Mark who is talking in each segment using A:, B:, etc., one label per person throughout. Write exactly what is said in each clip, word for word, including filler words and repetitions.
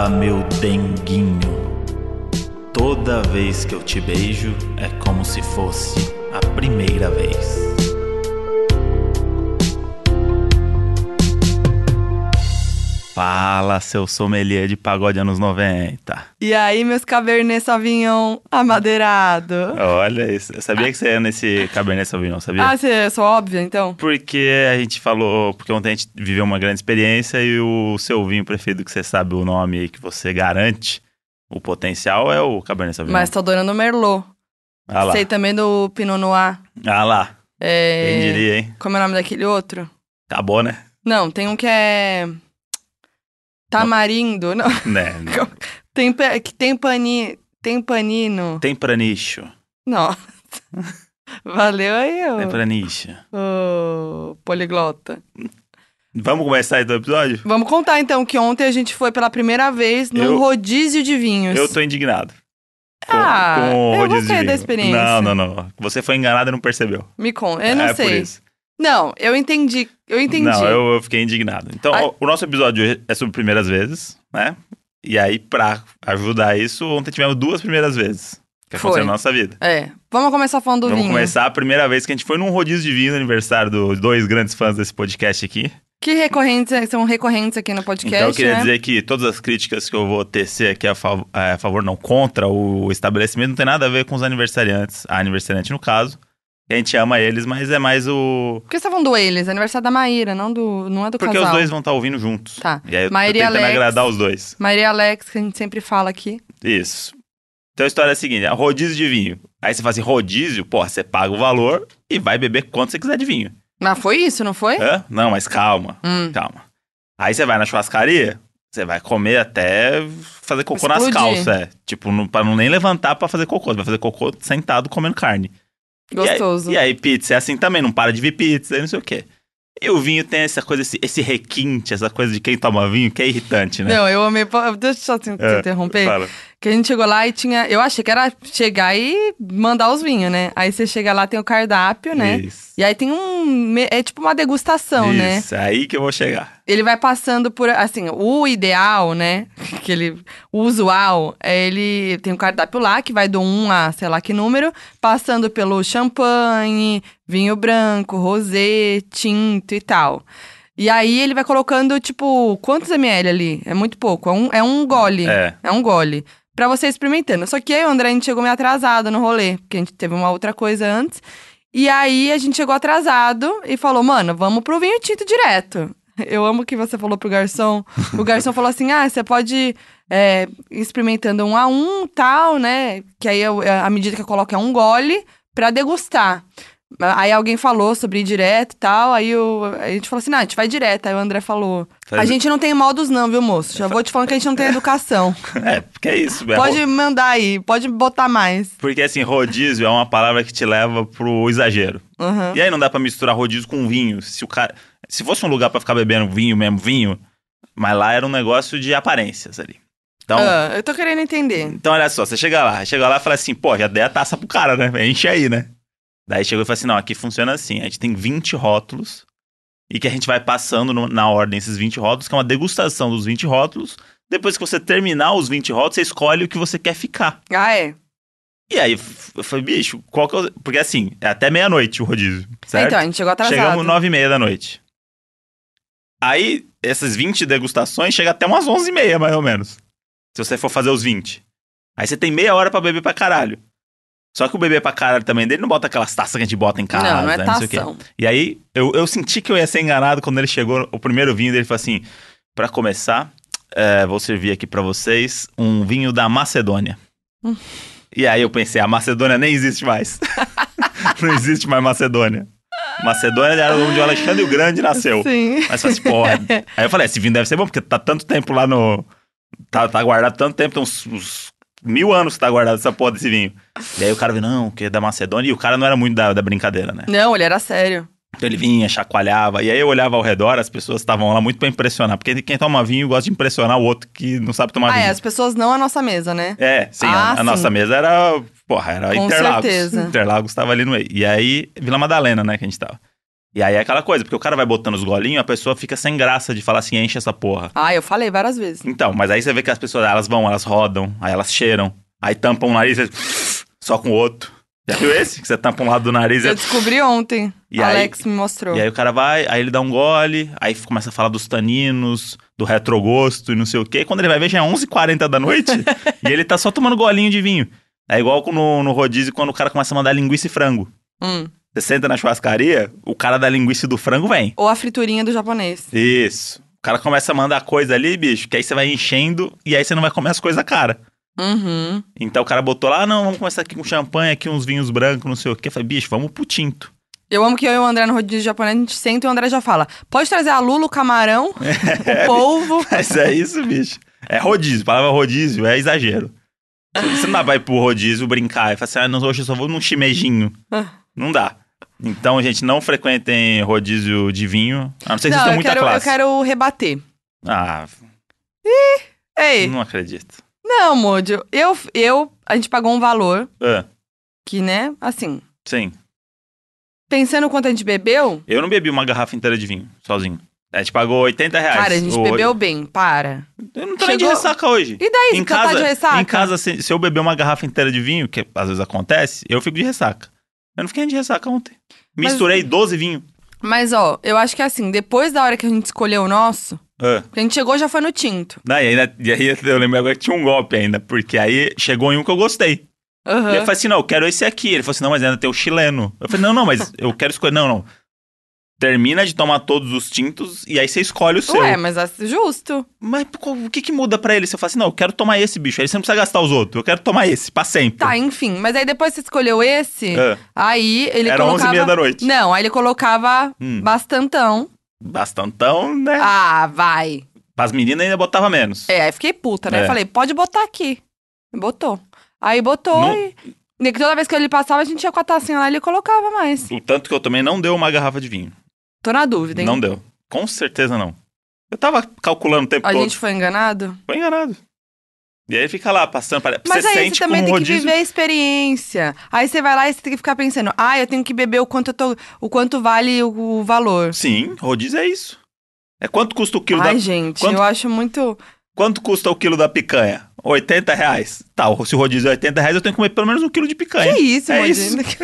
A: Ah, meu denguinho, toda vez que eu te beijo é como se fosse a primeira vez. Fala, seu sommelier de pagode anos noventa.
B: E aí, meus Cabernet Sauvignon amadeirado?
A: Olha isso, eu sabia que você ia nesse Cabernet Sauvignon, sabia?
B: Ah, você, eu sou óbvio, então?
A: Porque a gente falou, porque ontem a gente viveu uma grande experiência e o seu vinho preferido, que você sabe o nome e que você garante o potencial, é o Cabernet Sauvignon.
B: Mas tô adorando o Merlot.
A: Ah lá.
B: Sei também do Pinot Noir.
A: Ah lá,
B: É...
A: quem diria, hein?
B: Como é o nome daquele outro?
A: Acabou, né?
B: Não, tem um que é... Tamarindo, não.
A: Né?
B: Tem, pe- que tem pani... Tem panino.
A: Tempranicho.
B: Não. Valeu aí, ô,
A: Tempranicho.
B: ô poliglota.
A: Vamos começar então o episódio?
B: Vamos contar então que ontem a gente foi pela primeira vez num
A: Eu-
B: rodízio de vinhos.
A: Eu tô indignado. Com,
B: Ah,
A: com o
B: eu
A: rodízio
B: gostei
A: de
B: da
A: vinho.
B: experiência.
A: Não, não, não. Você foi enganado e não percebeu.
B: Me conta, eu não
A: é
B: sei.
A: por isso.
B: Não, eu entendi, eu entendi.
A: Não, eu, eu fiquei indignado. Então,
B: Ai.
A: o, o nosso episódio hoje é sobre primeiras vezes, né? E aí, pra ajudar isso, ontem tivemos duas primeiras vezes que
B: Foi.
A: aconteceram na nossa vida.
B: É, vamos começar falando do
A: Vamos
B: vinho.
A: começar a primeira vez que a gente foi num rodízio de vinho no aniversário dos dois grandes fãs desse podcast aqui.
B: Que recorrentes, são recorrentes aqui no podcast,
A: Então eu queria
B: né?
A: dizer que todas as críticas que eu vou tecer aqui a, fav a favor, não, contra o estabelecimento, não tem nada a ver com os aniversariantes, a aniversariante no caso. A gente ama eles, mas é mais o...
B: Por que você tá falando do eles? Aniversário da Maíra, não, do, não é do
A: Porque
B: casal.
A: os dois vão estar ouvindo juntos.
B: Tá.
A: E aí eu tô
B: Maíra e
A: tentando
B: Alex.
A: agradar os dois.
B: Maíra e Alex, que a gente sempre fala aqui.
A: Isso. Então a história é a seguinte, é rodízio de vinho. Aí você fala assim, rodízio, porra, você paga o valor e vai beber quanto você quiser de vinho.
B: Mas foi isso, não foi?
A: Hã? Não, mas calma,
B: Hum.
A: calma. Aí você vai na churrascaria, você vai comer até fazer cocô nas
B: Explodir.
A: calças, é. Tipo, não, pra não nem levantar pra fazer cocô, você vai fazer cocô sentado comendo carne.
B: Gostoso.
A: E aí, e aí, pizza é assim também, não para de vir pizza, e não sei o quê. E o vinho tem essa coisa, esse, esse requinte, essa coisa de quem toma vinho, que é irritante, né?
B: Não, eu amei. Deixa eu só te
A: É,
B: interromper.
A: Fala.
B: Que a gente chegou lá e tinha... Eu achei que era chegar e mandar os vinhos, né? Aí você chega lá, tem o cardápio, né?
A: Isso.
B: E aí tem um... me- É tipo uma degustação, né?
A: Isso, é aí que eu vou chegar.
B: Ele vai passando por... Assim, o ideal, né? Que ele, o usual, é ele tem um cardápio lá que vai do um a sei lá que número, passando pelo champanhe, vinho branco, rosé, tinto e tal. E aí ele vai colocando, tipo, quantos ml ali? É muito pouco, é um, é um gole.
A: É.
B: É um gole. Pra você experimentando. Só que aí, o André, a gente chegou meio atrasado no rolê, porque a gente teve uma outra coisa antes. E aí a gente chegou atrasado e falou, mano, vamos pro vinho tinto direto. Eu amo que você falou pro garçom. O garçom falou assim: ah, você pode é, ir experimentando um a um, tal, né? Que aí eu- à medida que eu coloco é um gole pra degustar. Aí alguém falou sobre ir direto e tal. Aí eu- a gente falou assim: não, a gente vai direto. Aí o André falou:
A: Faz-
B: a gente não tem modos, não, viu, moço? Já vou te falando que a gente não tem educação.
A: É, porque é isso. É
B: Pode
A: ro-
B: mandar aí, pode botar mais.
A: Porque assim, rodízio é uma palavra que te leva pro exagero.
B: Uhum.
A: E aí não dá pra misturar rodízio com vinho. Se o cara, se fosse um lugar pra ficar bebendo vinho mesmo, vinho, mas lá era um negócio de aparências ali. Então,
B: Ah, eu tô querendo entender.
A: então olha só, você chega lá, chega lá e fala assim, pô, já dei a taça pro cara, né? Enche aí, né? Daí chegou e falou assim, não, aqui funciona assim, a gente tem vinte rótulos e que a gente vai passando no- na ordem esses vinte rótulos, que é uma degustação dos vinte rótulos. Depois que você terminar os vinte rótulos, você escolhe o que você quer ficar.
B: Ah, é?
A: E aí, f- eu falei, bicho, qual que é o... Porque assim, é até meia-noite o rodízio, certo?
B: Então, a gente chegou atrasado.
A: Chegamos nove e meia da noite. Aí, essas vinte degustações chega até umas onze e meia, mais ou menos. Se você for fazer os vinte. Aí você tem meia hora pra beber pra caralho. Só que o beber pra caralho também dele não bota aquelas taças que a gente bota em casa,
B: Não, não é
A: né, sei o quê.
B: tação.
A: E aí, eu, eu senti que eu ia ser enganado quando ele chegou, o primeiro vinho dele falou assim, pra começar, é, vou servir aqui pra vocês um vinho da Macedônia.
B: Hum.
A: E aí eu pensei, a Macedônia nem existe mais. Não existe mais Macedônia. Macedônia era onde o Alexandre o Grande nasceu.
B: Sim.
A: Mas falei assim, porra. Aí eu falei, esse vinho deve ser bom, porque tá tanto tempo lá no... Tá, tá guardado tanto tempo, tem uns, uns mil anos que tá guardado essa porra desse vinho. E aí o cara viu, não, que é da Macedônia. E o cara não era muito da, da brincadeira, né?
B: Não, ele era sério.
A: Então ele vinha, chacoalhava. E aí eu olhava ao redor, as pessoas estavam lá muito pra impressionar. Porque quem toma vinho gosta de impressionar o outro que não sabe tomar
B: Ah,
A: vinho.
B: é, as pessoas não a nossa mesa, né?
A: É, sim,
B: Ah,
A: a, a
B: sim.
A: nossa mesa era, porra, era
B: Com
A: Interlagos.
B: certeza.
A: Interlagos tava ali no meio. E aí, Vila Madalena, né, que a gente tava. E aí é aquela coisa, porque o cara vai botando os golinhos, a pessoa fica sem graça de falar assim, enche essa porra.
B: Ah, eu falei várias vezes.
A: Então, mas aí você vê que as pessoas, elas vão, elas rodam, aí elas cheiram, aí tampam o nariz só com o outro. Já viu esse? Que você tampa um lado do nariz e...
B: Eu descobri ontem.
A: E
B: Alex
A: aí,
B: me mostrou.
A: E aí o cara vai, aí ele dá um gole, aí começa a falar dos taninos, do retrogosto e não sei o quê. Quando ele vai ver, já é onze e quarenta da noite e ele tá só tomando golinho de vinho. É igual no, no rodízio, quando o cara começa a mandar linguiça e frango.
B: Hum.
A: Você senta na churrascaria, o cara da linguiça e do frango vem.
B: Ou a friturinha do japonês.
A: Isso. O cara começa a mandar coisa ali, bicho, que aí você vai enchendo e aí você não vai comer as coisas caras.
B: Uhum.
A: Então o cara botou lá, ah, não, vamos começar aqui com champanhe, aqui uns vinhos brancos, não sei o quê. Eu falei, bicho, vamos pro tinto.
B: Eu amo que eu e o André no rodízio japonês, a gente senta e o André já fala, pode trazer a lula, o camarão,
A: É,
B: o polvo.
A: Mas é isso, bicho. É rodízio, a palavra rodízio é exagero. Você não vai pro rodízio brincar e falar assim, ah, não, hoje eu só vou num chimejinho. Não dá. Então, gente, não frequentem rodízio de vinho, a não ser que
B: Não,
A: vocês tenham
B: eu
A: muita
B: quero,
A: classe.
B: eu quero rebater.
A: Ah,
B: Ei,
A: não acredito.
B: não, Mojo, eu, eu, a gente pagou um valor
A: Ah,
B: que, né, assim,
A: sim.
B: pensando quanto a gente bebeu,
A: Eu não bebi uma garrafa inteira de vinho, sozinho. A gente pagou oitenta reais.
B: cara, a gente
A: O-
B: bebeu bem, para.
A: Eu não tô nem de
B: Chegou-
A: ressaca hoje.
B: E daí,
A: Em
B: você
A: casa,
B: tá de ressaca?
A: em casa se, se eu beber uma garrafa inteira de vinho, que às vezes acontece, eu fico de ressaca. Eu não fiquei nem de ressaca ontem.
B: Mas-
A: Misturei doze vinhos.
B: Mas, ó, eu acho que assim, depois da hora que a gente escolheu o nosso,
A: Ah.
B: que a gente chegou já foi no tinto.
A: Não, e, ainda, e aí eu lembro agora que tinha um golpe ainda, porque aí chegou em um que eu gostei.
B: Aham.
A: E eu falei assim, não, eu quero esse aqui. Ele falou assim, não, mas ainda tem o chileno. Eu falei, não, não, mas eu quero escolher. Não, não. Termina de tomar todos os tintos e aí você escolhe o seu.
B: Ué, mas é justo.
A: Mas pô, o que que muda pra ele? Você fala assim, não, eu quero tomar esse, bicho. Aí você não precisa gastar os outros. Eu quero tomar esse, pra sempre.
B: Tá, enfim. Mas aí depois você escolheu esse,
A: Ah.
B: aí ele
A: Era
B: colocava...
A: onze e meia da noite.
B: Não, aí ele colocava
A: Hum.
B: bastantão.
A: Bastantão, né?
B: Ah, vai.
A: As meninas ainda botava menos.
B: É, aí fiquei puta, né?
A: É.
B: Falei, pode botar aqui. Botou. Aí botou
A: Não-
B: e... e toda vez que ele passava, a gente ia com a tacinha lá e ele colocava mais.
A: O tanto que eu também não deu uma garrafa de vinho.
B: Tô na dúvida, hein?
A: Não deu. Com certeza não. Eu tava calculando o tempo
B: A
A: todo.
B: gente foi enganado?
A: Foi enganado. E aí fica lá, passando. Para...
B: Mas
A: você
B: aí
A: sente
B: você também
A: como
B: tem
A: um
B: que
A: rodízio.
B: viver a experiência. Aí você vai lá e você tem que ficar pensando, ah, eu tenho que beber o quanto eu tô, o quanto vale o, o valor.
A: Sim, rodízio é isso. É quanto custa o quilo
B: Ai,
A: da...
B: gente,
A: quanto-
B: eu acho muito...
A: Quanto custa o quilo da picanha? oitenta reais. Tá, se o rodízio é oitenta reais, eu tenho que comer pelo menos um quilo de picanha.
B: Que isso,
A: é
B: Modinho?
A: isso.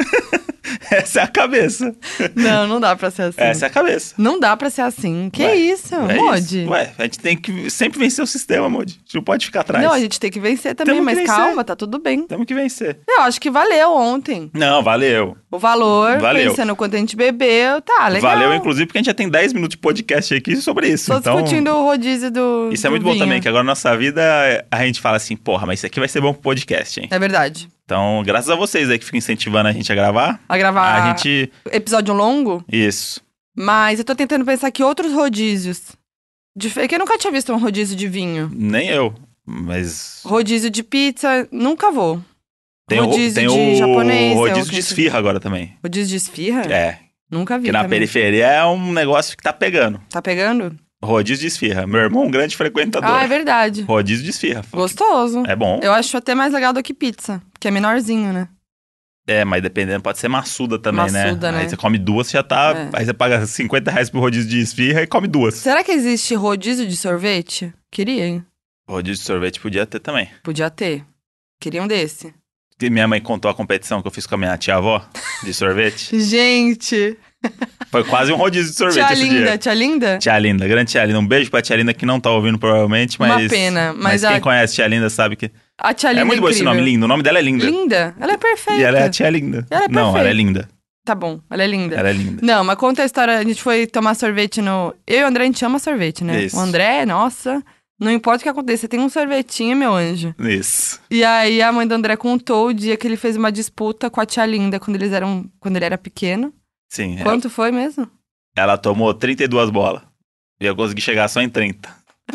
A: Essa é a cabeça.
B: Não, não dá pra ser assim.
A: Essa é a cabeça.
B: Não dá pra ser assim. Que
A: Ué,
B: isso,
A: É
B: Modi?
A: isso. Ué, a gente tem que sempre vencer o sistema, Modi. A gente não pode ficar atrás.
B: Não, a gente tem que vencer também,
A: Temos que
B: mas
A: vencer.
B: calma, tá tudo bem.
A: Temos que vencer.
B: Eu acho que valeu ontem.
A: Não, valeu.
B: O valor,
A: Valeu.
B: pensando quanto a gente bebeu, tá legal.
A: Valeu, inclusive, porque a gente já tem dez minutos de podcast aqui sobre isso.
B: Tô
A: então...
B: discutindo o rodízio do
A: Isso é
B: do
A: muito bom
B: vinho.
A: também, que agora na nossa vida a gente fala assim, porra, mas isso aqui vai ser bom pro podcast, hein?
B: É verdade.
A: Então, graças a vocês aí que ficam incentivando a gente a gravar,
B: A gravar
A: a gente...
B: episódio longo,
A: Isso.
B: mas eu tô tentando pensar que outros rodízios. De... É que eu nunca tinha visto um rodízio de vinho.
A: Nem eu, mas...
B: Rodízio de pizza, nunca vou.
A: Tem o,
B: rodízio
A: tem
B: de
A: o
B: japonês, é o
A: rodízio
B: que
A: de
B: eu-
A: esfirra agora também.
B: Rodízio de esfirra?
A: É,
B: Nunca vi
A: que na
B: também.
A: periferia é um negócio que tá pegando.
B: Tá pegando?
A: Rodízio de esfirra. Meu irmão é um grande frequentador.
B: Ah, é verdade.
A: Rodízio de esfirra.
B: Gostoso.
A: É bom.
B: Eu acho até mais legal do que pizza, que é menorzinho, né?
A: É, mas dependendo, pode ser maçuda também,
B: Maçuda,
A: né?
B: né?
A: Aí você come duas, já tá...
B: É.
A: Aí você paga cinquenta reais pro rodízio de esfirra e come duas.
B: Será que existe rodízio de sorvete? Queria, hein?
A: Rodízio de sorvete podia ter também.
B: Podia ter. Queria um desse.
A: E minha mãe contou a competição que eu fiz com a minha tia-avó de sorvete.
B: Gente!
A: Foi quase um rodízio de sorvete
B: Tia
A: esse
B: linda,
A: dia.
B: tia linda?
A: Tia Linda, grande Tia Linda. Um beijo pra Tia Linda que não tá ouvindo provavelmente, mas...
B: Uma pena, mas
A: Mas
B: a-
A: quem conhece Tia Linda sabe que...
B: A tia linda
A: É muito bom esse
B: incrível.
A: nome, Linda. O nome dela é Linda.
B: Linda? Ela é perfeita.
A: E ela é a Tia Linda.
B: Ela é
A: Não, ela é
B: perfeita.
A: linda.
B: Tá bom, ela é linda.
A: Ela é linda.
B: Não, mas conta a história. A gente foi tomar sorvete no... Eu e o André, a gente ama sorvete, né?
A: Isso.
B: O André, nossa... Não importa o que aconteça, você tem um sorvetinho, meu anjo.
A: Isso.
B: E aí a mãe do André contou o dia que ele fez uma disputa com a tia Linda quando eles eram, quando ele era pequeno.
A: Sim. Ela,
B: Quanto foi mesmo?
A: ela tomou trinta e duas bolas. E eu consegui chegar só em trinta.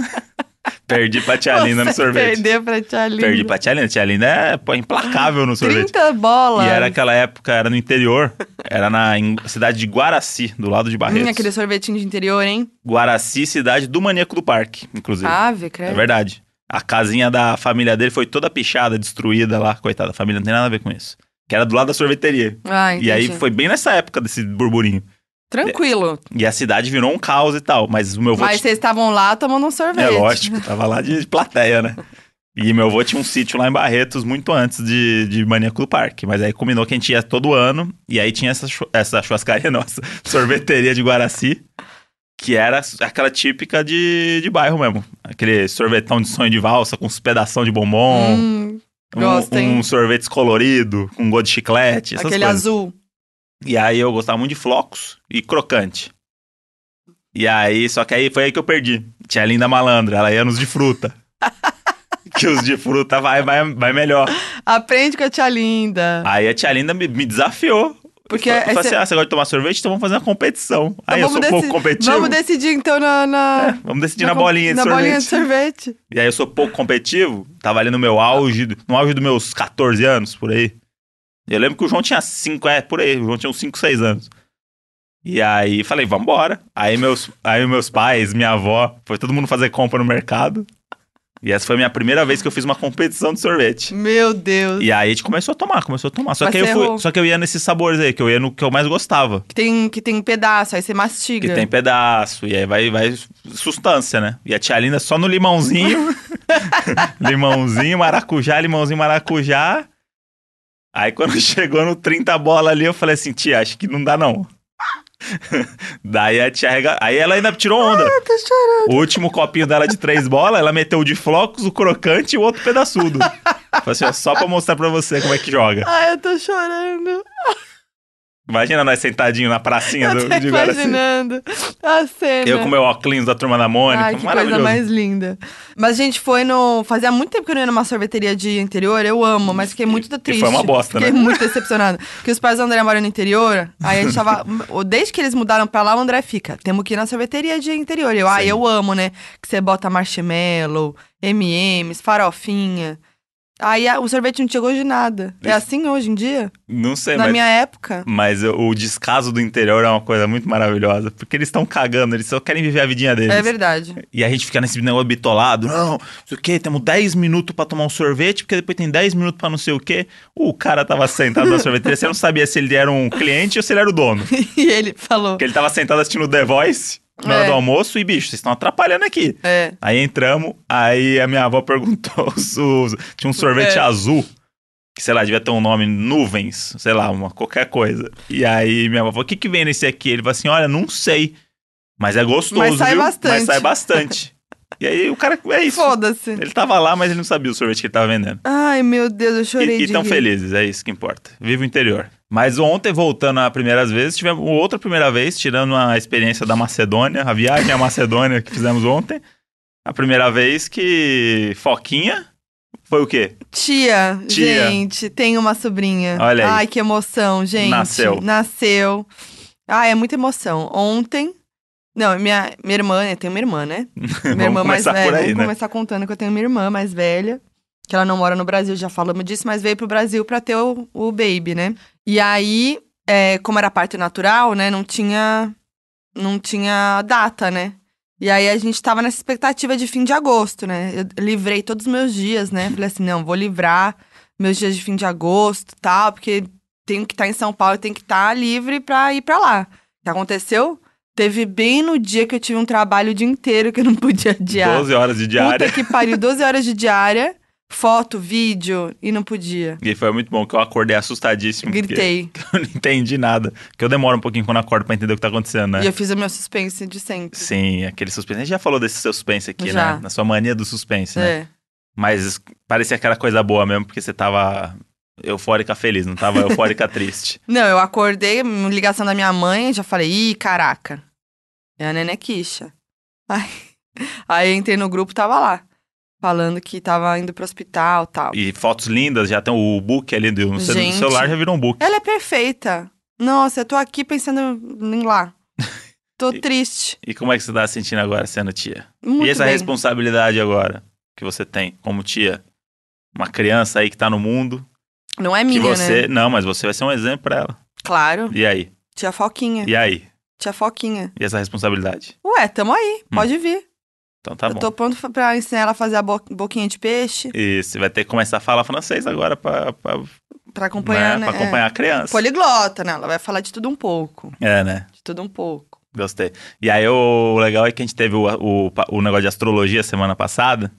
A: Perdi pra Tia Linda no
B: Você
A: sorvete.
B: perdeu pra tia Linda.
A: Perdi pra Tia Linda. Tia Linda é pô, implacável no sorvete.
B: trinta bolas.
A: E era aquela época, era no interior. Era na em- cidade de Guaraci, do lado de Barretos.
B: Hum, aquele sorvetinho de interior, hein?
A: Guaraci, cidade do Maníaco do Parque, inclusive.
B: Ave,
A: É
B: credo.
A: verdade. A casinha da família dele foi toda pichada, destruída lá. Coitada, a família não tem nada a ver com isso. Que era do lado da sorveteria.
B: Ah, entendi.
A: E aí foi bem nessa época desse burburinho.
B: Tranquilo.
A: E a cidade virou um caos e tal, mas o meu avô...
B: Mas vocês estavam lá tomando um sorvete.
A: É lógico, tava lá de plateia, né? E meu avô tinha um sítio lá em Barretos muito antes de, de Maníaco do Parque. Mas aí combinou que a gente ia todo ano. E aí tinha essa, essa churrascaria nossa, sorveteria de Guaraci, que era aquela típica de, de bairro mesmo. Aquele sorvetão de sonho de valsa com uns pedação de bombom.
B: Hum, gosto,
A: um,
B: hein?
A: um sorvete colorido, com gosto de chiclete, essas
B: Aquele
A: coisas.
B: azul.
A: E aí eu gostava muito de flocos e crocante. E aí, só que aí foi aí que eu perdi. Tinha a Linda Malandra, ela ia nos de fruta. Que os de fruta vai, vai, vai melhor.
B: Aprende com a tia Linda.
A: Aí a tia Linda me, me desafiou.
B: Porque
A: eu falei
B: esse-
A: assim, ah, você gosta de tomar sorvete? Então vamos fazer uma competição.
B: Então
A: aí eu
B: vamos
A: sou pouco
B: deci-
A: competitivo.
B: Vamos decidir então na... na...
A: É, vamos decidir na,
B: com-
A: bolinha de
B: na
A: sorvete.
B: bolinha de sorvete.
A: E aí eu sou pouco competitivo. Tava ali no meu auge, no auge dos meus catorze anos, por aí. Eu lembro que o João tinha cinco, é, por aí. O João tinha uns cinco, seis anos. E aí falei, vambora. Aí meus, aí meus pais, minha avó, foi todo mundo fazer compra no mercado. E essa foi a minha primeira vez que eu fiz uma competição de sorvete.
B: Meu Deus.
A: E aí a gente começou a tomar, começou a tomar. Só
B: Mas
A: que, aí eu
B: você
A: fui,
B: errou.
A: só que eu ia nesses sabores aí, que eu ia no que eu mais gostava.
B: Que tem, que tem pedaço, aí você mastiga.
A: Que tem pedaço, e aí vai, vai sustância, né? E a tia Linda só no limãozinho. Limãozinho, maracujá, limãozinho, maracujá. Aí quando chegou no trinta bola ali, eu falei assim, tia, acho que não dá não. Daí a tia rega... Aí ela ainda tirou onda.
B: Ah, tô chorando.
A: O último copinho dela de três bolas, ela meteu o de flocos, o crocante e o outro pedaçudo. Falei assim, ó, só pra mostrar pra você como é que joga.
B: Ai, eu tô chorando.
A: Imagina nós sentadinhos na pracinha
B: Eu
A: do,
B: tô
A: de Guaraci.
B: imaginando a cena.
A: Eu com meu óculos da Turma da Mônica.
B: Ai, que
A: maravilhoso.
B: coisa mais linda. Mas a gente foi no... Fazia muito tempo que eu não ia numa sorveteria de interior. Eu amo, mas fiquei muito
A: E
B: triste.
A: foi uma bosta,
B: Fiquei
A: né?
B: muito decepcionada. Porque os pais do André moram no interior. Aí a gente tava... Desde que eles mudaram pra lá, o André fica. Temos que ir na sorveteria de interior. Eu, ah,
A: Sim.
B: eu amo, né? Que você bota marshmallow, M e M's, farofinha. Aí a- o sorvete não tinha gosto de nada. É
A: Isso.
B: assim hoje em dia?
A: Não sei,
B: Na
A: mas...
B: minha época.
A: Mas o descaso do interior é uma coisa muito maravilhosa. Porque eles estão cagando, eles só querem viver a vidinha deles.
B: É verdade.
A: E a gente fica nesse negócio bitolado. Não, não sei o quê, temos dez minutos pra tomar um sorvete, porque depois tem dez minutos pra não sei o quê. O cara tava sentado na sorveteria, você não sabia se ele era um cliente ou se ele era o dono.
B: E ele falou...
A: Porque ele tava sentado assistindo The Voice na hora
B: É.
A: do almoço e, bicho, vocês estão atrapalhando aqui.
B: É.
A: Aí entramos, aí a minha avó perguntou, os- os- tinha um sorvete
B: É.
A: azul, que sei lá, devia ter um nome, nuvens, sei lá, uma, qualquer coisa. E aí minha avó falou, o que que vem nesse aqui? Ele falou assim, olha, não sei, mas é gostoso,
B: Mas sai
A: viu?
B: bastante.
A: Mas sai bastante. E aí o cara, é isso.
B: Foda-se.
A: Ele tava lá, mas ele não sabia o sorvete que ele tava vendendo.
B: Ai, meu Deus, eu chorei
A: E, e
B: de
A: tão
B: rir.
A: felizes, é isso que importa. Viva o interior. Mas ontem, voltando a primeiras vezes, tivemos outra primeira vez, tirando a experiência da Macedônia, a viagem à Macedônia que fizemos ontem. A primeira vez que Foquinha foi o quê?
B: Tia,
A: Tia.
B: gente, tem uma sobrinha.
A: Olha aí.
B: Ai, que emoção, gente.
A: Nasceu.
B: Nasceu. Ai, é muita emoção. Ontem... Não, minha, minha irmã, né? Tem uma irmã, né? Minha
A: Vamos
B: irmã mais
A: começar
B: velha.
A: por aí,
B: Vamos
A: né?
B: começar contando que eu tenho uma irmã mais velha, que ela não mora no Brasil, já falamos disso, mas veio pro Brasil pra ter o, o baby, né? E aí, é, como era parto natural, né? Não tinha, não tinha data, né? E aí a gente tava nessa expectativa de fim de agosto, né? Eu livrei todos os meus dias, né? Falei assim, não, vou livrar meus dias de fim de agosto e tal, porque tenho que estar em São Paulo e tenho que estar livre pra ir pra lá. O que aconteceu? Teve bem no dia que eu tive um trabalho o dia inteiro que eu não podia adiar.
A: doze horas de diária.
B: Puta que pariu, doze horas de diária, foto, vídeo, e não podia.
A: E foi muito bom, que eu acordei assustadíssimo. porque
B: Gritei.
A: Eu não entendi nada. Porque eu demoro um pouquinho quando acordo pra entender o que tá acontecendo, né?
B: E eu fiz o meu suspense de sempre.
A: Sim, aquele suspense. A gente já falou desse seu suspense aqui,
B: Já.
A: né? Na sua mania do suspense, né?
B: É.
A: Mas parecia aquela coisa boa mesmo, porque você tava eufórica feliz, não tava eufórica triste.
B: Não, eu acordei, ligação da minha mãe, já falei, ih, caraca. É a Nenequicha. Aí, aí eu entrei no grupo, tava lá. Falando que tava indo pro hospital e tal.
A: E fotos lindas, já tem o book ali do, no
B: Gente.
A: celular, já virou um book.
B: Ela é perfeita. Nossa, eu tô aqui pensando em lá. Tô
A: E-
B: triste.
A: E como é que você tá se sentindo agora sendo tia?
B: Muito
A: e essa
B: bem.
A: responsabilidade agora que você tem como tia? Uma criança aí que tá no mundo,
B: Não é
A: que
B: minha,
A: você...
B: né?
A: Não, mas você vai ser um exemplo pra ela.
B: Claro.
A: E aí?
B: Tia Foquinha.
A: E aí?
B: Tia Foquinha.
A: E essa responsabilidade?
B: Ué, tamo aí. Pode vir.
A: Então tá
B: eu
A: bom.
B: tô pronto pra ensinar ela a fazer a bo- boquinha de peixe.
A: E você vai ter que começar a falar francês agora pra, pra
B: Pra acompanhar,
A: né?
B: né?
A: Pra acompanhar
B: é.
A: a criança.
B: Poliglota, né? Ela vai falar de tudo um pouco.
A: É, né?
B: De tudo um pouco.
A: Gostei. E aí o legal é que a gente teve o, o, o negócio de astrologia semana passada.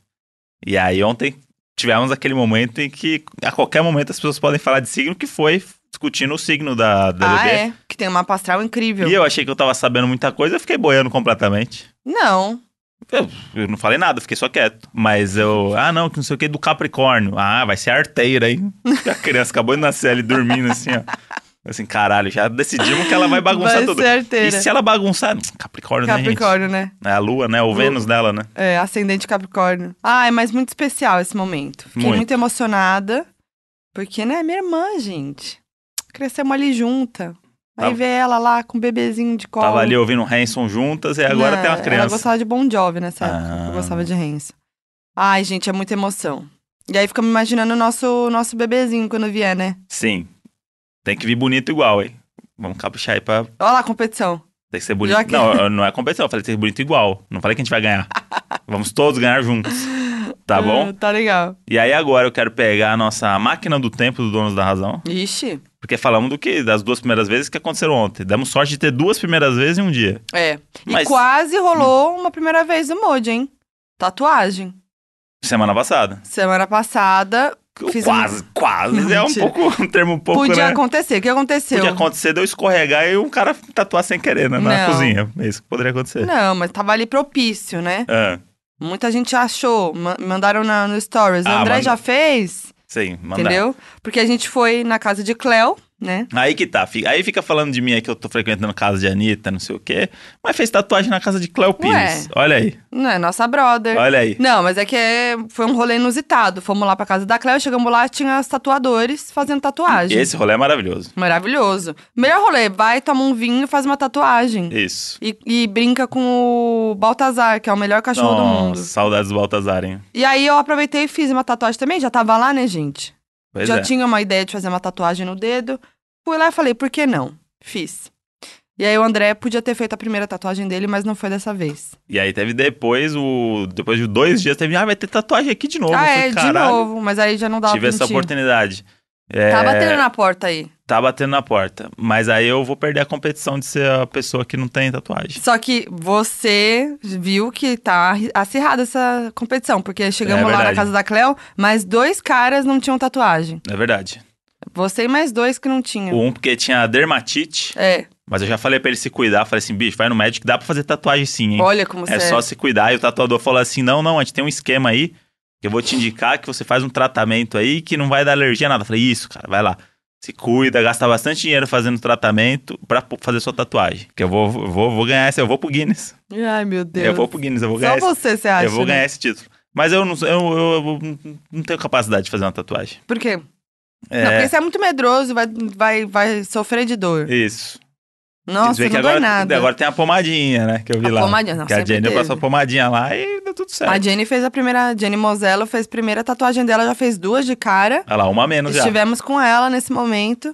A: E aí ontem tivemos aquele momento em que a qualquer momento as pessoas podem falar de signo, que foi discutindo o signo da, da
B: Ah,
A: bebê.
B: é? Que tem uma astral incrível.
A: E eu achei que eu tava sabendo muita coisa, eu fiquei boiando completamente.
B: Não.
A: Eu, eu não falei nada, fiquei só quieto. Mas eu, ah não, que não sei o que, do Capricórnio. Ah, vai ser arteira, hein? A criança acabou de nascer ali dormindo assim, ó. Assim, caralho, já decidimos que ela vai bagunçar
B: Vai
A: tudo.
B: ser arteira.
A: E se ela bagunçar? Capricórnio,
B: Capricórnio,
A: né,
B: né?
A: gente? É a lua, né? O
B: Lu-
A: Vênus dela, né?
B: É, ascendente Capricórnio. Ai, mas muito especial esse momento. Fiquei muito,
A: Muito.
B: emocionada. Porque, né, minha irmã, gente. Crescemos ali junta. Aí
A: Tava-
B: ver ela lá com o bebezinho de colo.
A: Tava ali ouvindo Hanson juntas e agora
B: Não,
A: tem uma
B: Ela
A: criança.
B: gostava de Bon Jovi nessa época.
A: Ah.
B: Eu gostava de Hanson. Ai, gente, é muita emoção. E aí ficamos imaginando o nosso, nosso bebezinho quando vier, né?
A: Sim. Tem que vir bonito igual, hein? Vamos caprichar aí pra...
B: Olha lá a competição.
A: Tem que ser bonito.
B: Já que-
A: Não, não é competição. Eu falei que tem que ser bonito igual. Não falei que a gente vai ganhar. Vamos todos ganhar juntos. Tá bom?
B: Ah, tá legal.
A: E aí agora eu quero pegar a nossa máquina do tempo do Donos da Razão.
B: Ixi.
A: Porque falamos do que? Das duas primeiras vezes que aconteceram ontem. Demos sorte de ter duas primeiras vezes em um dia.
B: É. E
A: Mas-
B: quase rolou uma primeira vez no Mod, hein? Tatuagem.
A: Semana passada.
B: Semana passada. Fiz um-
A: quase, quase. É um
B: Mentira.
A: pouco, um termo um pouco,
B: Podia
A: né?
B: acontecer. O que aconteceu?
A: Podia acontecer de eu escorregar e um cara tatuar sem querer, né? Na
B: Não.
A: cozinha. É isso que poderia acontecer.
B: Não, mas tava ali propício, né?
A: Ah,
B: Muita gente achou. ma- mandaram na, no Stories. O
A: Ah,
B: André
A: manda-
B: já fez,
A: sim, mandar.
B: entendeu? Porque a gente foi na casa de Cleo, né?
A: Aí que tá. fi- Aí fica falando de mim aí que eu tô frequentando casa de Anitta, não sei o quê. Mas fez tatuagem na casa de Cleo Pires. Olha aí.
B: Não é nossa brother.
A: Olha aí.
B: Não, mas é que é- foi um rolê inusitado. Fomos lá pra casa da Cleo, chegamos lá, tinha os tatuadores fazendo tatuagem.
A: Esse rolê é maravilhoso.
B: Maravilhoso. Melhor rolê, vai, toma um vinho e faz uma tatuagem.
A: Isso.
B: E, e brinca com o Baltazar, que é o melhor cachorro do mundo.
A: Nossa, saudades do Baltazar, hein?
B: E aí eu aproveitei e fiz uma tatuagem também, já tava lá, né, gente?
A: Pois
B: já
A: é.
B: tinha uma ideia de fazer uma tatuagem no dedo. Fui lá e falei, por que não? Fiz. E aí o André podia ter feito a primeira tatuagem dele, mas não foi dessa vez.
A: E aí teve depois, o... depois de dois dias, teve, ah, vai ter tatuagem aqui de novo.
B: ah,
A: Eu
B: é,
A: falei,
B: de
A: "Caralho."
B: novo, mas aí já não dava
A: Tive
B: pra
A: essa
B: mentir.
A: oportunidade. É,
B: Tá batendo na porta aí.
A: Tá batendo na porta. Mas aí eu vou perder a competição de ser a pessoa que não tem tatuagem.
B: Só que você viu que tá acirrada essa competição, porque chegamos
A: É
B: lá na
A: verdade.
B: casa da Cleo, mas dois caras não tinham tatuagem.
A: É verdade.
B: Você e mais dois que não tinham.
A: Um porque tinha dermatite,
B: É,
A: mas eu já falei pra ele se cuidar. Falei assim, bicho, vai no médico, dá pra fazer tatuagem sim, hein?
B: olha como você
A: É só se cuidar. E o tatuador falou assim, não, não, a gente tem um esquema aí, que eu vou te indicar que você faz um tratamento aí que não vai dar alergia a nada. Eu falei, isso, cara, vai lá. Se cuida, gasta bastante dinheiro fazendo tratamento pra p- fazer sua tatuagem. Que eu vou, eu vou, vou ganhar esse, eu vou pro Guinness.
B: Ai, meu Deus.
A: Eu vou pro Guinness, eu vou ganhar
B: Só
A: esse,
B: você, você acha,
A: eu vou
B: né?
A: ganhar esse título. Mas eu não, eu, eu, eu não tenho capacidade de fazer uma tatuagem.
B: Por quê?
A: É,
B: Não, porque você é muito medroso e vai, vai, vai sofrer de dor.
A: isso.
B: Nossa,
A: Se bem
B: não
A: que
B: dói
A: agora,
B: nada.
A: agora tem a pomadinha, né? Que eu vi
B: A
A: lá.
B: pomadinha, não,
A: que a
B: sempre
A: Jenny
B: teve.
A: passou a pomadinha lá e deu tudo certo.
B: A Jenny fez a primeira, Jenny Mosello fez a primeira tatuagem dela, já fez duas de cara.
A: Olha lá, uma a menos já.
B: Estivemos com ela nesse momento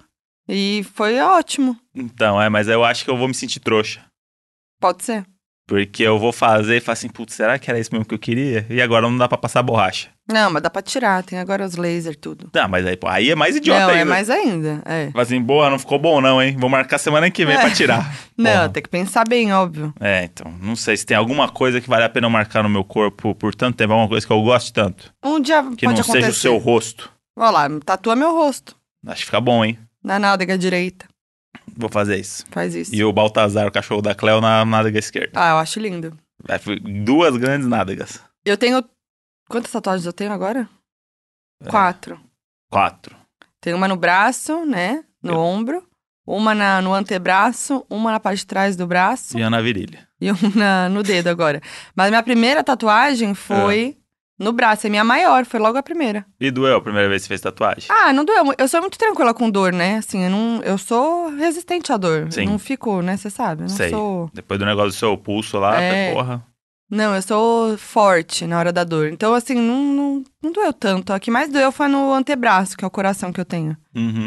B: e foi ótimo.
A: Então, é, mas eu acho que eu vou me sentir trouxa.
B: Pode ser.
A: Porque eu vou fazer e falar assim, putz, será que era isso mesmo que eu queria? E agora não dá pra passar borracha.
B: Não, mas dá pra tirar, tem agora os laser tudo.
A: Não, mas aí, pô, aí é mais idiota
B: não,
A: ainda.
B: é mais ainda, é.
A: Fala assim, boa, não ficou bom não, hein? Vou marcar semana que vem
B: É.
A: pra tirar.
B: Não,
A: Porra.
B: tem que pensar bem, óbvio.
A: É, então, não sei se tem alguma coisa que vale a pena eu marcar no meu corpo por tanto tempo, alguma coisa que eu goste tanto.
B: Um dia
A: Que
B: pode
A: não
B: acontecer.
A: seja o seu rosto.
B: Olha lá, tatua meu rosto.
A: Acho que fica bom, hein?
B: Na nádega direita.
A: Vou fazer isso.
B: Faz isso.
A: E o Baltazar, o cachorro da Cleo, na nádega esquerda.
B: Ah, eu acho lindo.
A: Vai, foi duas grandes nádegas.
B: Eu tenho... Quantas tatuagens eu tenho agora?
A: É.
B: Quatro.
A: Quatro.
B: Tem uma no braço, né? No
A: Eu-
B: ombro. Uma na, no antebraço. Uma na parte de trás do braço.
A: E a na virilha.
B: E uma na- no dedo agora. Mas minha primeira tatuagem foi no braço. É minha maior. Foi logo a primeira.
A: E doeu a primeira vez que você fez tatuagem?
B: Ah, não doeu. Eu sou muito tranquila com dor, né? Assim, eu, não, eu sou resistente à dor.
A: Sim.
B: Eu não fico, né? Você sabe. Eu não
A: Sei.
B: sou...
A: Depois do negócio do seu pulso lá,
B: É.
A: foi porra.
B: Não, eu sou forte na hora da dor. Então, assim, não, não, não doeu tanto. A que mais doeu foi no antebraço, que é o coração que eu tenho.
A: Uhum.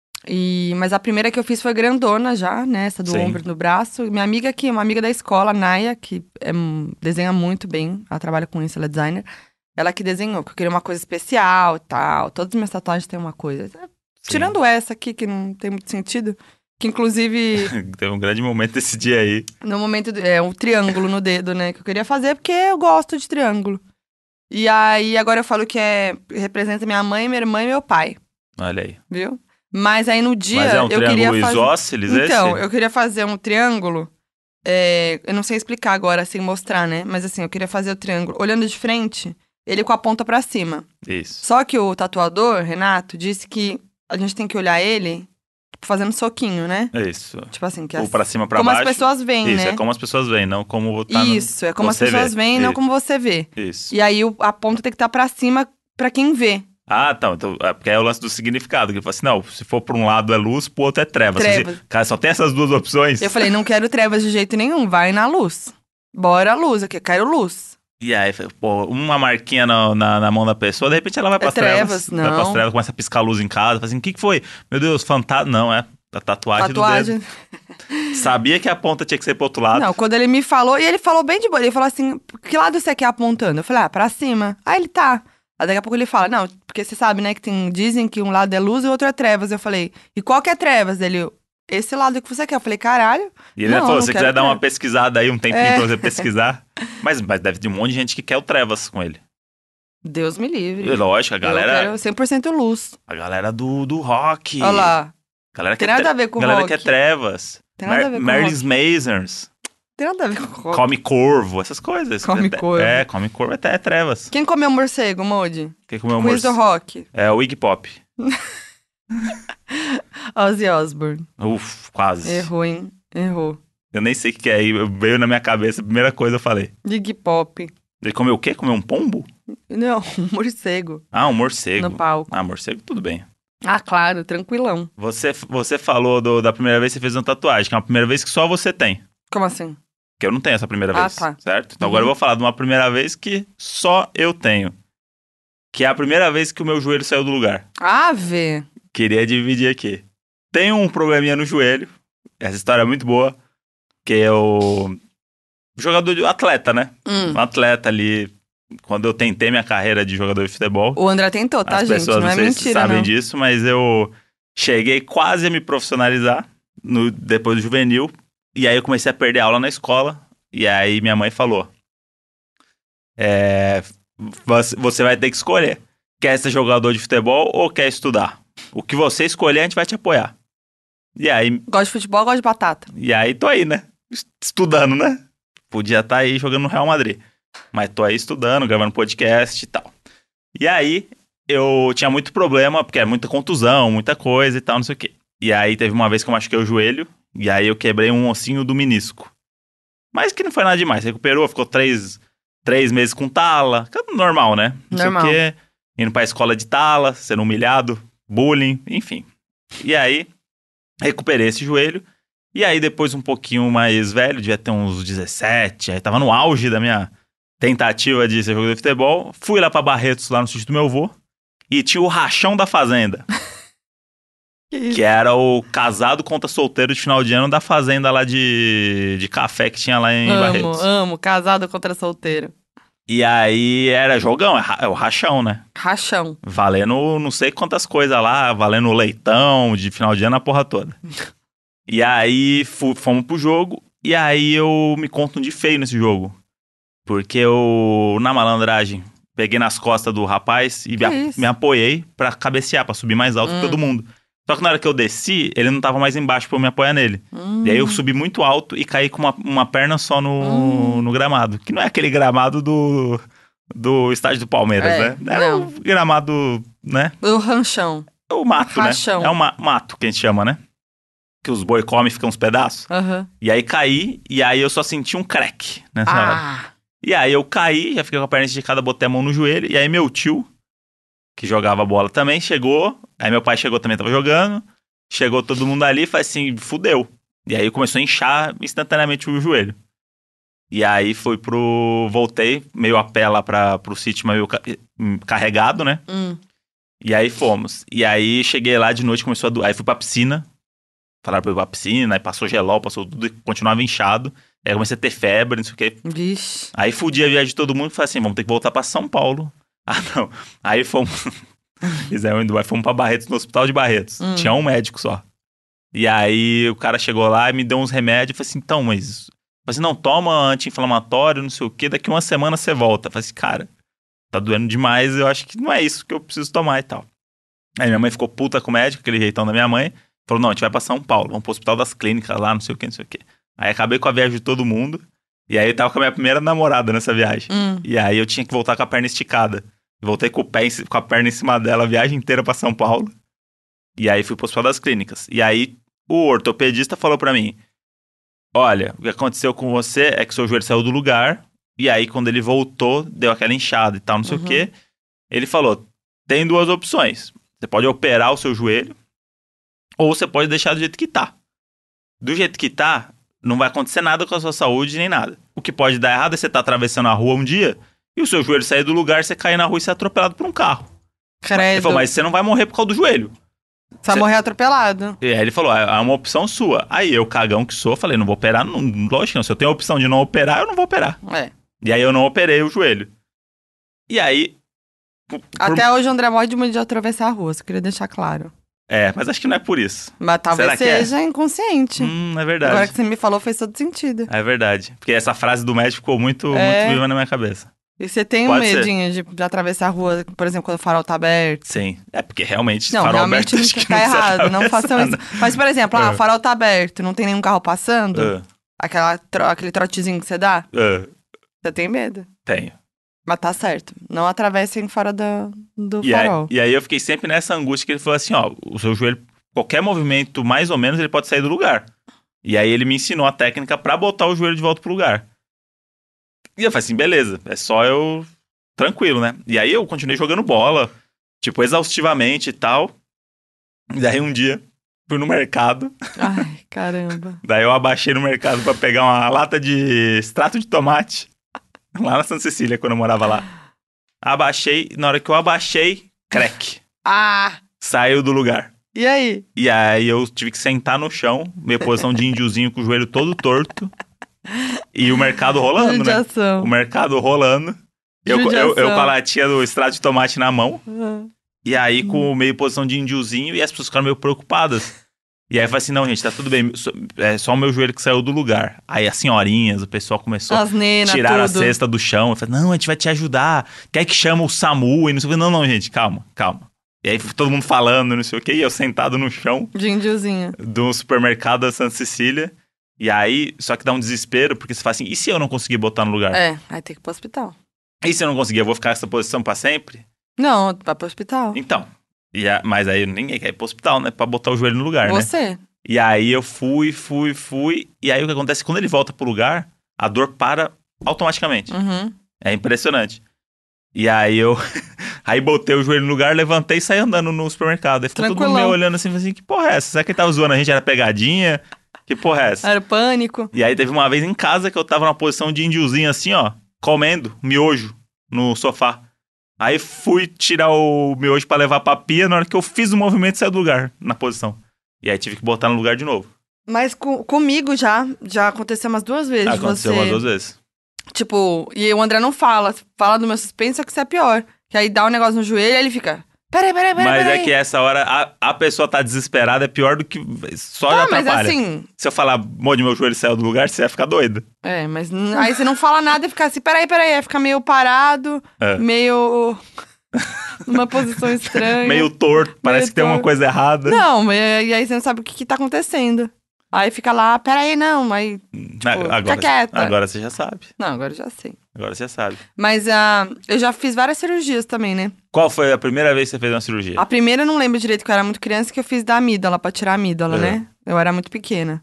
B: E, mas a primeira que eu fiz foi grandona já, né? Essa do
A: Sim.
B: ombro no braço. Minha amiga aqui, uma amiga da escola, a Naya, que é, desenha muito bem. Ela trabalha com isso, ela é designer. Ela que desenhou, que eu queria uma coisa especial e tal. Todas as minhas tatuagens têm uma coisa. Tirando essa aqui, que não tem muito sentido. Que inclusive,
A: Teve um grande momento esse dia aí.
B: no momento. do- É um triângulo no dedo, né? Que eu queria fazer porque eu gosto de triângulo. E aí, agora eu falo que é. Representa minha mãe, minha irmã e meu pai,
A: Olha aí.
B: viu? Mas aí no dia
A: Mas é um
B: eu queria
A: triângulo
B: fazer.
A: isósceles
B: Então,
A: esse?
B: eu queria fazer um triângulo. é, eu não sei explicar agora sem mostrar, né? Mas assim, eu queria fazer o triângulo olhando de frente, ele com a ponta pra cima.
A: Isso.
B: Só que o tatuador, Renato, disse que a gente tem que olhar ele tipo, fazendo soquinho, né?
A: Isso.
B: Tipo assim, que
A: Ou
B: as,
A: pra cima, pra
B: como
A: baixo.
B: as pessoas veem,
A: Isso,
B: né?
A: é como as pessoas veem, não como tá no-
B: Isso, é como as
A: você
B: pessoas
A: vê.
B: veem, não
A: Isso.
B: como você vê.
A: Isso.
B: E aí o- a ponta tem que estar pra cima pra quem vê.
A: Ah, tá. Então, é porque é o lance do significado. Que ele fala assim, não, se for pra um lado é luz, pro outro é trevas.
B: Trevas.
A: Se- cara, só tem essas duas opções.
B: Eu falei, não quero trevas de jeito nenhum, vai na luz. Bora luz, eu quero luz.
A: E aí, pô, uma marquinha na, na, na mão da pessoa, de repente ela vai pras
B: trevas,
A: trevas. Vai pras
B: não.
A: trevas, começa a piscar a luz em casa. Fala assim, o que, que foi? Meu Deus, fantasma. Não, é a tatuagem,
B: Tatuagem.
A: do dedo. Sabia que a ponta tinha que ser pro outro lado.
B: Não, quando ele me falou, e ele falou bem de boa, ele falou assim, que lado você quer apontando? Eu falei, ah, pra cima. Aí ele tá. Aí daqui a pouco ele fala, não, porque você sabe, né, que tem, dizem que um lado é luz e o outro é trevas. Eu falei, e qual que é trevas? Ele, esse lado que você quer. Eu falei, caralho.
A: E ele
B: não,
A: falou,
B: não
A: se você
B: quero
A: quiser dar uma
B: trevas.
A: pesquisada aí, um tempinho
B: É.
A: pra você pesquisar. Mas, mas deve ter um monte de gente que quer o trevas com ele.
B: Deus me livre.
A: E lógico, a
B: Eu
A: galera,
B: quero cem por cento luz.
A: a galera do, do rock.
B: Olha lá.
A: A galera
B: Tem
A: quer
B: nada
A: tre-
B: a ver com
A: galera
B: rock.
A: quer trevas.
B: Tem nada a ver com
A: Mary's
B: rock.
A: Masons.
B: Tem nada a ver com rock.
A: Come corvo, essas coisas.
B: Come
A: É te-
B: corvo.
A: É, come corvo até é trevas.
B: Quem comeu morcego, Modi?
A: Quem comeu
B: Quiz do
A: morcego?
B: rock.
A: É o Iggy Pop.
B: Ozzy Osbourne.
A: Uf, quase.
B: Errou, hein? Errou.
A: Eu nem sei o que que é aí. Veio na minha cabeça, a primeira coisa eu falei.
B: Iggy Pop.
A: Ele comeu o quê? Comeu um pombo?
B: Não, um morcego
A: Ah, um morcego.
B: no palco.
A: Ah, morcego, tudo bem.
B: Ah, claro, tranquilão.
A: Você, você falou do- da primeira vez que você fez uma tatuagem, que é uma primeira vez que só você tem.
B: Como assim?
A: Que eu não tenho essa primeira
B: Ah,
A: vez,
B: tá.
A: certo? Então
B: Uhum.
A: agora eu vou falar de uma primeira vez que só eu tenho. Que é a primeira vez que o meu joelho saiu do lugar.
B: Ave.
A: Queria dividir aqui. Tenho um probleminha no joelho. Essa história é muito boa. Que eu... Jogador de... Atleta, né?
B: Hum.
A: Um atleta ali... Quando eu tentei minha carreira de jogador de futebol...
B: O André tentou, tá,
A: As
B: gente?
A: pessoas
B: Não
A: não,
B: é
A: sei se
B: mentira,
A: sabem
B: não.
A: disso, mas eu cheguei quase a me profissionalizar no, depois do juvenil. E aí eu comecei a perder aula na escola. E aí minha mãe falou: é, você, você vai ter que escolher. Quer ser jogador de futebol ou quer estudar? O que você escolher, a gente vai te apoiar. E aí,
B: Gosto de futebol, gosto de batata.
A: e aí tô aí, né? Estudando, né? Podia estar aí jogando no Real Madrid. Mas tô aí estudando, gravando podcast e tal. E aí, eu tinha muito problema, porque era muita contusão, muita coisa e tal, não sei o quê. E aí, teve uma vez que eu machuquei o joelho, e aí eu quebrei um ossinho do menisco. Mas que não foi nada demais. Recuperou, ficou três, três meses com tala. Normal, né? Não
B: Normal.
A: sei o quê. Indo pra escola de tala, sendo humilhado, bullying, enfim. E aí, recuperei esse joelho. E aí, depois, um pouquinho mais velho, devia ter uns dezessete, aí tava no auge da minha tentativa de ser jogador de futebol. Fui lá pra Barretos, lá no sítio do meu avô, e tinha o Rachão da Fazenda,
B: Que isso?
A: que era o casado contra solteiro de final de ano da fazenda lá de, de café que tinha lá em
B: Amo,
A: Barretos.
B: amo. Casado contra solteiro.
A: E aí era jogão, é, ra- é o Rachão, né?
B: Rachão.
A: Valendo não sei quantas coisas lá, valendo leitão de final de ano, a porra toda. E aí fu- fomos pro jogo, e aí eu me conto de feio nesse jogo. Porque eu, na malandragem, peguei nas costas do rapaz e me,
B: Que
A: a-
B: isso?
A: me apoiei pra cabecear, pra subir mais alto
B: Hum.
A: que todo mundo. Só que na hora que eu desci, ele não tava mais embaixo pra eu me apoiar nele.
B: Hum.
A: E aí eu subi muito alto e caí com uma, uma perna só no,
B: Hum.
A: no gramado. Que não é aquele gramado do, do estádio do Palmeiras,
B: É,
A: né? É
B: não.
A: o gramado, né?
B: O ranchão.
A: É o mato,
B: Rachão.
A: né? É o ma- mato que a gente chama, né? Que os boi comem e ficam uns pedaços.
B: Aham.
A: E aí caí, e aí eu só senti um crack nessa hora.
B: Ah.
A: E aí eu caí, já fiquei com a perna esticada, botei a mão no joelho. E aí meu tio, que jogava bola também, chegou. Aí meu pai chegou também, tava jogando. Chegou todo mundo ali e falou assim, fudeu. E aí começou a inchar instantaneamente o joelho. E aí fui pro... Voltei meio a pé lá pra, pro sítio meio ca- carregado, né?
B: Hum.
A: E aí fomos. E aí cheguei lá de noite, começou a doer. Aí fui pra piscina. Falaram pra eu ir pra piscina, aí passou gelol, passou tudo, e continuava inchado. Aí eu comecei a ter febre, não sei o quê.
B: Vixe.
A: Aí fudi a viagem de todo mundo e falei assim, vamos ter que voltar pra São Paulo. Ah, não. Aí fomos, Fizemos em Dubai, fomos pra Barretos, no hospital de Barretos.
B: Hum.
A: Tinha um médico só. E aí o cara chegou lá e me deu uns remédios. Eu falei assim, então, mas... Eu falei assim, não, toma anti-inflamatório, não sei o quê, daqui uma semana você volta. Eu falei assim, cara, tá doendo demais, eu acho que não é isso que eu preciso tomar e tal. Aí minha mãe ficou puta com o médico, aquele jeitão da minha mãe. Falou, não, a gente vai pra São Paulo, vamos pro Hospital das Clínicas lá, não sei o quê, não sei o quê. Aí acabei com a viagem de todo mundo. E aí eu tava com a minha primeira namorada nessa viagem.
B: Hum.
A: E aí eu tinha que voltar com a perna esticada. Voltei com, o pé, em- com a perna em cima dela a viagem inteira pra São Paulo. E aí fui pro Hospital das Clínicas. E aí o ortopedista falou pra mim, olha, o que aconteceu com você é que seu joelho saiu do lugar. E aí quando ele voltou, deu aquela inchada e tal, não sei
B: Uhum.
A: o quê. Ele falou, tem duas opções. Você pode operar o seu joelho. Ou você pode deixar do jeito que tá. Do jeito que tá, não vai acontecer nada com a sua saúde nem nada. O que pode dar errado é você estar atravessando a rua um dia e o seu joelho sair do lugar, você cair na rua e ser atropelado por um carro. Ele
B: Credo.
A: falou, mas você não vai morrer por causa do joelho.
B: Você vai
A: cê-
B: morrer atropelado.
A: E aí ele falou, é é uma opção sua. Aí eu, cagão que sou, falei, não vou operar. Não, lógico que não. Se eu tenho a opção de não operar, eu não vou operar.
B: É.
A: E aí eu não operei o joelho. E aí... por- por-
B: Até hoje o André morre de medo de atravessar a rua, só queria deixar claro.
A: É, mas acho que não é por isso.
B: Mas talvez
A: Será que é?
B: seja inconsciente.
A: Hum, é verdade.
B: Agora que você me falou, fez todo sentido.
A: É verdade. Porque essa frase do médico ficou muito,
B: É.
A: muito viva na minha cabeça.
B: E você tem um
A: Pode ser.
B: medinho de, de atravessar a rua, por exemplo, quando o farol tá aberto?
A: Sim. É porque realmente,
B: Não,
A: farol
B: realmente
A: aberto,
B: não
A: acho que
B: tá
A: não se
B: errado. Não
A: atravessa
B: façam isso.
A: nada.
B: Mas, por exemplo, ah,
A: É.
B: o farol tá aberto, não tem nenhum carro passando.
A: Ah,
B: Aquela, tro- aquele trotezinho que você dá,
A: ah,
B: você tem medo.
A: tenho.
B: Mas tá certo. Não atravessem fora do, do
A: E aí,
B: farol.
A: e aí eu fiquei sempre nessa angústia que ele falou assim, ó, o seu joelho, qualquer movimento mais ou menos, ele pode sair do lugar. E aí ele me ensinou a técnica pra botar o joelho de volta pro lugar. E eu falei assim, beleza, é só eu... Tranquilo, né? E aí eu continuei jogando bola, tipo, exaustivamente e tal. E daí um dia, fui no mercado,
B: Ai, caramba.
A: daí eu abaixei no mercado pra pegar uma lata de extrato de tomate. Lá na Santa Cecília, quando eu morava lá. Abaixei, na hora que eu abaixei, crack.
B: Ah!
A: Saiu do lugar.
B: E aí?
A: E aí eu tive que sentar no chão, minha posição de índiozinho com o joelho todo torto. E o mercado rolando, né?
B: Judiação.
A: O mercado rolando. Eu, eu, eu
B: Judiação.
A: com a latinha do extrato de tomate na mão.
B: Ah.
A: E aí com o meio posição de índiozinho. E as pessoas ficaram meio preocupadas. E aí eu falei assim, não, gente, tá tudo bem. só- É só o meu joelho que saiu do lugar. Aí as senhorinhas, o pessoal começou
B: As nenas,
A: tirar a
B: tudo.
A: cesta do chão. Eu falei, não, a gente vai te ajudar. Quer que chama o SAMU? E não sei o que. Não, não, gente, calma, calma. E aí todo mundo falando, não sei o que. E eu sentado no chão
B: De índiozinho.
A: do supermercado da Santa Cecília. E aí, só que dá um desespero, porque você fala assim, e se eu não conseguir botar no lugar?
B: É, aí tem que ir pro hospital.
A: E se eu não conseguir, eu vou ficar nessa posição pra sempre?
B: Não, vai pro hospital.
A: Então. E a- mas aí ninguém quer ir pro hospital, né? Pra botar o joelho no lugar, né?
B: Você.
A: E aí eu fui, fui, fui. E aí o que acontece? Quando ele volta pro lugar, a dor para automaticamente.
B: Uhum.
A: É impressionante. E aí eu... aí botei o joelho no lugar, levantei e saí andando no supermercado. Aí ficou todo mundo
B: Tranquilão.
A: meio olhando assim, assim, que porra é essa? Será que ele tava zoando a gente? Era pegadinha? Que porra é essa?
B: Era pânico.
A: E aí teve uma vez em casa que eu tava numa posição de índiozinho assim, ó, comendo miojo no sofá. Aí fui tirar o miojo pra levar pra pia, na hora que eu fiz o movimento, saiu do lugar, na posição. E aí tive que botar no lugar de novo.
B: Mas co- comigo já, já aconteceu umas duas vezes. de
A: Aconteceu
B: você,
A: umas duas vezes.
B: Tipo, e o André não fala. Fala do meu suspense, só que isso é pior. Que aí dá um negócio no joelho, aí ele fica... Peraí, peraí, peraí,
A: Mas
B: peraí.
A: é que essa hora a, a pessoa tá desesperada, é pior do que só
B: Tá, mas
A: atrapalha.
B: assim...
A: Se eu falar, morde meu joelho saiu do lugar, você vai ficar doido.
B: É, mas n- aí você não fala nada e fica assim, peraí, peraí. Aí fica meio parado,
A: É.
B: meio... numa posição estranha.
A: Meio torto, parece que tem uma
B: torto.
A: coisa errada.
B: Não, e e aí você não sabe o que, que tá acontecendo. Aí fica lá, peraí, não, aí...
A: Na-
B: Tipo,
A: agora,
B: fica quieta.
A: agora você já sabe.
B: Não, agora eu já sei.
A: Agora você já sabe.
B: Mas ah, eu já fiz várias cirurgias também, né?
A: Qual foi a primeira vez que você fez uma cirurgia?
B: A primeira eu não lembro direito, que eu era muito criança, que eu fiz da amígdala, pra tirar a amígdala,
A: Uhum.
B: né? Eu era muito pequena.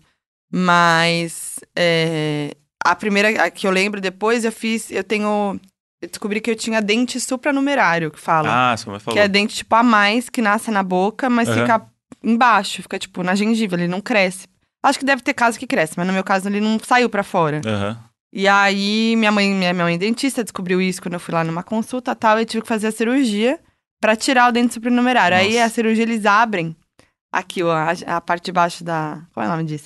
B: Mas é, a primeira a que eu lembro depois, eu fiz, eu tenho... Eu descobri que eu tinha dente supranumerário, que fala.
A: Ah, sua mãe falou.
B: que é dente tipo a mais, que nasce na boca, mas
A: Uhum.
B: fica embaixo, fica tipo na gengiva, ele não cresce. Acho que deve ter caso que cresce, mas no meu caso ele não saiu pra fora.
A: Aham.
B: E aí, minha mãe, minha, minha mãe dentista descobriu isso quando eu fui lá numa consulta e tal, e eu tive que fazer a cirurgia pra tirar o dente supranumerário. Aí
A: Nossa.
B: a cirurgia eles abrem aqui, ó, a, a parte de baixo da. Qual é o nome disso?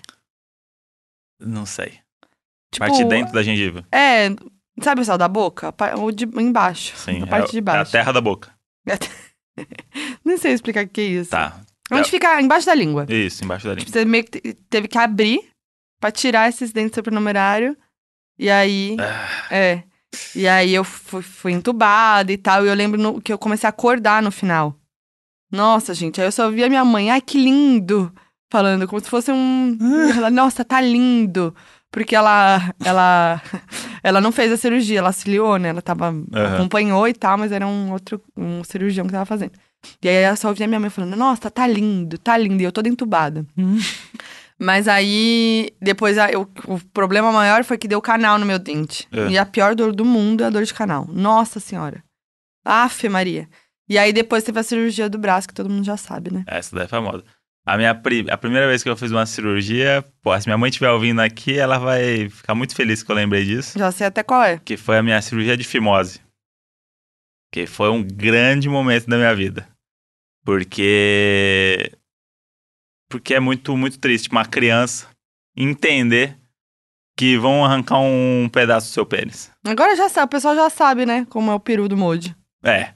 A: Não sei.
B: Tipo,
A: Parte de dentro da gengiva.
B: É, sabe o céu da boca? Pa- O de embaixo.
A: Sim.
B: A parte
A: é,
B: de
A: É a
B: baixo.
A: terra da boca.
B: Nem sei explicar o que é isso.
A: Tá.
B: Onde fica embaixo da língua.
A: Isso, embaixo da língua.
B: Você meio que te- teve que abrir pra tirar esses dentes supranumerário. E aí...
A: Ah,
B: É. E aí eu fui, fui entubada e tal. E eu lembro no- que eu comecei a acordar no final. Nossa, gente. Aí eu só via minha mãe. Ai, que lindo! Falando como se fosse um... Ela, Nossa, tá lindo! Porque ela, ela, ela não fez a cirurgia, ela auxiliou, né? Ela tava, acompanhou e tal, mas era um outro um cirurgião que tava fazendo. E aí eu só ouvia minha mãe falando, nossa, tá lindo, tá lindo. E eu toda entubada. Mas aí, depois, a- eu- o problema maior foi que deu canal no meu dente.
A: É.
B: E a pior dor do mundo é a dor de canal. Nossa Senhora. Afe Maria. E aí depois teve a cirurgia do braço, que todo mundo já sabe, né?
A: Essa daí é famosa. A, minha pri... a primeira vez que eu fiz uma cirurgia, pô, se minha mãe estiver ouvindo aqui, ela vai ficar muito feliz que eu lembrei disso.
B: Já sei até qual é.
A: Que foi a minha cirurgia de fimose. Que foi um grande momento da minha vida. Porque... Porque é muito, muito triste uma criança entender que vão arrancar um pedaço do seu pênis.
B: Agora já sabe, o pessoal já sabe, né? Como é o peru do Moji.
A: É.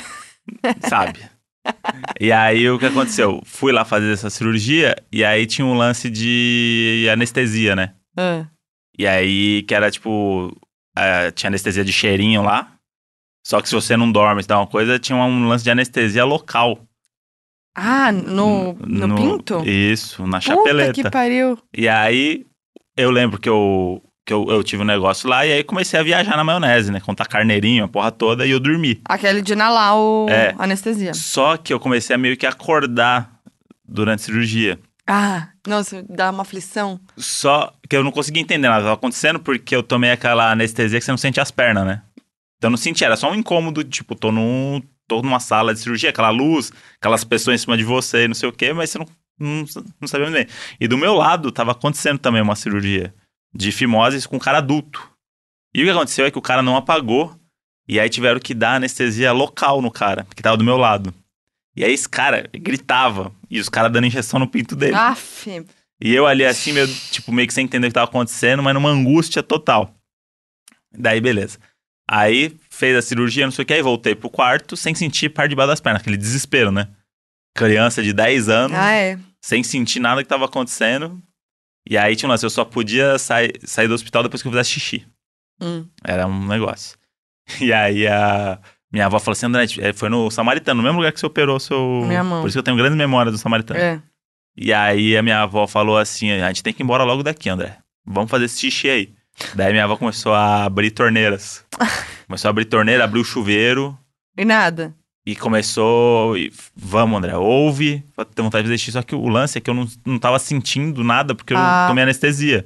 A: Sabe? E aí, o que aconteceu? Fui lá fazer essa cirurgia e aí tinha um lance de anestesia, né?
B: Ah.
A: E aí, que era tipo... eh, tinha anestesia de cheirinho lá. Só que se você não dorme, se dá uma coisa, tinha um lance de anestesia local.
B: Ah, no, no, pinto?
A: Isso, na
B: Puta
A: chapeleta.
B: que pariu.
A: E aí, eu lembro que eu, que eu, eu tive um negócio lá e aí comecei a viajar na maionese, né? Contar carneirinho, a porra toda, e eu dormi.
B: Aquele de inalar o
A: É.
B: anestesia.
A: Só que eu comecei a meio que acordar durante a cirurgia.
B: Ah, nossa, dá uma aflição.
A: Só que eu não conseguia entender nada que estava acontecendo porque eu tomei aquela anestesia que você não sente as pernas, né? Então eu não senti, era só um incômodo, tipo, tô, num, tô numa sala de cirurgia, aquela luz, aquelas pessoas em cima de você e não sei o quê, mas você não, não, não sabia onde. E do meu lado tava acontecendo também uma cirurgia de fimose com um cara adulto. E o que aconteceu é que o cara não apagou e aí tiveram que dar anestesia local no cara, que tava do meu lado. E aí esse cara gritava e os caras dando injeção no pinto dele.
B: Aff.
A: E eu ali assim, meio, tipo, meio que sem entender o que tava acontecendo, mas numa angústia total. Daí, beleza. Aí, fez a cirurgia, não sei o que, aí voltei pro quarto sem sentir parte de baixo das pernas. Aquele desespero, né? Criança de dez anos,
B: Ah, é.
A: sem sentir nada que tava acontecendo. E aí, tinha um lance, eu só podia sair, sair do hospital depois que eu fizesse xixi.
B: Hum.
A: Era um negócio. E aí, a minha avó falou assim, André, foi no Samaritano, no mesmo lugar que você operou seu...
B: Minha mão.
A: Por isso que eu tenho grande memória do Samaritano.
B: É.
A: E aí a minha avó falou assim, a gente tem que ir embora logo daqui, André. Vamos fazer esse xixi aí. Daí minha avó começou a abrir torneiras. Começou a abrir torneira, abriu o chuveiro.
B: E nada.
A: E começou... E, vamos, André, ouve. Tenho vontade de fazer xixi. Só que o lance é que eu não, não tava sentindo nada, porque eu
B: Ah.
A: tomei anestesia.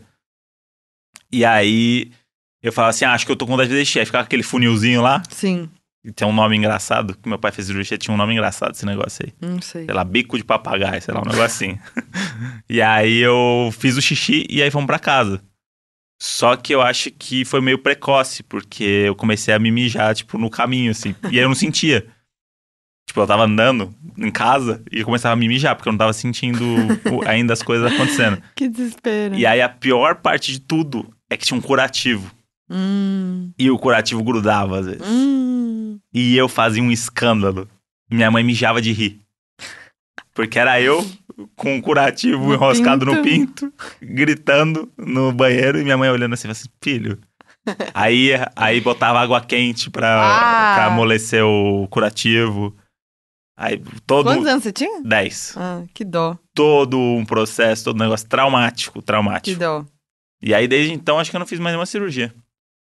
A: E aí eu falava assim, ah, acho que eu tô com vontade de fazer xixi. Aí ficava aquele funilzinho lá.
B: Sim.
A: E tem um nome engraçado. Que meu pai fez cirurgia, tinha um nome engraçado esse negócio aí.
B: Não sei.
A: Sei lá, bico de papagaio, sei lá, um negócio assim. E aí eu fiz o xixi e aí fomos pra casa. Só que eu acho que foi meio precoce, porque eu comecei a me mijar, tipo, no caminho, assim. E aí eu não sentia. Tipo, eu tava andando em casa e eu começava a me mijar, porque eu não tava sentindo o- ainda as coisas acontecendo.
B: Que desespero.
A: E aí a pior parte de tudo é que tinha um curativo.
B: Hum.
A: E o curativo grudava, às vezes.
B: Hum.
A: E eu fazia um escândalo. Minha mãe mijava de rir. Porque era eu com um curativo
B: No
A: enroscado
B: pinto.
A: no pinto, gritando no banheiro, e minha mãe olhando assim, assim, filho. Aí, aí botava água quente pra,
B: Ah.
A: pra amolecer o curativo. Aí todo...
B: Quantos anos você tinha?
A: dez.
B: Ah, que dó.
A: Todo um processo, todo um negócio traumático,
B: Que
A: traumático.
B: dó.
A: E aí desde então acho que eu não fiz mais nenhuma cirurgia.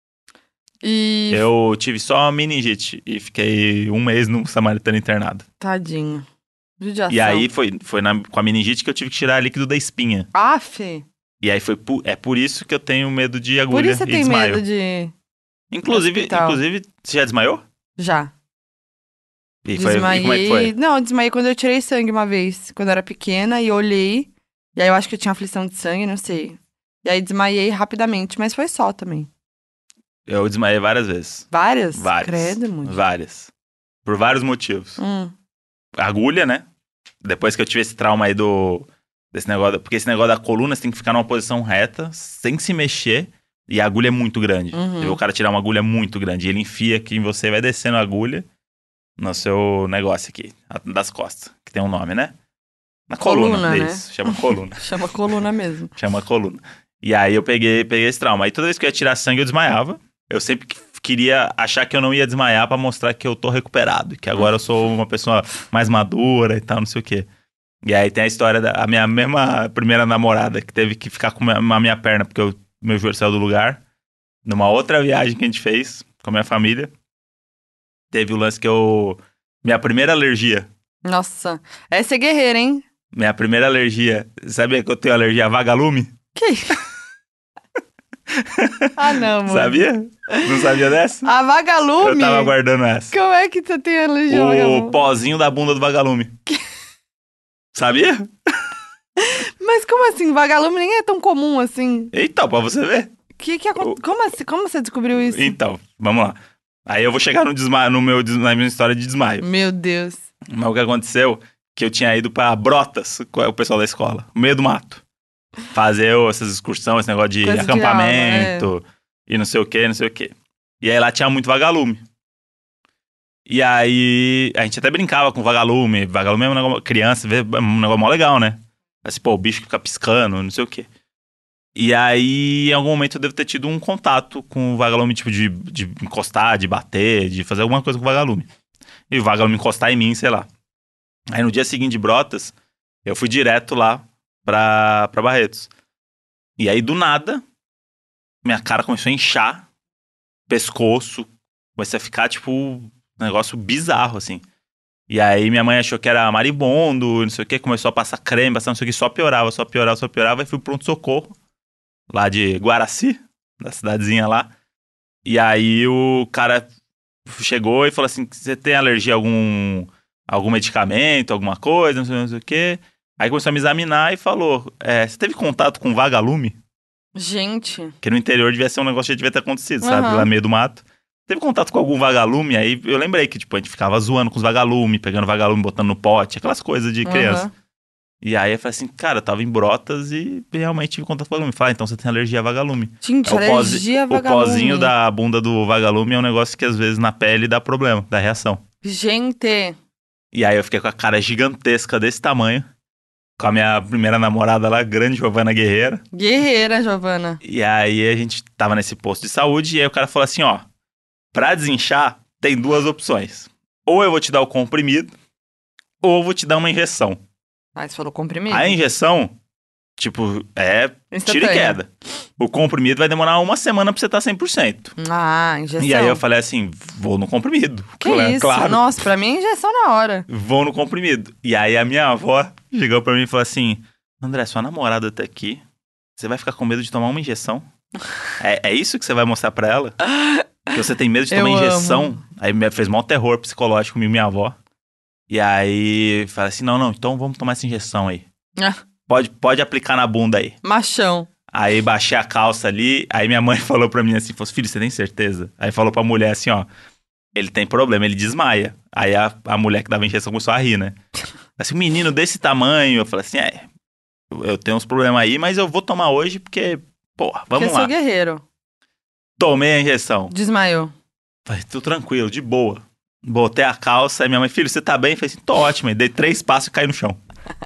B: E...
A: Eu tive só meningite e fiquei um mês no Samaritano internado.
B: Tadinho. Judiação.
A: E aí foi, foi na- com a meningite que eu tive que tirar líquido da espinha.
B: Aff.
A: E aí foi pu- é por isso que eu tenho medo de agulha
B: Por isso você
A: e
B: tem
A: desmaio.
B: medo de...
A: Inclusive,
B: hospital.
A: inclusive, você já desmaiou?
B: Já.
A: E, foi, e
B: Desmaiei.
A: como é que foi?
B: Não, eu desmaiei quando eu tirei sangue uma vez. Quando eu era pequena e olhei. E aí eu acho que eu tinha aflição de sangue, não sei. E aí desmaiei rapidamente, mas foi só também.
A: Eu desmaiei várias vezes.
B: Várias?
A: Várias.
B: Credo, muito.
A: Várias. Por vários motivos.
B: Hum.
A: Agulha, né? Depois que eu tive esse trauma aí do... Desse negócio... Porque esse negócio da coluna, você tem que ficar numa posição reta, sem se mexer. E a agulha é muito grande.
B: Uhum.
A: Você vê o cara tirar uma agulha muito grande. E ele enfia aqui em você, vai descendo a agulha. no seu negócio aqui, das costas, que tem um nome, né? Na coluna,
B: Coluna, né?
A: isso, chama coluna.
B: Chama coluna mesmo.
A: Chama coluna. E aí eu peguei, peguei esse trauma. Aí toda vez que eu ia tirar sangue, eu desmaiava. Eu sempre que- queria achar que eu não ia desmaiar pra mostrar que eu tô recuperado. Que agora eu sou uma pessoa mais madura e tal, não sei o quê. E aí tem a história da a minha mesma primeira namorada, que teve que ficar com a minha, minha perna, porque eu, meu joelho saiu do lugar. Numa outra viagem que a gente fez com a minha família. Teve o lance que eu... Minha primeira alergia.
B: Nossa, essa é guerreira, hein?
A: Minha primeira alergia. Sabia que eu tenho alergia a vagalume?
B: Que Ah, não, mano.
A: Sabia? Não sabia dessa?
B: A vagalume?
A: Eu tava aguardando essa.
B: Como é que você tem alergia ao
A: O
B: vagalume?
A: pozinho da bunda do vagalume. Sabia?
B: Mas como assim? Vagalume nem é tão comum assim.
A: Então, pra você ver.
B: Que, que acon-
A: O-
B: como, assim? Como você descobriu isso?
A: Então, vamos lá. Aí eu vou chegar no desmaio, no meu, des- na minha história de desmaio.
B: Meu Deus.
A: Mas o que aconteceu, que eu tinha ido pra Brotas, com o pessoal da escola, no meio do mato. Fazer ô, essas excursões, esse negócio de
B: Coisa de
A: acampamento, e não sei o que, não sei o que. E aí lá tinha muito vagalume. E aí, a gente até brincava com vagalume. Vagalume é um negócio, criança, vê, é um negócio mó legal, né? Assim, pô, o bicho que fica piscando, não sei o quê. E aí, em algum momento, eu devo ter tido um contato com o vagalume, tipo, de, de encostar, de bater, de fazer alguma coisa com o vagalume. E o vagalume encostar em mim, sei lá. Aí, no dia seguinte de Brotas, eu fui direto lá pra, pra Barretos. E aí, do nada, minha cara começou a inchar, pescoço, comecei a ficar, tipo, um negócio bizarro, assim. E aí minha mãe achou que era maribondo, não sei o que, começou a passar creme, passar não sei o que, só piorava, só piorava, só piorava, e fui pro pronto-socorro, lá de Guaraci, da cidadezinha lá. E aí o cara chegou e falou assim, você tem alergia a algum, algum medicamento, alguma coisa, não sei, não sei o que. Aí começou a me examinar e falou, é, você teve contato com vagalume?
B: Gente.
A: Porque no interior devia ser um negócio que já devia ter acontecido, sabe?
B: Aham.
A: Lá no meio do mato. Teve contato com algum vagalume, aí eu lembrei que, tipo, a gente ficava zoando com os vagalume, pegando vagalume, botando no pote, aquelas coisas de criança.
B: Aham.
A: E aí eu falei assim, cara, eu tava em Brotas e realmente tive contato com vagalume. Falei, ah, então você tem alergia a vagalume.
B: Gente,
A: É o pozi-
B: alergia a
A: O
B: vagalume.
A: pozinho da bunda do vagalume é um negócio que às vezes na pele dá problema, dá reação.
B: Gente.
A: E aí eu fiquei com a cara gigantesca desse tamanho, com a minha primeira namorada lá, grande Giovana Guerreira.
B: Guerreira, Giovana.
A: E aí a gente tava nesse posto de saúde e aí o cara falou assim, ó, pra desinchar tem duas opções. Ou eu vou te dar o comprimido, ou eu vou te dar uma injeção.
B: Ah, você falou comprimido?
A: A injeção, tipo, é tira e
B: Instantânea.
A: queda. O comprimido vai demorar uma semana pra você estar cem por cento.
B: Ah, injeção.
A: E aí eu falei assim, vou no comprimido.
B: Que
A: Claro,
B: isso?
A: Claro,
B: Nossa, pra mim é injeção na hora.
A: vou no comprimido. E aí a minha avó chegou pra mim e falou assim, André, sua namorada tá aqui, você vai ficar com medo de tomar uma injeção? é, é isso que você vai mostrar pra ela? Que você tem medo de tomar
B: Eu
A: injeção?
B: amo.
A: Aí me fez maior terror psicológico comigo e minha avó. E aí falei assim, não, não, então vamos tomar essa injeção aí.
B: Ah,
A: Pode, pode aplicar na bunda aí.
B: machão.
A: Aí baixei a calça ali, aí minha mãe falou pra mim assim, falou, filho, você tem certeza? Aí falou pra mulher assim, ó, ele tem problema, ele desmaia. Aí a, a mulher que dava a injeção começou a rir, né? Assim, um menino desse tamanho, eu falei assim, é, eu- eu tenho uns problemas aí, mas eu vou tomar hoje porque, porra, vamos
B: Porque eu
A: lá.
B: sou guerreiro.
A: Tomei a injeção.
B: Desmaiou.
A: Falei, tô tranquilo, de boa. Botei a calça, aí minha mãe, filho, você tá bem? Eu falei assim, tô ótimo. Aí dei três passos e caí no chão.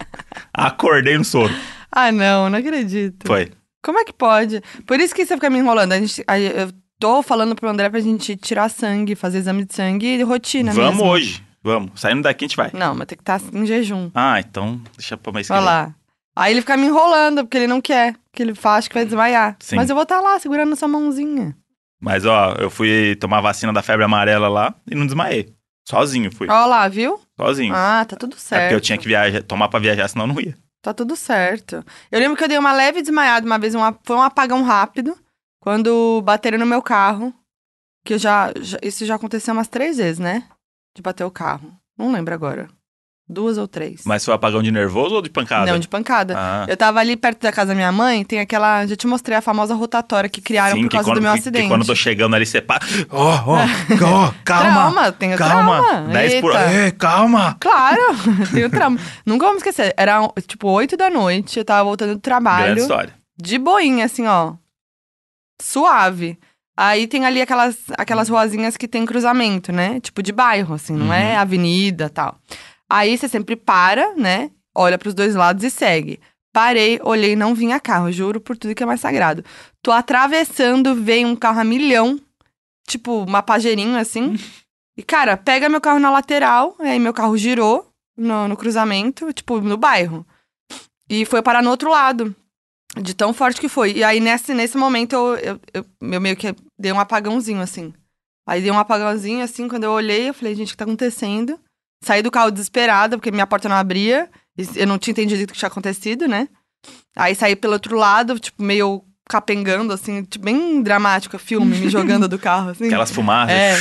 A: Acordei no soro.
B: Ah, não, não acredito.
A: Foi.
B: Como é que pode? Por isso que você fica me enrolando. A gente, a- eu tô falando pro André pra gente tirar sangue, fazer exame de sangue e rotina
A: Vamos
B: mesmo.
A: hoje. Vamos. Saindo daqui a gente vai.
B: Não, mas tem que estar em jejum.
A: Ah, então deixa pra mais que
B: Olha
A: vem.
B: lá. Aí ele fica me enrolando, porque ele não quer. Que ele faz que vai desmaiar.
A: Sim.
B: Mas eu vou estar lá, segurando na sua mãozinha.
A: Mas ó, eu fui tomar a vacina da febre amarela lá e não desmaiei. Sozinho fui.
B: Olha lá, viu?
A: Sozinho.
B: Ah, tá tudo
A: é
B: certo.
A: porque eu tinha que viajar, tomar pra viajar, senão eu não ia.
B: Tá tudo certo. Eu lembro que eu dei uma leve desmaiada uma vez, uma, foi um apagão rápido, quando bateram no meu carro. Que eu já, já- Isso já aconteceu umas três vezes, né? De bater o carro. Não lembro agora. Duas ou três.
A: Mas foi apagão de nervoso ou de pancada?
B: Não, de pancada.
A: Ah,
B: Eu tava ali perto da casa da minha mãe, tem aquela. Já te mostrei a famosa rotatória que criaram
A: sim,
B: por
A: que
B: causa
A: quando,
B: do meu
A: que-
B: acidente.
A: Que quando eu tô chegando ali, você para. Ó, ó, ó, calma.
B: Trauma, tenho
A: Calma.
B: trauma.
A: dez por...
B: Eita.
A: Ei, calma.
B: Claro, tenho trauma. Nunca vou me esquecer. Era tipo oito da noite, eu tava voltando do trabalho.
A: Grande história.
B: De boinha, assim, ó. Suave. Aí tem ali aquelas, aquelas ruazinhas que tem cruzamento, né? Tipo de bairro, assim, não é
A: Uhum.
B: avenida e tal. Aí você sempre para, né? Olha pros dois lados e segue. Parei, olhei, não vinha carro, juro por tudo que é mais sagrado. Tô atravessando, veio um carro a milhão, tipo uma pajerinho assim. E, cara, pega meu carro na lateral, aí meu carro girou no, no cruzamento, tipo, no bairro. E foi parar no outro lado. De tão forte que foi. E aí, nesse, nesse momento, eu, eu, eu, eu meio que dei um apagãozinho, assim. Aí dei um apagãozinho, assim, quando eu olhei, eu falei, gente, o que tá acontecendo? Saí do carro desesperada, porque minha porta não abria. E eu não tinha entendido o que tinha acontecido, né? Aí saí pelo outro lado, tipo, meio capengando, assim, tipo, bem dramático, filme, me jogando do carro, assim.
A: Aquelas fumaças.
B: É.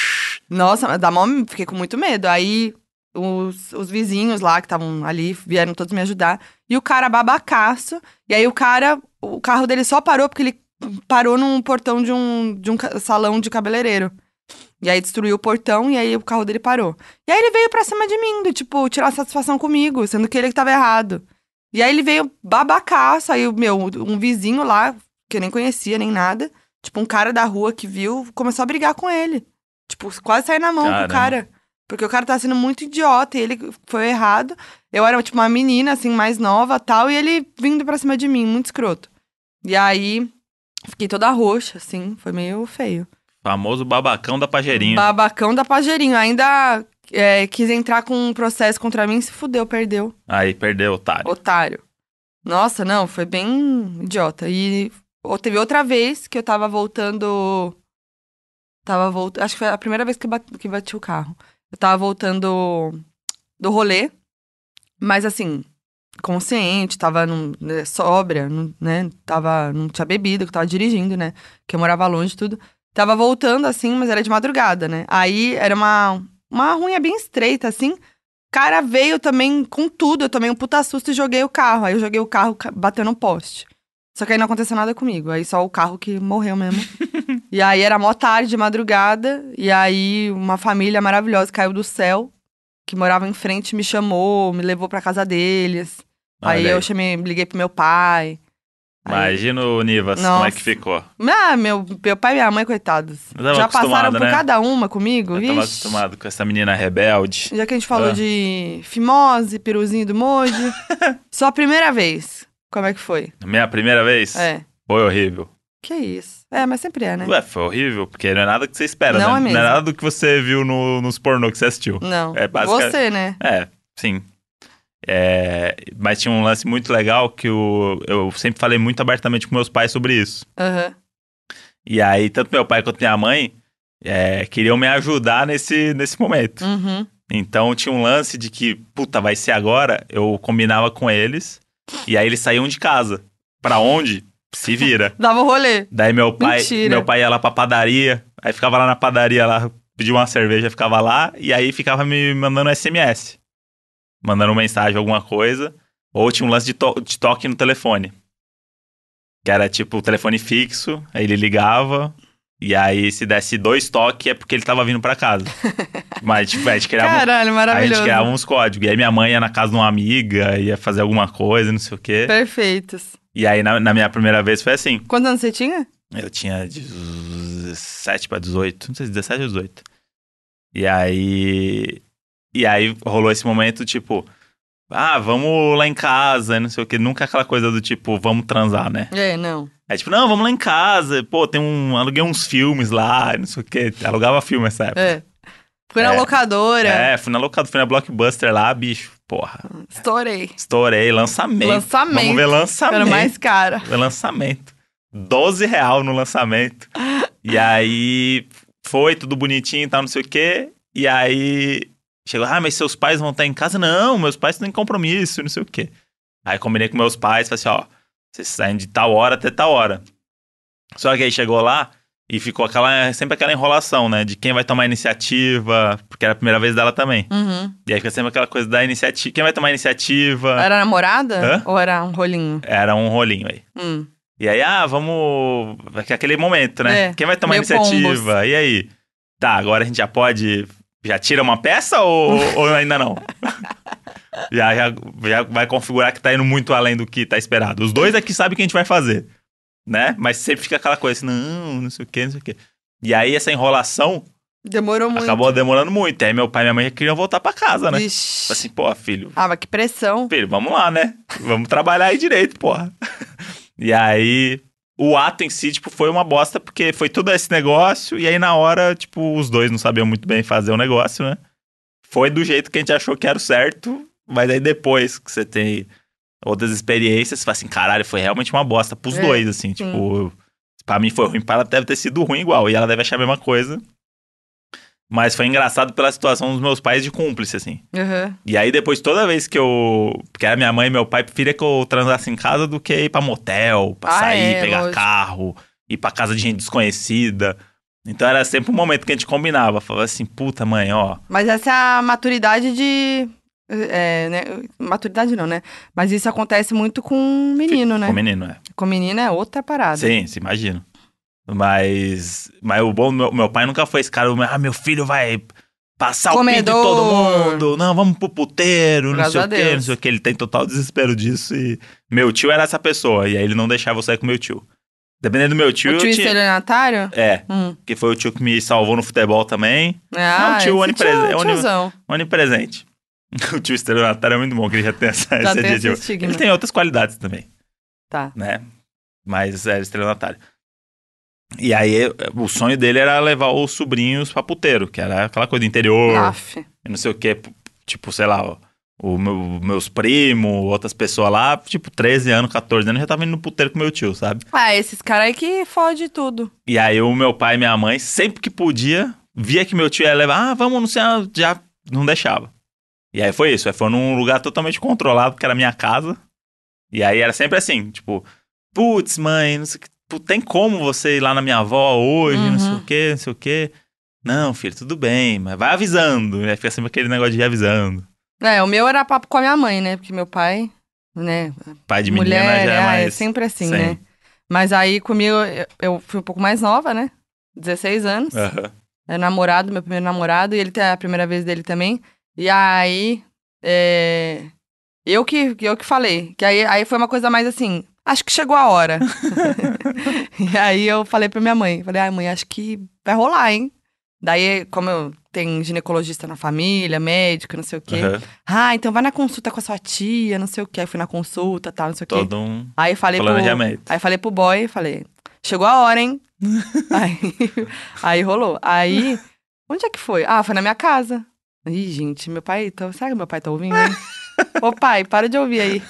B: Nossa, dá mó, fiquei com muito medo. Aí os, os vizinhos lá que estavam ali vieram todos me ajudar. E o cara babacaço. E aí o cara, o carro dele só parou porque ele parou num portão de um, de um ca- salão de cabeleireiro. E aí destruiu o portão e aí o carro dele parou. E aí ele veio pra cima de mim, do tipo, tirar satisfação comigo, sendo que ele que tava errado. E aí ele veio babacaço, aí o meu, um vizinho lá, que eu nem conhecia nem nada, tipo, um cara da rua que viu, começou a brigar com ele. Tipo, quase sair na mão com o
A: Caramba.
B: cara. Porque o cara tá sendo muito idiota e ele foi errado. Eu era, tipo, uma menina, assim, mais nova tal, e ele vindo pra cima de mim, muito escroto. E aí, fiquei toda roxa, assim, foi meio feio.
A: Famoso babacão da pajerinha.
B: Babacão da Pajerinho. Ainda é, quis entrar com um processo contra mim, se fudeu, perdeu.
A: Aí, perdeu, otário.
B: Otário. Nossa, não, foi bem idiota. E ou- teve outra vez que eu tava voltando. Tava voltando. Acho que foi a primeira vez que, bati, que bati o carro. Eu tava voltando do rolê, mas assim, consciente, tava num, né, sóbria, não- né? Tava, não tinha bebido, que eu tava dirigindo, né? Que eu morava longe e tudo. Tava voltando assim, mas era de madrugada, né? Aí era uma, uma ruinha bem estreita, assim. Cara veio também com tudo, eu tomei um puta susto e joguei o carro. Aí eu joguei o carro, ca- bateu no poste. Só que aí não aconteceu nada comigo, aí só o carro que morreu mesmo. E aí era mó tarde, de madrugada, e aí uma família maravilhosa caiu do céu, que morava em frente, me chamou, me levou pra casa deles. Aí
A: Olha
B: eu
A: aí.
B: chamei, liguei pro meu pai. Aí-
A: Imagina o Nivas, como é que
B: Nossa.
A: ficou.
B: Ah, meu, meu pai e minha mãe, coitados.
A: Tava
B: Já passaram
A: acostumado,
B: por
A: né?
B: cada uma comigo,
A: Eu tava
B: vixe.
A: acostumado com essa menina rebelde.
B: Já que a gente falou
A: Ah.
B: de fimose, peruzinho do Moji. Só a primeira vez. Como é que foi?
A: Minha primeira vez?
B: É.
A: Foi horrível.
B: Que isso. É, mas sempre é, né?
A: Ué, foi horrível, porque não é nada que você espera,
B: Não
A: né?
B: é mesmo.
A: Não é nada do que você viu no, nos pornô que você assistiu.
B: Não.
A: É basicamente-
B: Você, né?
A: É, sim. É, mas tinha um lance muito legal que o, eu sempre falei muito abertamente com meus pais sobre isso.
B: Aham.
A: E aí, tanto meu pai quanto minha mãe é, queriam me ajudar nesse, nesse momento.
B: Uhum.
A: Então tinha um lance de que, puta, vai ser agora. Eu combinava com eles e aí eles saíam de casa. Pra onde? Se vira.
B: Dava o rolê.
A: Daí meu pai,
B: Mentira.
A: meu pai ia lá pra padaria, aí ficava lá na padaria lá, pedia uma cerveja, ficava lá, e aí ficava me mandando S M S. Mandando mensagem, alguma coisa. Ou tinha um lance de, to- de toque no telefone. Que era tipo o telefone fixo, aí ele ligava, e aí se desse dois toques é porque ele tava vindo pra casa. Mas tipo, a gente criava, um-
B: Caralho,
A: a gente
B: maravilhoso.
A: criava uns códigos. E aí minha mãe ia na casa de uma amiga, ia fazer alguma coisa, não sei o quê.
B: Perfeitos.
A: E aí na, na minha primeira vez foi assim.
B: Quantos anos você tinha?
A: Eu tinha dezessete pra dezoito, não sei se dezessete ou dezoito. E aí. E aí rolou esse momento, tipo, ah, vamos lá em casa, não sei o que. Nunca aquela coisa do tipo, vamos transar, né?
B: É, não.
A: É tipo, não, vamos lá em casa. Pô, tem um. Aluguei uns filmes lá, não sei o que. Alugava filme nessa época.
B: É. Fui na
A: É.
B: locadora.
A: É, fui na locadora, fui na Blockbuster lá, bicho. Porra,
B: Estourei.
A: estourei, lançamento.
B: Lançamento.
A: Vamos ver lançamento.
B: Era mais cara.
A: Foi lançamento. doze real no lançamento. E aí foi tudo bonitinho e tal, não sei o quê. E aí chegou, ah, mas seus pais vão estar em casa? Não, meus pais têm compromisso, não sei o quê. Aí combinei com meus pais, falei assim, ó, vocês saem de tal hora até tal hora. Só que aí chegou lá e ficou aquela, sempre aquela enrolação, né? De quem vai tomar a iniciativa, porque era a primeira vez dela também.
B: Uhum.
A: E aí fica sempre aquela coisa da iniciativa, quem vai tomar a iniciativa?
B: Era namorada?
A: Hã?
B: Ou era um rolinho?
A: Era um rolinho aí.
B: Hum.
A: E aí, ah, vamos. Aquele momento, né?
B: É,
A: Quem vai tomar a
B: meio
A: iniciativa?
B: pombos.
A: E aí? Tá, agora a gente já pode. Já tira uma peça ou, ou ainda não? já, já, já vai configurar que tá indo muito além do que tá esperado. Os dois é que sabem o que a gente vai fazer. né? Mas sempre fica aquela coisa assim, não, não sei o que, não sei o que. E aí essa enrolação
B: Demorou muito.
A: acabou demorando muito. Aí meu pai e minha mãe queriam voltar pra casa, né?
B: Vixe.
A: Assim, pô, filho,
B: Ah, mas que pressão.
A: filho, vamos lá, né? Vamos trabalhar aí direito, porra. E aí, o ato em si, tipo, foi uma bosta, porque foi tudo esse negócio, e aí na hora, tipo, os dois não sabiam muito bem fazer o negócio, né? Foi do jeito que a gente achou que era o certo, mas aí depois que você tem outras experiências, você fala assim, caralho, foi realmente uma bosta pros
B: É,
A: dois, assim,
B: sim.
A: tipo... Pra mim foi ruim, pra ela deve ter sido ruim igual, e ela deve achar a mesma coisa. Mas foi engraçado pela situação dos meus pais de cúmplice, assim.
B: Uhum.
A: E aí depois, toda vez que eu... Porque era minha mãe e meu pai, preferia que eu transasse em casa do que ir pra motel, pra
B: Ah,
A: sair,
B: é,
A: pegar
B: lógico.
A: carro, ir pra casa de gente desconhecida. Então era sempre um momento que a gente combinava. Falava assim, puta mãe, ó...
B: Mas essa é a maturidade de... É, né? Maturidade não, né? Mas isso acontece muito com menino, né?
A: Com menino, é.
B: Com menino é outra parada.
A: Sim, se imagina. Mas, mas o bom, meu, meu pai nunca foi esse cara, ah, meu filho vai passar
B: Comedor.
A: o pinto em todo mundo, não, vamos pro puteiro, não
B: Graças
A: sei
B: a
A: o quê,
B: Deus.
A: não sei o quê. Ele tem total desespero disso e meu tio era essa pessoa, e aí ele não deixava eu sair com meu tio. Dependendo do meu tio,
B: O tio
A: eu tinha...
B: estelionatário?
A: É,
B: Hum.
A: que foi o tio que me salvou no futebol também.
B: Ah,
A: é um tio
B: esse
A: onipresente.
B: tio-
A: É oni-
B: tiozão.
A: onipresente. O tio estelionatário é muito bom, que ele já tem essa,
B: Já
A: esse
B: tem esse
A: adjetivo.
B: estigma.
A: Ele tem outras qualidades também,
B: Tá.
A: né? Mas é estelionatário. E aí, o sonho dele era levar os sobrinhos pra puteiro, que era aquela coisa do interior,
B: Aff.
A: e não sei o que, tipo, sei lá, ó, o meu, meus primos, outras pessoas lá, tipo, treze anos, catorze anos, já tava indo no puteiro com meu tio, sabe?
B: Ah, esses caras aí que fode tudo.
A: E aí, o meu pai e minha mãe, sempre que podia, via que meu tio ia levar, ah, vamos, não sei, já não deixava. E aí foi isso, aí foi num lugar totalmente controlado, porque era minha casa, e aí era sempre assim, tipo, putz, mãe, não sei o que. Tem como você ir lá na minha avó hoje,
B: Uhum.
A: não sei o que, não sei o que. Não, filho, tudo bem, mas vai avisando. Né? Fica sempre aquele negócio de ir avisando.
B: É, o meu era papo com a minha mãe, né? Porque meu pai, né?
A: Pai de menina
B: mulher,
A: já é
B: ah,
A: mais...
B: é sempre assim,
A: Sim.
B: né? Mas aí comigo, eu, eu fui um pouco mais nova, né? dezesseis anos.
A: Aham.
B: É namorado, meu primeiro namorado, e ele tem a primeira vez dele também. E aí, é, eu, que, eu que falei. Que aí, aí foi uma coisa mais assim, acho que chegou a hora. E aí eu falei pra minha mãe, falei, ai mãe, acho que vai rolar, hein? Daí, como eu tenho ginecologista na família, médico, não sei o quê.
A: Aham.
B: Ah, então vai na consulta com a sua tia, não sei o quê. Aí fui na consulta, tal, não sei o quê.
A: Todo um
B: Aí falei pro,
A: planejamento.
B: aí falei pro boy, falei, chegou a hora, hein? aí, aí rolou. Aí, onde é que foi? Ah, foi na minha casa. Ih, gente, meu pai, tá, será que meu pai tá ouvindo, hein? Ô pai, para de ouvir aí.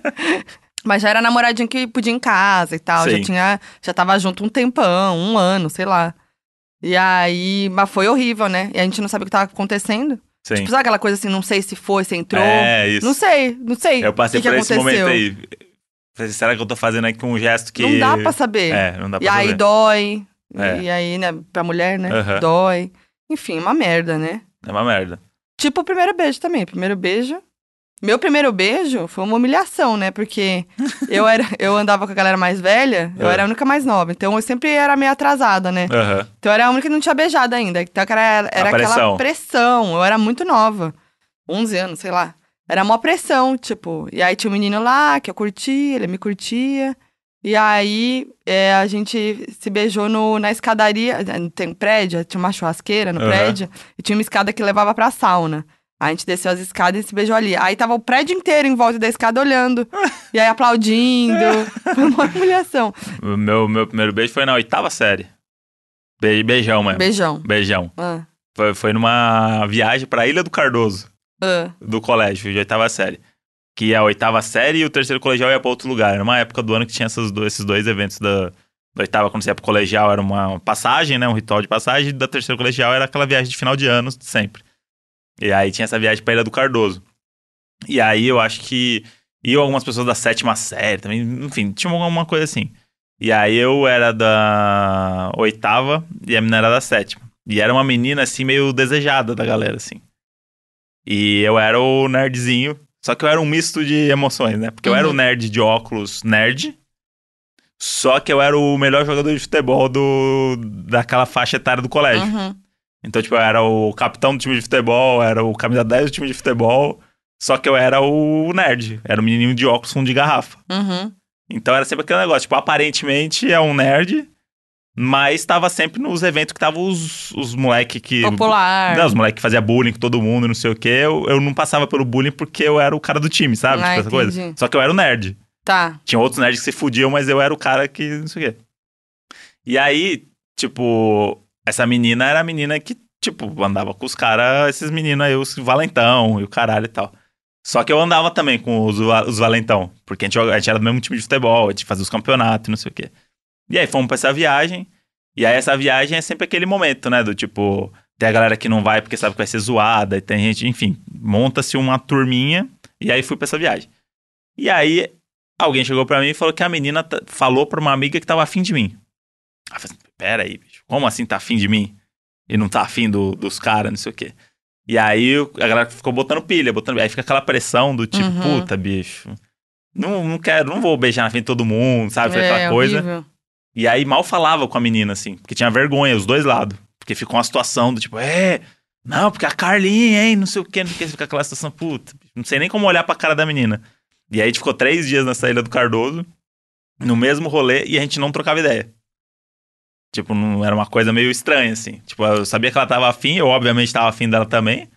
B: Mas já era namoradinho que podia ir em casa e tal, já
A: Sim.
B: tinha, já tava junto um tempão, um ano, sei lá. E aí, mas foi horrível, né? E a gente não sabia o que tava acontecendo.
A: Sim.
B: Tipo, sabe aquela coisa assim, não sei se foi, se entrou.
A: É, isso.
B: Não sei, não sei.
A: Eu passei
B: o que
A: por
B: que
A: esse
B: aconteceu.
A: momento aí. Falei, será que eu tô fazendo aqui um gesto que...
B: Não dá pra saber.
A: É, não dá
B: E
A: pra
B: aí
A: saber.
B: dói.
A: É.
B: E aí, né, pra mulher, né?
A: Aham.
B: Dói. Enfim, uma merda, né?
A: É uma merda.
B: Tipo o primeiro beijo também. Primeiro beijo. Meu primeiro beijo foi uma humilhação, né? Porque eu, era, eu andava com a galera mais velha, eu
A: É.
B: era a única mais nova. Então eu sempre era meio atrasada, né?
A: Aham.
B: Então eu era a única que não tinha beijado ainda. Então era, era
A: A
B: aquela
A: pressão.
B: pressão. Eu era muito nova. onze anos, sei lá. Era uma pressão, tipo. E aí tinha um menino lá que eu curtia, ele me curtia. E aí é, a gente se beijou no, na escadaria. Tem um prédio, tinha uma churrasqueira no
A: Aham.
B: prédio. E tinha uma escada que levava pra sauna. Aí a gente desceu as escadas e se beijou ali. Aí tava o prédio inteiro em volta da escada olhando. E aí aplaudindo. Foi uma humilhação.
A: O meu, meu primeiro beijo foi na oitava série. Be- beijão mesmo.
B: Beijão.
A: Beijão.
B: Ah,
A: Foi, foi numa viagem pra Ilha do Cardoso,
B: ah.
A: do colégio, de oitava série. Que a oitava série e o terceiro colegial ia pra outro lugar. Era uma época do ano que tinha essas do, esses dois eventos da, da oitava, quando você ia pro colegial, era uma passagem, né? Um ritual de passagem. E da terceira colegial era aquela viagem de final de ano, sempre. E aí tinha essa viagem pra Ilha do Cardoso. E aí eu acho que iam algumas pessoas da sétima série também. Enfim, tinha alguma coisa assim. E aí eu era da oitava e a menina era da sétima. E era uma menina, assim, meio desejada da galera, assim. E eu era o nerdzinho. Só que eu era um misto de emoções, né? Porque eu era o
B: Uhum.
A: nerd de óculos nerd. Só que eu era o melhor jogador de futebol do, daquela faixa etária do colégio.
B: Uhum.
A: Então, tipo, eu era o capitão do time de futebol, era o camisa dez do time de futebol. Só que eu era o nerd. Era o menininho de óculos fundo de garrafa.
B: Uhum.
A: Então era sempre aquele negócio, tipo, aparentemente é um nerd, mas tava sempre nos eventos que tava os, os moleque que...
B: Popular.
A: Não, os moleque que fazia bullying com todo mundo, não sei o quê. Eu, eu não passava pelo bullying porque eu era o cara do time, sabe?
B: Ah,
A: tipo, essa coisa.
B: entendi.
A: Só que eu era o nerd.
B: Tá.
A: Tinha outros nerds que se fudiam, mas eu era o cara que não sei o quê. E aí, tipo, essa menina era a menina que, tipo, andava com os caras, esses meninos aí, os valentão e o caralho e tal. Só que eu andava também com os, os valentão, porque a gente, a gente era do mesmo time de futebol, a gente fazia os campeonatos e não sei o quê. E aí fomos pra essa viagem, e aí essa viagem é sempre aquele momento, né, do tipo, tem a galera que não vai porque sabe que vai ser zoada, e tem gente, enfim, monta-se uma turminha, e aí fui pra essa viagem. E aí, alguém chegou pra mim e falou que a menina t- falou pra uma amiga que tava afim de mim. Aí eu falei, pera aí, bicho, como assim tá afim de mim? E não tá afim do, dos caras, não sei o quê. E aí a galera ficou botando pilha, botando... Aí fica aquela pressão do tipo,
B: Uhum.
A: puta, bicho, não, não quero, não vou beijar na frente de todo mundo, sabe? Foi aquela
B: É,
A: coisa.
B: horrível.
A: E aí mal falava com a menina, assim, porque tinha vergonha, os dois lados. Porque ficou uma situação do tipo, é, não, porque a Carlinha, hein, não sei o quê, não sei o quê, fica aquela situação, puta, não sei nem como olhar pra cara da menina. E aí a gente ficou três dias nessa Ilha do Cardoso, no mesmo rolê, e a gente não trocava ideia. Tipo, não era uma coisa meio estranha, assim. Tipo, eu sabia que ela tava afim, eu obviamente tava afim dela também,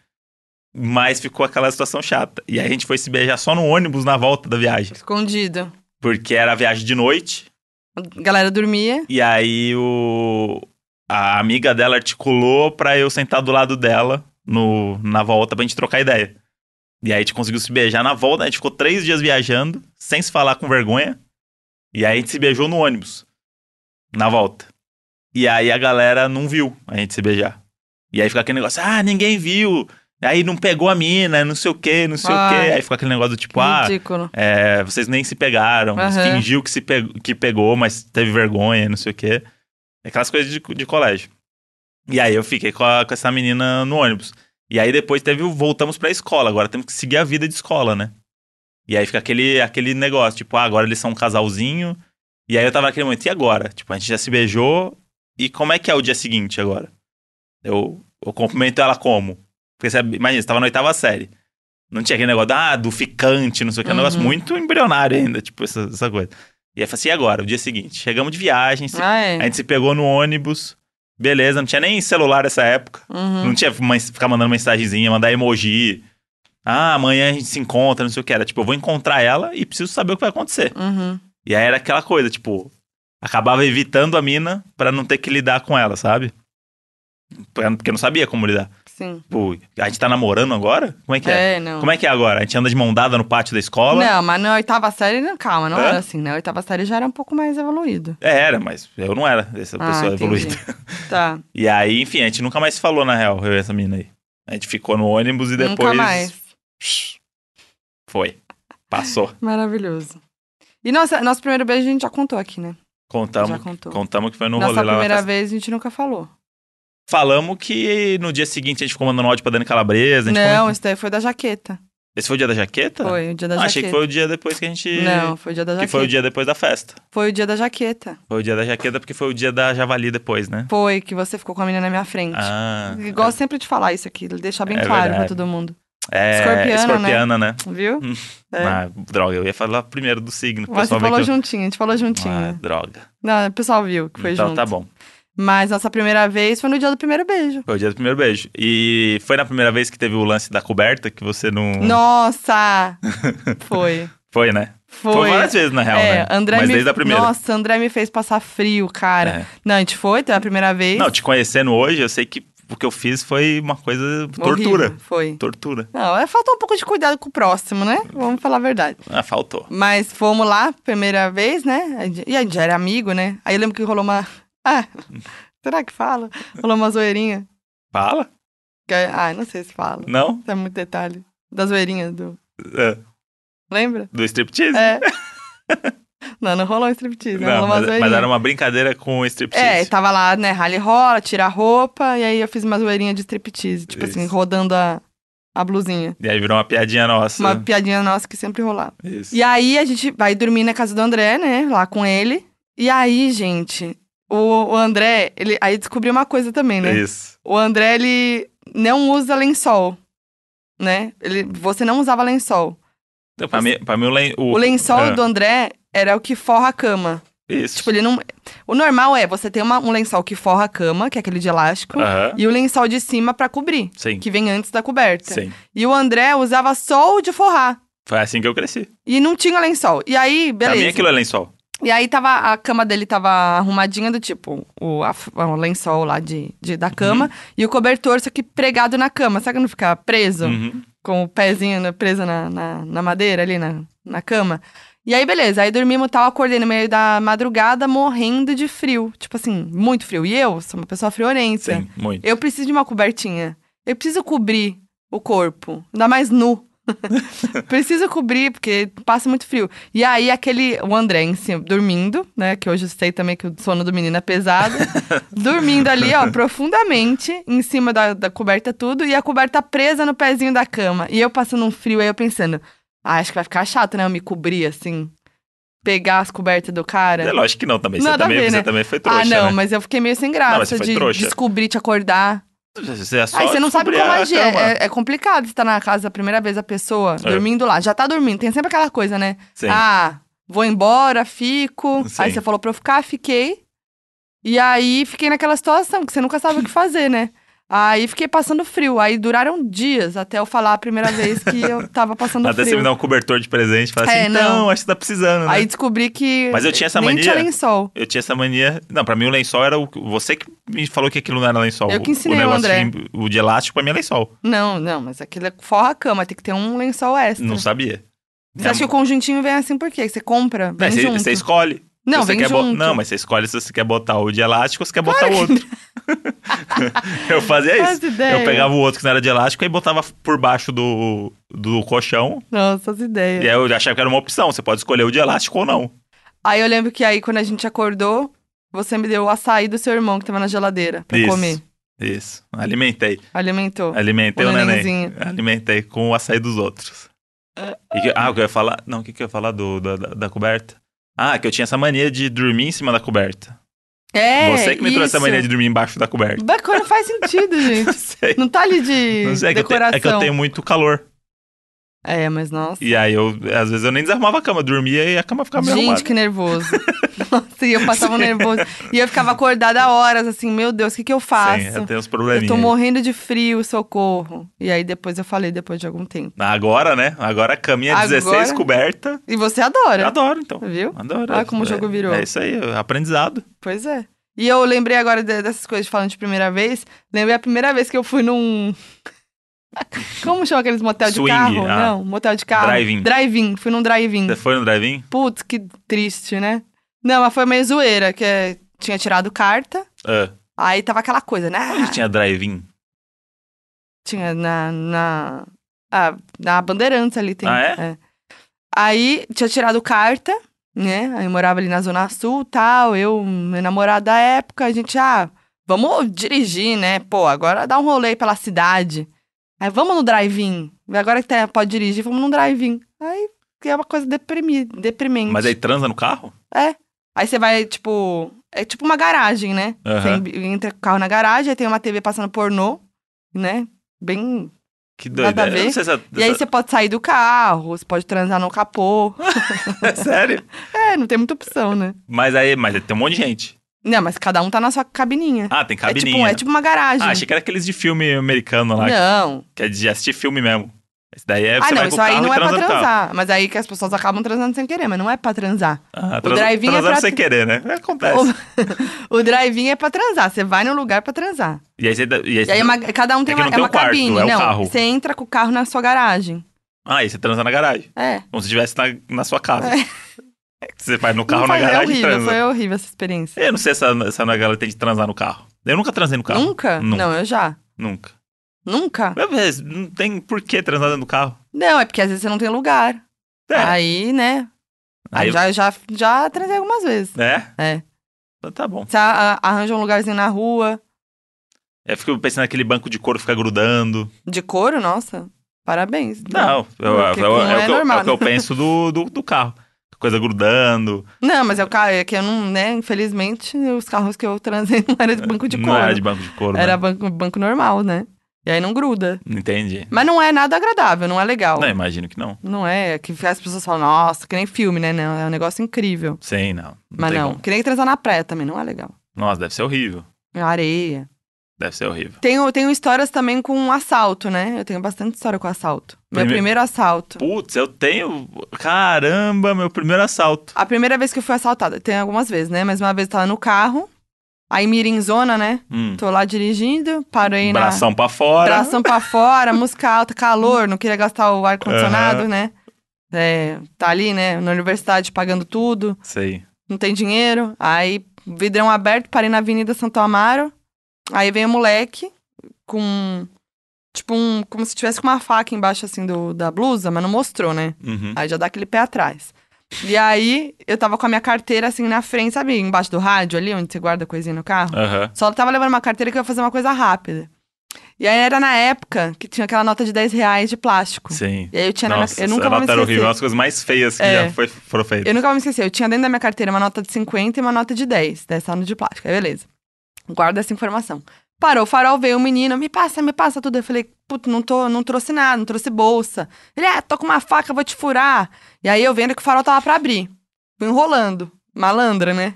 A: mas ficou aquela situação chata. E aí a gente foi se beijar só no ônibus na volta da viagem.
B: Escondido.
A: Porque era a viagem de noite,
B: A galera dormia.
A: e aí o... a amiga dela articulou pra eu sentar do lado dela no... na volta pra gente trocar ideia. E aí a gente conseguiu se beijar na volta, a gente ficou três dias viajando, sem se falar com vergonha. E aí a gente se beijou no ônibus, na volta. E aí a galera não viu a gente se beijar. E aí fica aquele negócio, ah, ninguém viu. Aí não pegou a mina, não sei o quê, não sei
B: Ai,
A: o quê. Aí fica aquele negócio do tipo, ah,
B: ridículo.
A: é, vocês nem se pegaram.
B: Aham.
A: Fingiu que, se pe- que pegou, mas teve vergonha, não sei o quê. Aquelas coisas de, de colégio. E aí eu fiquei com, a- com essa menina no ônibus. E aí depois teve o voltamos pra escola. Agora temos que seguir a vida de escola, né? E aí fica aquele, aquele negócio, tipo, ah, agora eles são um casalzinho. E aí eu tava naquele momento, e agora? Tipo, a gente já se beijou, e como é que é o dia seguinte agora? Eu, eu cumprimento ela como? Porque você, imagina, você tava na oitava série. Não tinha aquele negócio, ah, do ficante, não sei o que, é um negócio
B: Uhum.
A: muito embrionário ainda, tipo, essa, essa coisa. E aí eu falei assim, e agora? O dia seguinte, chegamos de viagem, se-
B: Ah, é.
A: a gente se pegou no ônibus, beleza, não tinha nem celular nessa época.
B: Uhum.
A: Não tinha mens- ficar mandando mensagenzinha, mandar emoji. Ah, amanhã a gente se encontra, não sei o que. Era tipo, eu vou encontrar ela e preciso saber o que vai acontecer.
B: Uhum.
A: E aí era aquela coisa, tipo, acabava evitando a mina pra não ter que lidar com ela, sabe? Porque eu não sabia como lidar.
B: Sim.
A: Pô, a gente tá namorando agora? Como é que é?
B: É, não.
A: Como é que é agora? A gente anda de mão dada no pátio da escola?
B: Não, mas na oitava série, não, calma, não
A: Hã?
B: era assim. Na oitava série já era um pouco mais evoluído.
A: É, era, mas eu não era essa
B: Ah,
A: pessoa
B: entendi.
A: evoluída.
B: Tá.
A: E aí, enfim, a gente nunca mais se falou, na real, eu e essa mina aí. A gente ficou no ônibus e depois...
B: Nunca mais.
A: Foi. Passou.
B: Maravilhoso. E nossa, nosso primeiro beijo a gente já contou aqui, né?
A: Contamos,
B: Já contou.
A: contamos que foi no
B: Nossa
A: rolê lá na
B: primeira
A: festa.
B: vez a gente nunca falou.
A: Falamos que no dia seguinte a gente ficou mandando áudio pra Dani Calabresa. A gente
B: Não,
A: ficou-
B: esse daí foi da jaqueta.
A: Esse foi o dia da jaqueta?
B: Foi o dia da
A: Ah,
B: jaqueta.
A: achei que foi o dia depois que a gente...
B: Não, foi o dia da
A: Que
B: jaqueta.
A: foi o dia depois da festa.
B: Foi o dia da jaqueta.
A: Foi o dia da jaqueta porque foi o dia da javali depois, né?
B: Foi, que você ficou com a menina na minha frente.
A: Ah.
B: Eu gosto sempre de falar isso aqui, deixar bem
A: É
B: claro
A: verdade.
B: pra todo mundo.
A: É,
B: Escorpiana,
A: escorpiana, né?
B: Viu?
A: Hum.
B: É.
A: Ah, droga, eu ia falar primeiro do signo. que o
B: Mas você
A: pessoal vê
B: falou
A: que eu-
B: juntinho, a gente falou juntinho.
A: Ah, droga.
B: Não, o pessoal viu que foi
A: então
B: junto.
A: tá bom.
B: Mas nossa primeira vez foi no dia do primeiro beijo.
A: Foi o dia do primeiro beijo. E foi na primeira vez que teve o lance da coberta que você não...
B: Nossa! Foi.
A: Foi, né?
B: Foi.
A: Foi várias vezes, na real,
B: é,
A: né?
B: André
A: Mas
B: me...
A: desde a primeira.
B: Nossa, André me fez passar frio, cara.
A: É.
B: Não, a gente foi, teve a primeira vez.
A: Não, te conhecendo hoje, eu sei que o que eu fiz foi uma coisa...
B: Horrível,
A: Tortura.
B: Foi.
A: Tortura.
B: Não, é, faltou um pouco de cuidado com o próximo, né? Vamos falar a verdade.
A: Ah, faltou.
B: Mas fomos lá, primeira vez, né? A gente- E a gente já era amigo, né? Aí eu lembro que rolou uma... Ah, será que fala? Rolou uma zoeirinha.
A: Fala?
B: Que- Ah, não sei se fala.
A: Não?
B: Isso é muito detalhe. Da zoeirinha do...
A: É,
B: Lembra?
A: do striptease?
B: É. Não, não rolou um striptease, né?
A: Não,
B: Rolou uma
A: mas,
B: zoeirinha.
A: mas era uma brincadeira com o striptease.
B: É, tava lá, né, rally rola, tira a roupa, e aí eu fiz uma zoeirinha de striptease, tipo assim,
A: Isso.
B: rodando a, a blusinha.
A: E aí virou uma piadinha nossa.
B: Uma piadinha nossa que sempre rolava.
A: Isso.
B: E aí a gente vai dormir na casa do André, né, lá com ele. E aí, gente, o, o André, ele aí descobriu uma coisa também, né?
A: Isso.
B: O André, ele não usa lençol, né? Ele, você não usava lençol.
A: Então, pra, mim, pra mim, o, len, o,
B: O lençol
A: ah,
B: do André era o que forra a cama.
A: Isso.
B: Tipo, ele não... O normal é você ter uma, um lençol que forra a cama, que é aquele de elástico,
A: Aham.
B: e o lençol de cima pra cobrir,
A: Sim.
B: que vem antes da coberta.
A: Sim.
B: E o André usava só o de forrar.
A: Foi assim que eu cresci.
B: E não tinha lençol. E aí,
A: Pra mim
B: beleza.
A: aquilo é lençol.
B: E aí tava, a cama dele tava arrumadinha do tipo, o, a, o lençol lá de, de, da cama,
A: Uhum.
B: e o cobertor, só que pregado na cama. Sabe que não fica preso?
A: Uhum.
B: Com o pezinho né, preso na, na, na madeira ali na, na cama. E aí, beleza. Aí dormimos e tal, acordei no meio da madrugada morrendo de frio. Tipo assim, muito frio. E eu sou uma pessoa friorenta.
A: Sim, muito.
B: Eu preciso de uma cobertinha. Eu preciso cobrir o corpo. Ainda mais nu. Preciso cobrir, porque passa muito frio. E aí, aquele... O André em cima, dormindo, né? Que hoje eu sei também que o sono do menino é pesado. Dormindo ali, ó, profundamente. Em cima da, da coberta tudo. E a coberta presa no pezinho da cama. E eu passando um frio, aí eu pensando... Ah, acho que vai ficar chato, né? Eu me cobrir, assim. Pegar as cobertas do cara.
A: É lógico que não também. Você,
B: Nada a
A: também,
B: ver,
A: você
B: né?
A: também foi trouxa,
B: Ah, não,
A: né?
B: mas eu fiquei meio sem
A: Não, mas
B: graça
A: você foi
B: de
A: trouxa.
B: descobrir, te acordar.
A: Você é só
B: Aí você não sabe
A: descobrir
B: como
A: a
B: agir.
A: cama.
B: É, é complicado você tá na casa a primeira vez a pessoa
A: É.
B: dormindo lá. Já tá dormindo. Tem sempre aquela coisa, né?
A: Sim.
B: Ah, vou embora, fico.
A: Sim.
B: Aí você falou pra eu ficar, fiquei. E aí fiquei naquela situação que você nunca sabe o que fazer, né? Aí fiquei passando frio. Aí duraram dias até eu falar a primeira vez que eu tava passando
A: Até você
B: frio.
A: me dar um cobertor de presente e falar
B: É,
A: assim,
B: não.
A: então, acho que você tá precisando, né?
B: Aí descobri que
A: Mas eu tinha essa
B: nem
A: mania.
B: tinha lençol.
A: Eu tinha essa mania... Não, pra mim o lençol era o... Você que me falou que aquilo não era lençol.
B: Eu que ensinei
A: o
B: o
A: negócio
B: André.
A: de- o de elástico pra mim é lençol.
B: Não, não, mas aquilo é forra a cama, tem que ter um lençol extra.
A: Não sabia.
B: Você acha que o conjuntinho vem assim por quê? Você compra, vem
A: Não, você,
B: junto.
A: você escolhe.
B: Não,
A: Se você
B: vem
A: quer bo-
B: junto.
A: Não, mas você escolhe se você quer botar o de elástico ou se quer botar o outro. Eu fazia isso.
B: As ideias.
A: Eu pegava o outro que não era de elástico e botava por baixo do, do colchão.
B: Nossa, as ideias.
A: E aí eu achava que era uma opção. Você pode escolher o de elástico ou não.
B: Aí eu lembro que aí, quando a gente acordou, você me deu o açaí do seu irmão que tava na geladeira pra
A: Isso.
B: comer.
A: Isso. Alimentei.
B: Alimentou.
A: Alimentei
B: O
A: o, neném.
B: nenenzinho.
A: Alimentei com o açaí dos outros. E que- ah, o que eu ia falar... Não, o que, que eu ia falar do, da, da, da coberta? Ah, que eu tinha essa mania de dormir em cima da coberta.
B: É,
A: Você que me trouxe essa
B: isso.
A: mania de dormir embaixo da coberta.
B: Bacana, faz sentido,
A: Não
B: gente.
A: sei.
B: Não tá ali de
A: Não sei, é que, eu te-
B: decoração.
A: é que eu tenho muito calor.
B: É, mas nossa.
A: E aí, eu, às vezes, eu nem desarrumava a cama. Eu dormia e a cama ficava meio
B: Gente,
A: arrumada.
B: que nervoso. Nossa, e eu passava um nervoso. E eu ficava acordada horas, assim, meu Deus, o que que eu faço?
A: Sim, eu tenho uns
B: Eu
A: probleminhas.
B: tô
A: aí.
B: morrendo de frio, socorro. E aí depois eu falei, depois de algum tempo.
A: Agora, né? Agora a caminha
B: Agora-
A: dezesseis coberta.
B: E você
A: Eu
B: adora,
A: adoro, então.
B: viu?
A: Adoro.
B: Olha como o
A: É-
B: jogo virou.
A: É isso aí, aprendizado.
B: Pois é. E eu lembrei agora de- dessas coisas falando de primeira vez. Lembrei a primeira vez que eu fui num... Como chama aqueles motel de
A: Swing,
B: carro?
A: ah.
B: Não, motel de carro.
A: Drive-in.
B: Drive-in. Fui num drive-in.
A: Você foi no drive-in?
B: Putz, que triste, né? Não, mas foi meio zoeira, que é- tinha tirado carta.
A: Ah,
B: Aí tava aquela coisa, né?
A: onde tinha drive-in?
B: Tinha na. Na, ah, na Bandeirantes ali tem.
A: Ah, é?
B: Aí tinha tirado carta, né? Aí eu morava ali na Zona Sul e tal. Eu, meu namorado da época, a gente, ah, vamos dirigir, né? Pô, agora dá um rolê pela cidade. Aí vamos no drive-in. Agora que tá- pode dirigir, vamos no drive-in. Aí é uma coisa deprimi, deprimente.
A: Mas aí transa no carro?
B: É. Aí você vai, tipo. É tipo uma garagem, né?
A: Aham.
B: Você entra com o carro na garagem, aí tem uma T V passando pornô, né? Bem.
A: Que doido.
B: Nada a
A: Eu não
B: ver.
A: sei se essa-
B: E aí
A: essa-
B: você pode sair do carro, você pode transar no capô.
A: É sério?
B: É, não tem muita opção, né?
A: Mas aí, mas aí tem um monte de gente.
B: Não, mas cada um tá na sua cabininha.
A: Ah, tem
B: é,
A: cabininha.
B: tipo, é tipo uma garagem.
A: Ah, achei que era aqueles de filme americano lá.
B: Não.
A: Que é de assistir filme mesmo. Esse daí é você
B: Ah, não,
A: vai com
B: isso
A: o carro
B: aí não
A: e
B: é pra
A: transa no carro.
B: transar. Mas aí que as pessoas acabam transando sem querer, mas não é pra transar.
A: Ah,
B: O drive-in é
A: transando
B: pra-
A: sem querer, né? Acontece.
B: O, o drive-in é pra transar. Você vai no lugar pra transar.
A: E aí você... E aí
B: E aí
A: você-
B: é uma- cada um tem
A: É que
B: uma,
A: não tem
B: é uma
A: o quarto,
B: cabine.
A: é o
B: não,
A: carro.
B: você entra com o carro na sua garagem.
A: Ah, aí você transa na garagem.
B: É.
A: Como se estivesse na, na sua casa. Você vai no carro
B: Não
A: na
B: faz-
A: garagem
B: é
A: e
B: horrível,
A: transa.
B: foi horrível essa experiência.
A: Eu não sei se essa, essa galera tem de transar no carro. Eu nunca transei no carro.
B: Nunca?
A: Nunca.
B: Não, eu já.
A: Nunca.
B: Nunca?
A: Meu Deus, não tem por que transar dentro do carro.
B: Não, é porque às vezes você não tem lugar.
A: É.
B: Aí, né?
A: Aí eu-
B: já, já, já transei algumas vezes.
A: É?
B: É.
A: Então tá bom.
B: Você a- a- arranja um lugarzinho na rua.
A: Eu fico pensando naquele banco de couro ficar grudando.
B: De couro, nossa. Parabéns.
A: Não, eu,
B: Porque
A: eu- eu-
B: não
A: é,
B: é
A: o que eu,
B: normal,
A: é o que eu
B: né?
A: penso do, do, do carro. Coisa grudando.
B: Não, mas é o carro, é que eu não, né? Infelizmente, os carros que eu transei não eram de banco de
A: Não
B: couro.
A: era de banco de couro,
B: Era
A: né?
B: banco, banco normal, né? E aí não gruda.
A: Entendi.
B: Mas não é nada agradável, não é legal.
A: Não, imagino que não.
B: Não é, que as pessoas falam, nossa, que nem filme, né? Não, é um negócio incrível.
A: Sim, não. não
B: Mas
A: tem
B: não,
A: como.
B: que nem transar na praia também, não é legal.
A: Nossa, deve ser horrível.
B: Areia.
A: Deve ser horrível.
B: Tenho, tenho histórias também com assalto, né? Eu tenho bastante história com assalto. Meu
A: Prime-
B: primeiro assalto.
A: Putz, eu tenho... Caramba, meu primeiro assalto.
B: A primeira vez que eu fui assaltada, tem algumas vezes, né? Mas uma vez eu tava no carro, aí mirinzona, né?
A: Hum.
B: Tô lá dirigindo, parei na...
A: Bração pra fora.
B: Bração pra fora, música alta, calor, não queria gastar o ar-condicionado,
A: Aham.
B: né? É, tá ali, né? Na universidade pagando tudo,
A: Sei.
B: não tem dinheiro. Aí, vidrão aberto, parei na Avenida Santo Amaro. Aí vem o moleque com, tipo, um, como se tivesse com uma faca embaixo, assim, do, da blusa, mas não mostrou, né?
A: Uhum.
B: Aí já dá aquele pé atrás. E aí, eu tava com a minha carteira, assim, na frente, sabe? Embaixo do rádio ali, onde você guarda coisinha no carro.
A: Aham.
B: Só tava levando uma carteira que eu ia fazer uma coisa rápida. E aí, era na época que tinha aquela nota de dez reais de plástico.
A: Sim.
B: E aí, eu tinha na minha...
A: Nossa,
B: Eu nunca
A: essa
B: vou me
A: nota era horrível.
B: esquecer.
A: Uma das coisas mais feias que
B: É.
A: já foi, foram feitas.
B: Eu nunca vou me esquecer. Eu tinha dentro da minha carteira uma nota de cinquenta e uma nota de dez. Dessa nota de plástico. Aí, beleza. Guarda essa informação. Parou o farol, veio o menino, me passa, me passa tudo. Eu falei, puto, não, tô, não trouxe nada, não trouxe bolsa. Ele, ah, tô com uma faca, vou te furar. E aí eu vendo que o farol tava pra abrir. Fui enrolando. Malandra, né?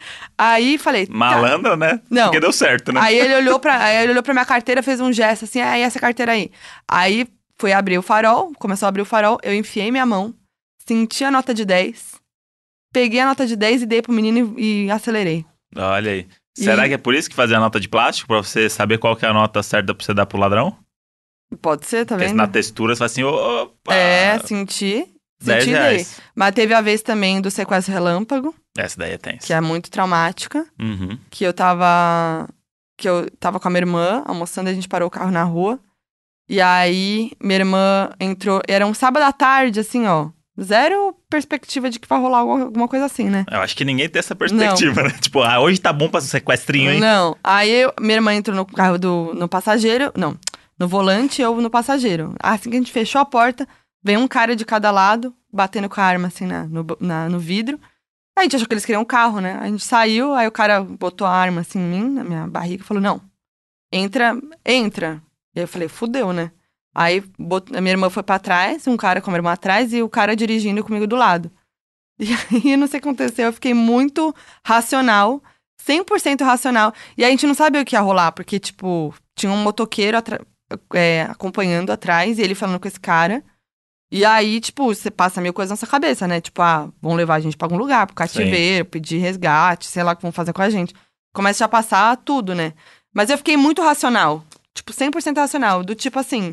B: Aí falei, tá.
A: Malandra, né?
B: Não.
A: Porque deu certo, né?
B: Aí ele olhou pra, aí ele olhou pra minha carteira, fez um gesto assim, ah, e essa carteira aí? Aí fui abrir o farol, começou a abrir o farol, eu enfiei minha mão, senti a nota de dez, peguei a nota de dez e dei pro menino e, e acelerei.
A: Olha aí. Será
B: E-
A: que é por isso que fazia a nota de plástico? Pra você saber qual que é a nota certa pra você dar pro ladrão?
B: Pode ser, tá
A: Porque
B: vendo?
A: na textura você fala assim, opa!
B: É, senti.
A: dez
B: Senti e dei.
A: reais.
B: Mas teve a vez também do sequestro relâmpago,
A: Essa daí é tensa.
B: que é muito traumática,
A: Uhum.
B: que eu tava... Que eu tava com a minha irmã, almoçando, a gente parou o carro na rua. E aí, minha irmã entrou... Era um sábado à tarde, assim, ó. Zero perspectiva de que vai rolar alguma alguma coisa assim, né?
A: Eu acho que ninguém tem essa perspectiva, né? Tipo, ah, hoje tá bom pra um sequestrinho, hein?
B: Não. Aí, eu- minha irmã entrou no carro do... No passageiro... Não. No volante, eu no passageiro. Assim que a gente fechou a porta, veio um cara de cada lado, batendo com a arma, assim, na, no, na- no vidro. Aí a gente achou que eles queriam um carro, né? A gente saiu, aí o cara botou a arma, assim, em mim, na minha barriga, e falou, não, entra, entra. E aí eu falei, fudeu, né? Aí bot... a minha irmã foi pra trás, um cara com a minha irmã atrás, e o cara dirigindo comigo do lado. E aí, não sei o que aconteceu, eu fiquei muito racional, cem por cento racional. E aí a gente não sabia o que ia rolar, porque, tipo, tinha um motoqueiro atra- é, acompanhando atrás, e ele falando com esse cara. E aí, tipo, você passa mil coisas na sua cabeça, né? Tipo, ah, vão levar a gente pra algum lugar, pro cativeiro, pedir resgate, sei lá o que vão fazer com a gente. Começa a passar tudo, né? Mas eu fiquei muito racional. Tipo, cem por cento racional. Do tipo assim,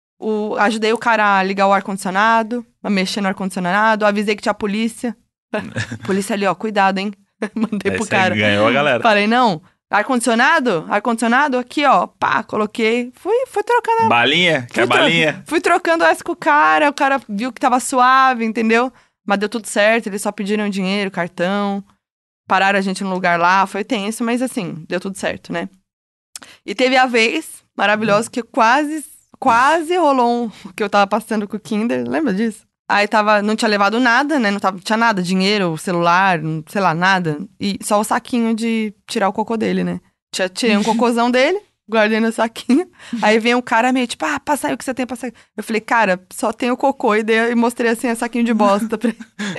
B: o, ajudei o cara a ligar o ar-condicionado, a mexer no ar-condicionado, avisei que tinha polícia. Polícia ali, ó, cuidado, hein? Mandei
A: Aí
B: pro
A: você
B: cara.
A: ganhou a galera.
B: Falei, não, ar-condicionado? Ar-condicionado? Aqui, ó, pá, coloquei. Fui, fui trocando
A: Balinha? Quer
B: Fui tro-
A: balinha?
B: Fui trocando essa com o cara, o cara viu que tava suave, entendeu? Mas deu tudo certo, eles só pediram dinheiro, cartão. Pararam a gente no lugar lá, foi tenso, mas assim, deu tudo certo, né? E teve a vez maravilhosa que quase, quase rolou um que eu tava passando com o Kinder, lembra disso? Aí tava, não tinha levado nada, né? Não tava, tinha nada, dinheiro, celular, não- sei lá, nada. E só o saquinho de tirar o cocô dele, né? Tinha- Tirei um cocôzão dele, guardei no saquinho. Aí vem um cara meio tipo, ah, passa aí o que você tem, passa aí. Eu falei, cara, só tem o cocô. E, dei, e mostrei assim, o saquinho de bosta pra ele.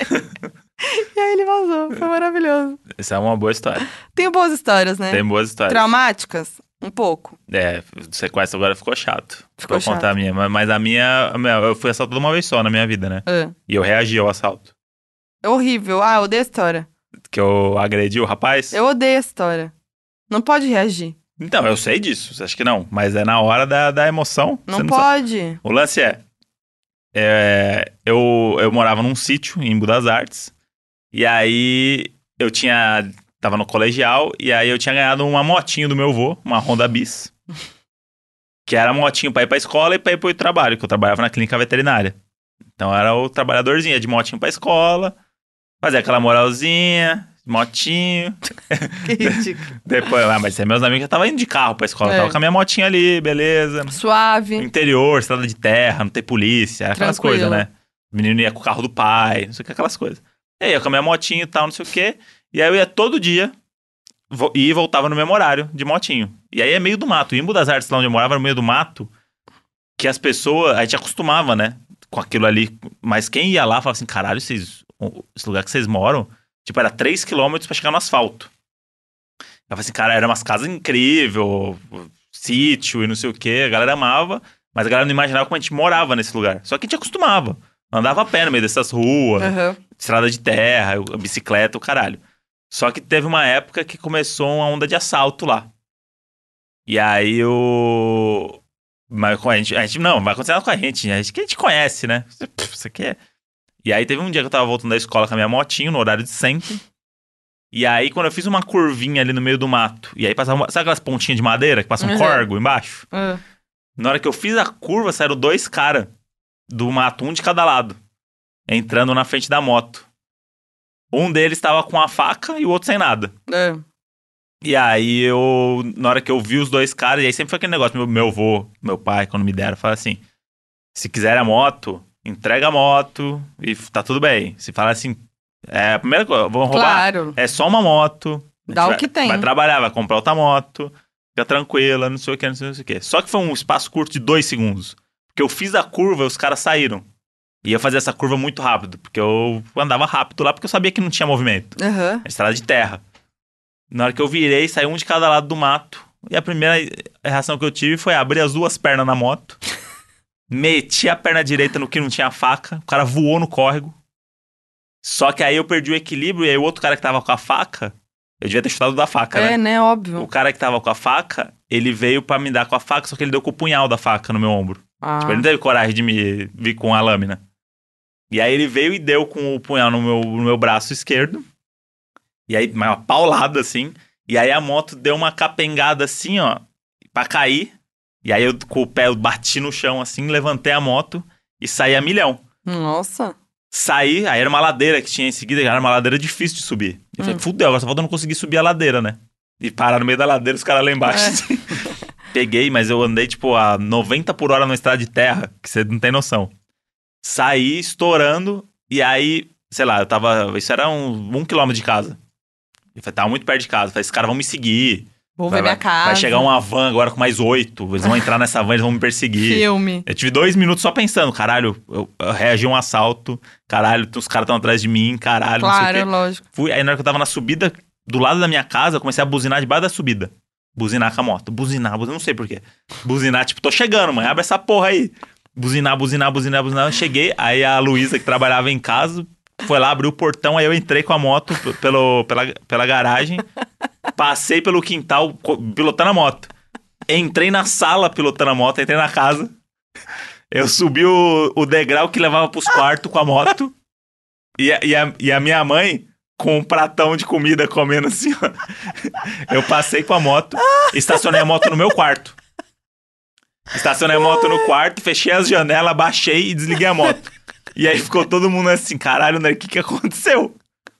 B: E aí ele vazou, foi maravilhoso.
A: Essa é uma boa história.
B: Tem boas histórias, né?
A: Tem boas histórias.
B: Traumáticas? Um pouco.
A: É, o sequestro agora ficou chato.
B: Ficou
A: Vou contar a minha. Mas- Mas a minha, a minha- eu fui assaltado uma vez só na minha vida, né?
B: É.
A: E eu reagi ao assalto.
B: É horrível. Ah, eu odeio a história.
A: Que eu agredi o rapaz.
B: Eu odeio a história. Não pode reagir.
A: Então, eu sei disso, acho que não. Mas é na hora da, da emoção.
B: Não,
A: você sabe.
B: pode.
A: O lance é, é, eu, eu morava num sítio em Embu das Artes. E aí eu tinha. Tava no colegial. E aí eu tinha ganhado uma motinho do meu avô, uma Honda Bis. Que era motinho pra ir pra escola e pra ir pro trabalho, que eu trabalhava na clínica veterinária. Então era o trabalhadorzinho, ia de motinho pra escola, fazia aquela moralzinha, motinho.
B: Que ridículo.
A: Depois, ah, mas meus amigos já estavam indo de carro pra escola,
B: É.
A: tava com a minha motinha ali, beleza.
B: Suave.
A: Interior, estrada de terra, não tem polícia, aquelas
B: Tranquilo.
A: coisas, né? O menino ia com o carro do pai, não sei o que, aquelas coisas. E aí, eu com a minha motinha e tal, não sei o quê. E aí eu ia todo dia vo- e voltava no mesmo horário, de motinho. E aí é meio do mato. O Embu das Artes, lá onde eu morava, era no meio do mato, que as pessoas... A gente acostumava, né? Com aquilo ali. Mas quem ia lá falava assim, caralho, vocês, esse lugar que vocês moram, tipo, era três quilômetros pra chegar no asfalto. Eu falei assim, cara, eram umas casas incríveis, sítio e não sei o quê, a galera amava, mas a galera não imaginava como a gente morava nesse lugar. Só que a gente acostumava. Andava a pé no meio dessas ruas,
B: Aham.
A: estrada de terra, bicicleta, o caralho. Só que teve uma época que começou uma onda de assalto lá. E aí o... Mas com a gente, a gente não, vai acontecer nada com a gente, a gente que a gente conhece, né? Isso aqui é... E aí teve um dia que eu tava voltando da escola com a minha motinho, no horário de sempre. E aí, quando eu fiz uma curvinha ali no meio do mato, e aí passava uma, sabe aquelas pontinhas de madeira que passa um
B: Uhum.
A: corgo embaixo?
B: Ah.
A: Na hora que eu fiz a curva, saíram dois caras do mato, um de cada lado, entrando na frente da moto. Um deles tava com a faca e o outro sem nada.
B: Ah.
A: E aí, eu, na hora que eu vi os dois caras, e aí sempre foi aquele negócio, meu, meu avô, meu pai, quando me deram, fala assim, se quiser a moto, entrega a moto e tá tudo bem. Se fala assim, é a primeira coisa, vão roubar,
B: Claro.
A: é só uma moto. A gente
B: Dá o
A: vai-
B: que tem.
A: Vai trabalhar, vai comprar outra moto, fica tranquila, não sei o que, não sei o que. Só que foi um espaço curto de dois segundos. Porque eu fiz a curva e os caras saíram. E eu fazia essa curva muito rápido, porque eu andava rápido lá, porque eu sabia que não tinha movimento.
B: Aham.
A: É estrada de terra. Na hora que eu virei, saiu um de cada lado do mato. E a primeira reação que eu tive foi abrir as duas pernas na moto. Meti a perna direita no que não tinha faca. O cara voou no córrego. Só que aí eu perdi o equilíbrio. E aí o outro cara que tava com a faca... Eu devia ter chutado da faca,
B: É,
A: né?
B: né? Óbvio.
A: O cara que tava com a faca, ele veio pra me dar com a faca, só que ele deu com o punhal da faca no meu ombro.
B: Ah.
A: Tipo, ele não teve coragem de me vir com a lâmina. E aí ele veio e deu com o punhal no meu, no meu braço esquerdo. E aí, uma paulada, assim. E aí a moto deu uma capengada, assim, ó, pra cair. E aí eu, com o pé, eu bati no chão, assim, levantei a moto e saí a milhão.
B: Nossa.
A: Saí, aí era uma ladeira que tinha em seguida, era uma ladeira difícil de subir. Eu falei,
B: Hum.
A: fudeu, agora só falta eu não conseguir subir a ladeira, né? E parar no meio da ladeira, os caras lá embaixo.
B: É.
A: assim. Peguei, mas eu andei, tipo, a noventa por hora numa estrada de terra, que você não tem noção. Saí estourando, e aí, sei lá, eu tava. Isso era um, um quilômetro de casa. Eu falei, tava muito perto de casa. Eu falei, esses caras vão me seguir.
B: Vou
A: Vai,
B: ver minha
A: vai-
B: casa.
A: vai chegar uma van agora com mais oito. Eles vão entrar nessa van, eles vão me perseguir.
B: Filme.
A: Eu tive dois minutos só pensando, caralho, eu, eu reagi a um assalto, caralho, os caras estão atrás de mim, caralho, não sei o
B: Claro,
A: quê.
B: lógico.
A: Fui, aí na hora que eu tava na subida, do lado da minha casa, eu comecei a buzinar debaixo da subida. Buzinar com a moto. Buzinar, buzinar, não sei porquê. Buzinar, tipo, tô chegando, mãe, abre essa porra aí. Buzinar, buzinar, buzinar, buzinar. Eu cheguei, aí a Luísa, que trabalhava em casa, foi lá, abriu o portão, aí eu entrei com a moto p- pelo, pela, pela garagem, passei pelo quintal co- pilotando a moto. Entrei na sala pilotando a moto, entrei na casa. Eu subi o, o degrau que levava pros quartos com a moto. E, a- e, a, e a minha mãe com um pratão de comida comendo assim, ó. Eu passei com a moto, estacionei a moto no meu quarto. Estacionei a moto no quarto, fechei as janelas, baixei e desliguei a moto. E aí ficou todo mundo assim, caralho, né? O que que aconteceu?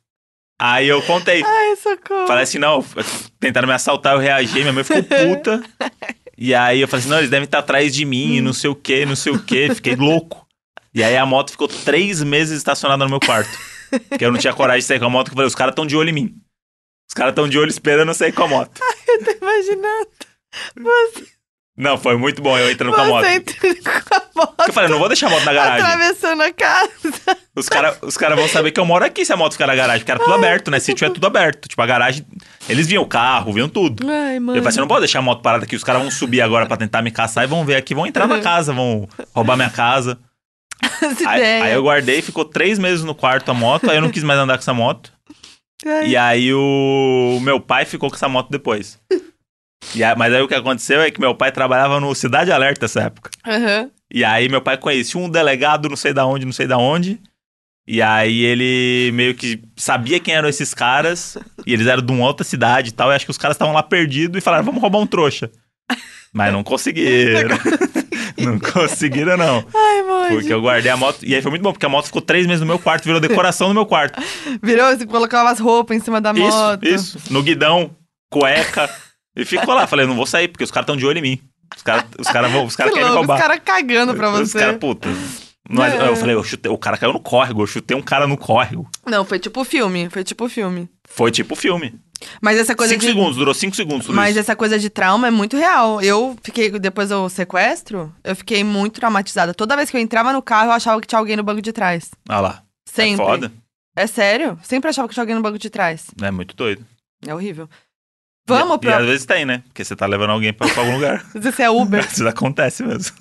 A: Aí eu contei.
B: Ai, socorro.
A: Falei assim, não, tentaram me assaltar, eu reagi, minha mãe ficou puta. E aí eu falei assim, não, eles devem estar atrás de mim, e não sei o que, não sei o que. Fiquei louco. E aí a moto ficou três meses estacionada no meu quarto. Porque eu não tinha coragem de sair com a moto, porque eu falei, os caras estão de olho em mim. Os caras estão de olho esperando eu sair com a moto.
B: Eu tô imaginando. Você,
A: Não, foi muito bom eu entrando com a moto.
B: você entrando com a moto.
A: Eu falei, não vou deixar a moto na garagem.
B: Atravessando a casa.
A: Os caras os cara vão saber que eu moro aqui se a moto ficar na garagem, porque era tudo aberto, né? Sítio é tudo aberto. Tipo, a garagem, eles viam o carro, viam tudo.
B: Ai, mano.
A: Eu falei assim, não pode deixar a moto parada aqui, os caras vão subir agora pra tentar me caçar e vão ver aqui, vão entrar na casa, vão roubar minha casa.
B: Essa
A: Aí,
B: ideia.
A: aí eu guardei, ficou três meses no quarto a moto, aí eu não quis mais andar com essa moto.
B: Ai.
A: E aí o meu pai ficou com essa moto depois. E aí- mas aí o que aconteceu é que meu pai trabalhava no Cidade Alerta nessa época.
B: Aham.
A: E aí meu pai conhecia um delegado não sei da onde, não sei da onde. E aí ele meio que sabia quem eram esses caras. E eles eram de uma outra cidade e tal. E acho que os caras estavam lá perdidos e falaram, vamos roubar um trouxa. Mas não conseguiram. Não conseguiram, não.
B: Ai, mãe.
A: Porque eu guardei a moto. E aí foi muito bom, porque a moto ficou três meses no meu quarto, virou decoração no meu quarto.
B: Virou, você colocava as roupas em cima da moto.
A: Isso, isso. No guidão, cueca. E ficou lá. Falei, não vou sair, porque os caras estão de olho em mim. Os caras os cara vão, os cara
B: Que
A: querem me
B: louco,
A: roubar.
B: os caras cagando pra
A: Os
B: você.
A: caras, puta. Nós-
B: É.
A: Eu falei, eu chutei, o cara caiu no córrego, eu chutei um cara no córrego.
B: Não, foi tipo filme, foi tipo filme.
A: Foi tipo filme.
B: Mas essa coisa
A: cinco
B: de...
A: segundos, durou cinco segundos tudo
B: Mas
A: isso.
B: essa coisa de trauma é muito real. Eu fiquei, depois do sequestro, eu fiquei muito traumatizada. Toda vez que eu entrava no carro, eu achava que tinha alguém no banco de trás.
A: Ah lá.
B: Sempre.
A: É foda.
B: É sério? Sempre achava que tinha alguém no banco de trás.
A: É muito doido.
B: É horrível. Vamos
A: e,
B: pra...
A: E às vezes tem, né? Porque você tá levando alguém pra, pra algum lugar.
B: Às vezes é Uber.
A: Isso acontece mesmo.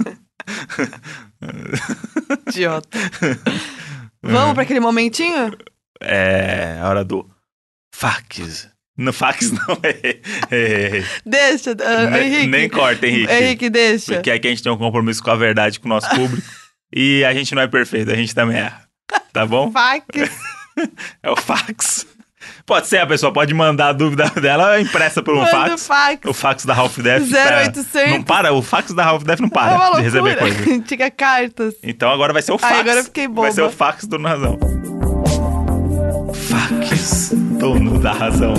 B: Idiota. Vamos pra aquele momentinho?
A: É a hora do fax. No fax não, é, é, é.
B: Deixa, uh,
A: nem,
B: Henrique.
A: nem corta, Henrique.
B: Henrique, deixa.
A: Porque aqui a gente tem um compromisso com a verdade, com o nosso público. E a gente não é perfeito, a gente também erra. Tá bom?
B: Fax.
A: É o fax. Pode ser, a pessoa pode mandar a dúvida dela impressa por um
B: Manda
A: fax.
B: fax.
A: O fax da Half Def.
B: zero oitocentos.
A: Não para, o fax da Half Def não
B: É
A: para
B: uma
A: de receber
B: loucura.
A: coisa.
B: Tinha cartas.
A: Então agora vai ser o fax.
B: Ai, agora eu fiquei boba.
A: Vai ser o fax do Razão. Fax, dono da razão.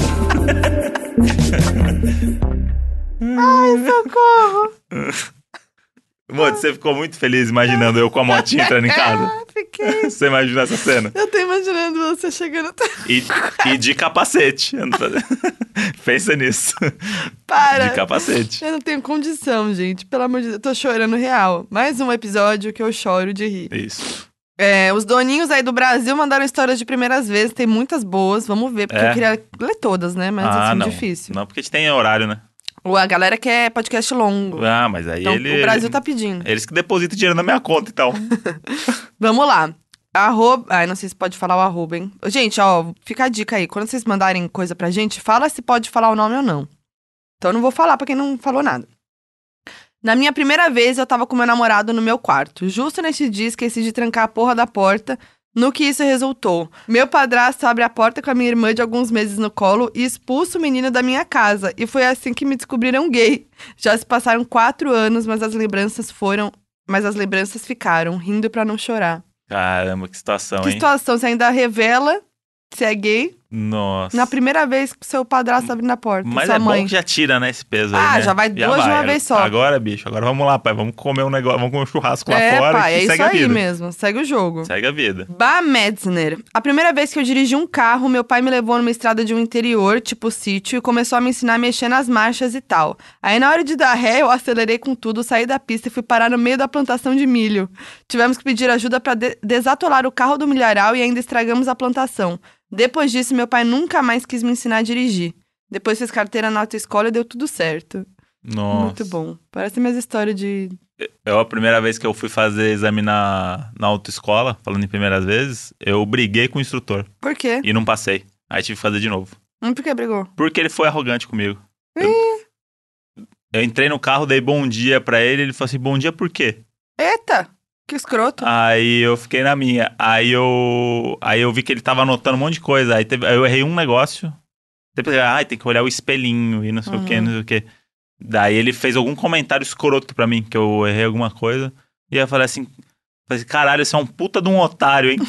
B: Ai, socorro.
A: Mano, você ficou muito feliz imaginando eu com a motinha entrando em casa?
B: Ah, fiquei.
A: Você imaginou essa cena?
B: Eu tô imaginando você chegando...
A: E, e de capacete. Pensa nisso.
B: Para.
A: De capacete.
B: Eu não tenho condição, gente. Pelo amor de Deus, eu tô chorando real. Mais um episódio que eu choro de rir.
A: Isso.
B: É, os doninhos aí do Brasil mandaram histórias de primeiras vezes. Tem muitas boas. Vamos ver, porque
A: É.
B: eu queria ler todas, né? Mas
A: ah,
B: assim,
A: não.
B: difícil.
A: Não, porque a gente tem horário, né?
B: Ou a galera quer podcast longo.
A: Ah, mas aí
B: Então,
A: ele...
B: o Brasil
A: ele-
B: tá pedindo.
A: Eles que depositam dinheiro na minha conta, então.
B: Vamos lá. Arroba... Ai, não sei se pode falar o arroba, hein? Gente, ó, fica a dica aí. Quando vocês mandarem coisa pra gente, fala se pode falar o nome ou não. Então eu não vou falar pra quem não falou nada. Na minha primeira vez, eu tava com meu namorado no meu quarto. Justo nesse dia, esqueci de trancar a porra da porta. No que isso resultou? Meu padrasto abre a porta com a minha irmã de alguns meses no colo e expulsa o menino da minha casa. E foi assim que me descobriram gay. Já se passaram quatro anos, mas as lembranças foram... Mas as lembranças ficaram, rindo pra não chorar.
A: Caramba, que situação,
B: Que
A: hein?
B: situação, você ainda revela se é gay
A: Nossa.
B: na primeira vez que seu padrasto abre na porta,
A: Mas
B: sua
A: é
B: mãe.
A: bom que já tira, né, esse peso aí,
B: Ah,
A: né?
B: já vai duas de uma vez só.
A: Agora, bicho, agora vamos lá, pai. Vamos comer um negócio, vamos comer um churrasco lá
B: É,
A: fora
B: pai,
A: e
B: é isso
A: segue a
B: aí
A: vida.
B: mesmo, segue o jogo.
A: Segue a vida.
B: Bah Metzner. A primeira vez que eu dirigi um carro, meu pai me levou numa estrada de um interior, tipo sítio, e começou a me ensinar a mexer nas marchas e tal. Aí na hora de dar ré, eu acelerei com tudo, saí da pista e fui parar no meio da plantação de milho. Tivemos que pedir ajuda pra de- desatolar o carro do milharal e ainda estragamos a plantação. Depois disso, meu pai nunca mais quis me ensinar a dirigir. Depois fez carteira na autoescola e deu tudo certo.
A: Nossa.
B: Muito bom. Parece minhas histórias de...
A: Eu, a primeira vez que eu fui fazer exame na, na autoescola, falando em primeiras vezes, eu briguei com o instrutor
B: Por quê?
A: e não passei. Aí tive que fazer de novo.
B: Hum, por que brigou?
A: Porque ele foi arrogante comigo. Eu, eu entrei no carro, dei bom dia pra ele, ele falou assim, bom dia por quê?
B: Eita! Que escroto.
A: Aí eu fiquei na minha. Aí eu aí eu vi que ele tava anotando um monte de coisa. Aí, teve, aí eu errei um negócio. Depois, ai, tem que olhar o espelhinho e não sei
B: Uhum.
A: o que, não sei o que. Daí ele fez algum comentário escroto pra mim, que eu errei alguma coisa. E eu falei assim, falei assim caralho, você é um puta de um otário, hein?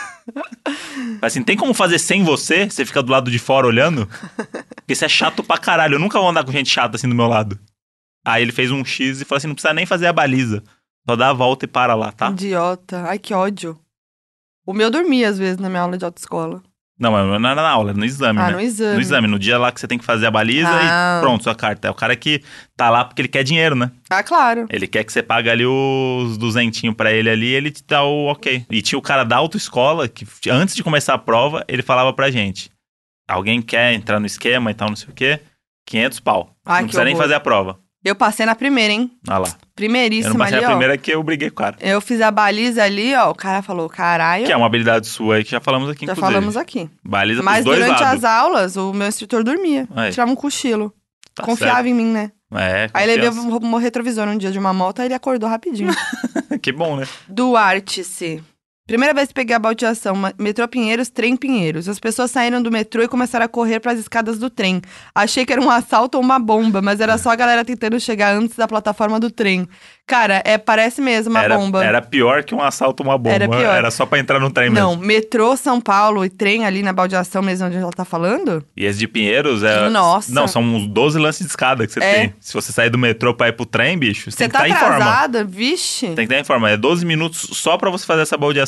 A: Falei assim, tem como fazer sem você? Você fica do lado de fora olhando? Porque você é chato pra caralho. Eu nunca vou andar com gente chata assim do meu lado. Aí ele fez um X e falou assim, não precisa nem fazer a baliza. Só dá a volta e para lá, tá?
B: Idiota. Ai, que ódio. O meu dormia, às vezes, na minha aula de autoescola.
A: Não, mas não era na aula, era no exame,
B: Ah,
A: né?
B: no exame.
A: No exame, no dia lá que você tem que fazer a baliza
B: Ah.
A: e pronto, sua carta. É o cara que tá lá porque ele quer dinheiro, né?
B: Ah, claro.
A: Ele quer que você pague ali os duzentinhos pra ele ali, ele te dá o ok. E tinha o cara da autoescola que antes de começar a prova, ele falava pra gente, alguém quer entrar no esquema e tal, não sei o quê, quinhentos pau.
B: Ai,
A: não
B: que
A: precisa nem
B: horror.
A: fazer a prova.
B: Eu passei na primeira, hein?
A: Olha lá. Eu
B: Primeiríssima
A: não passei
B: ali,
A: a
B: ó.
A: primeira que eu briguei com o cara.
B: Eu fiz a baliza ali, ó. O cara falou, caralho.
A: Que é uma habilidade sua aí que já falamos aqui,
B: Já
A: inclusive.
B: falamos aqui.
A: Baliza
B: Mas
A: pros dois
B: durante
A: lados.
B: as aulas, o meu instrutor dormia.
A: Aí.
B: Tirava um cochilo.
A: Tá
B: Confiava
A: certo.
B: em mim, né?
A: É,
B: Aí levei
A: confiança.
B: o meu retrovisor um dia de uma moto, aí ele acordou rapidinho.
A: Que bom, né?
B: Duarte-se. Primeira vez que peguei a baldeação, ma- metrô Pinheiros, trem Pinheiros. As pessoas saíram do metrô e começaram a correr para as escadas do trem. Achei que era um assalto ou uma bomba, mas era só a galera tentando chegar antes da plataforma do trem. Cara, é, parece mesmo uma
A: era,
B: bomba.
A: Era pior que um assalto uma bomba.
B: Era pior.
A: Era só pra entrar no trem
B: Não,
A: mesmo.
B: metrô São Paulo e trem ali na baldeação mesmo onde ela tá falando?
A: E esse de Pinheiros é...
B: Nossa.
A: Não, são uns doze lances de escada que você
B: É.
A: tem. Se você sair do metrô pra ir pro trem, bicho, você
B: Você
A: tem que
B: tá
A: estar em forma.
B: atrasada? Vixe.
A: Tem que estar em forma. É doze minutos só pra você fazer essa baldeação.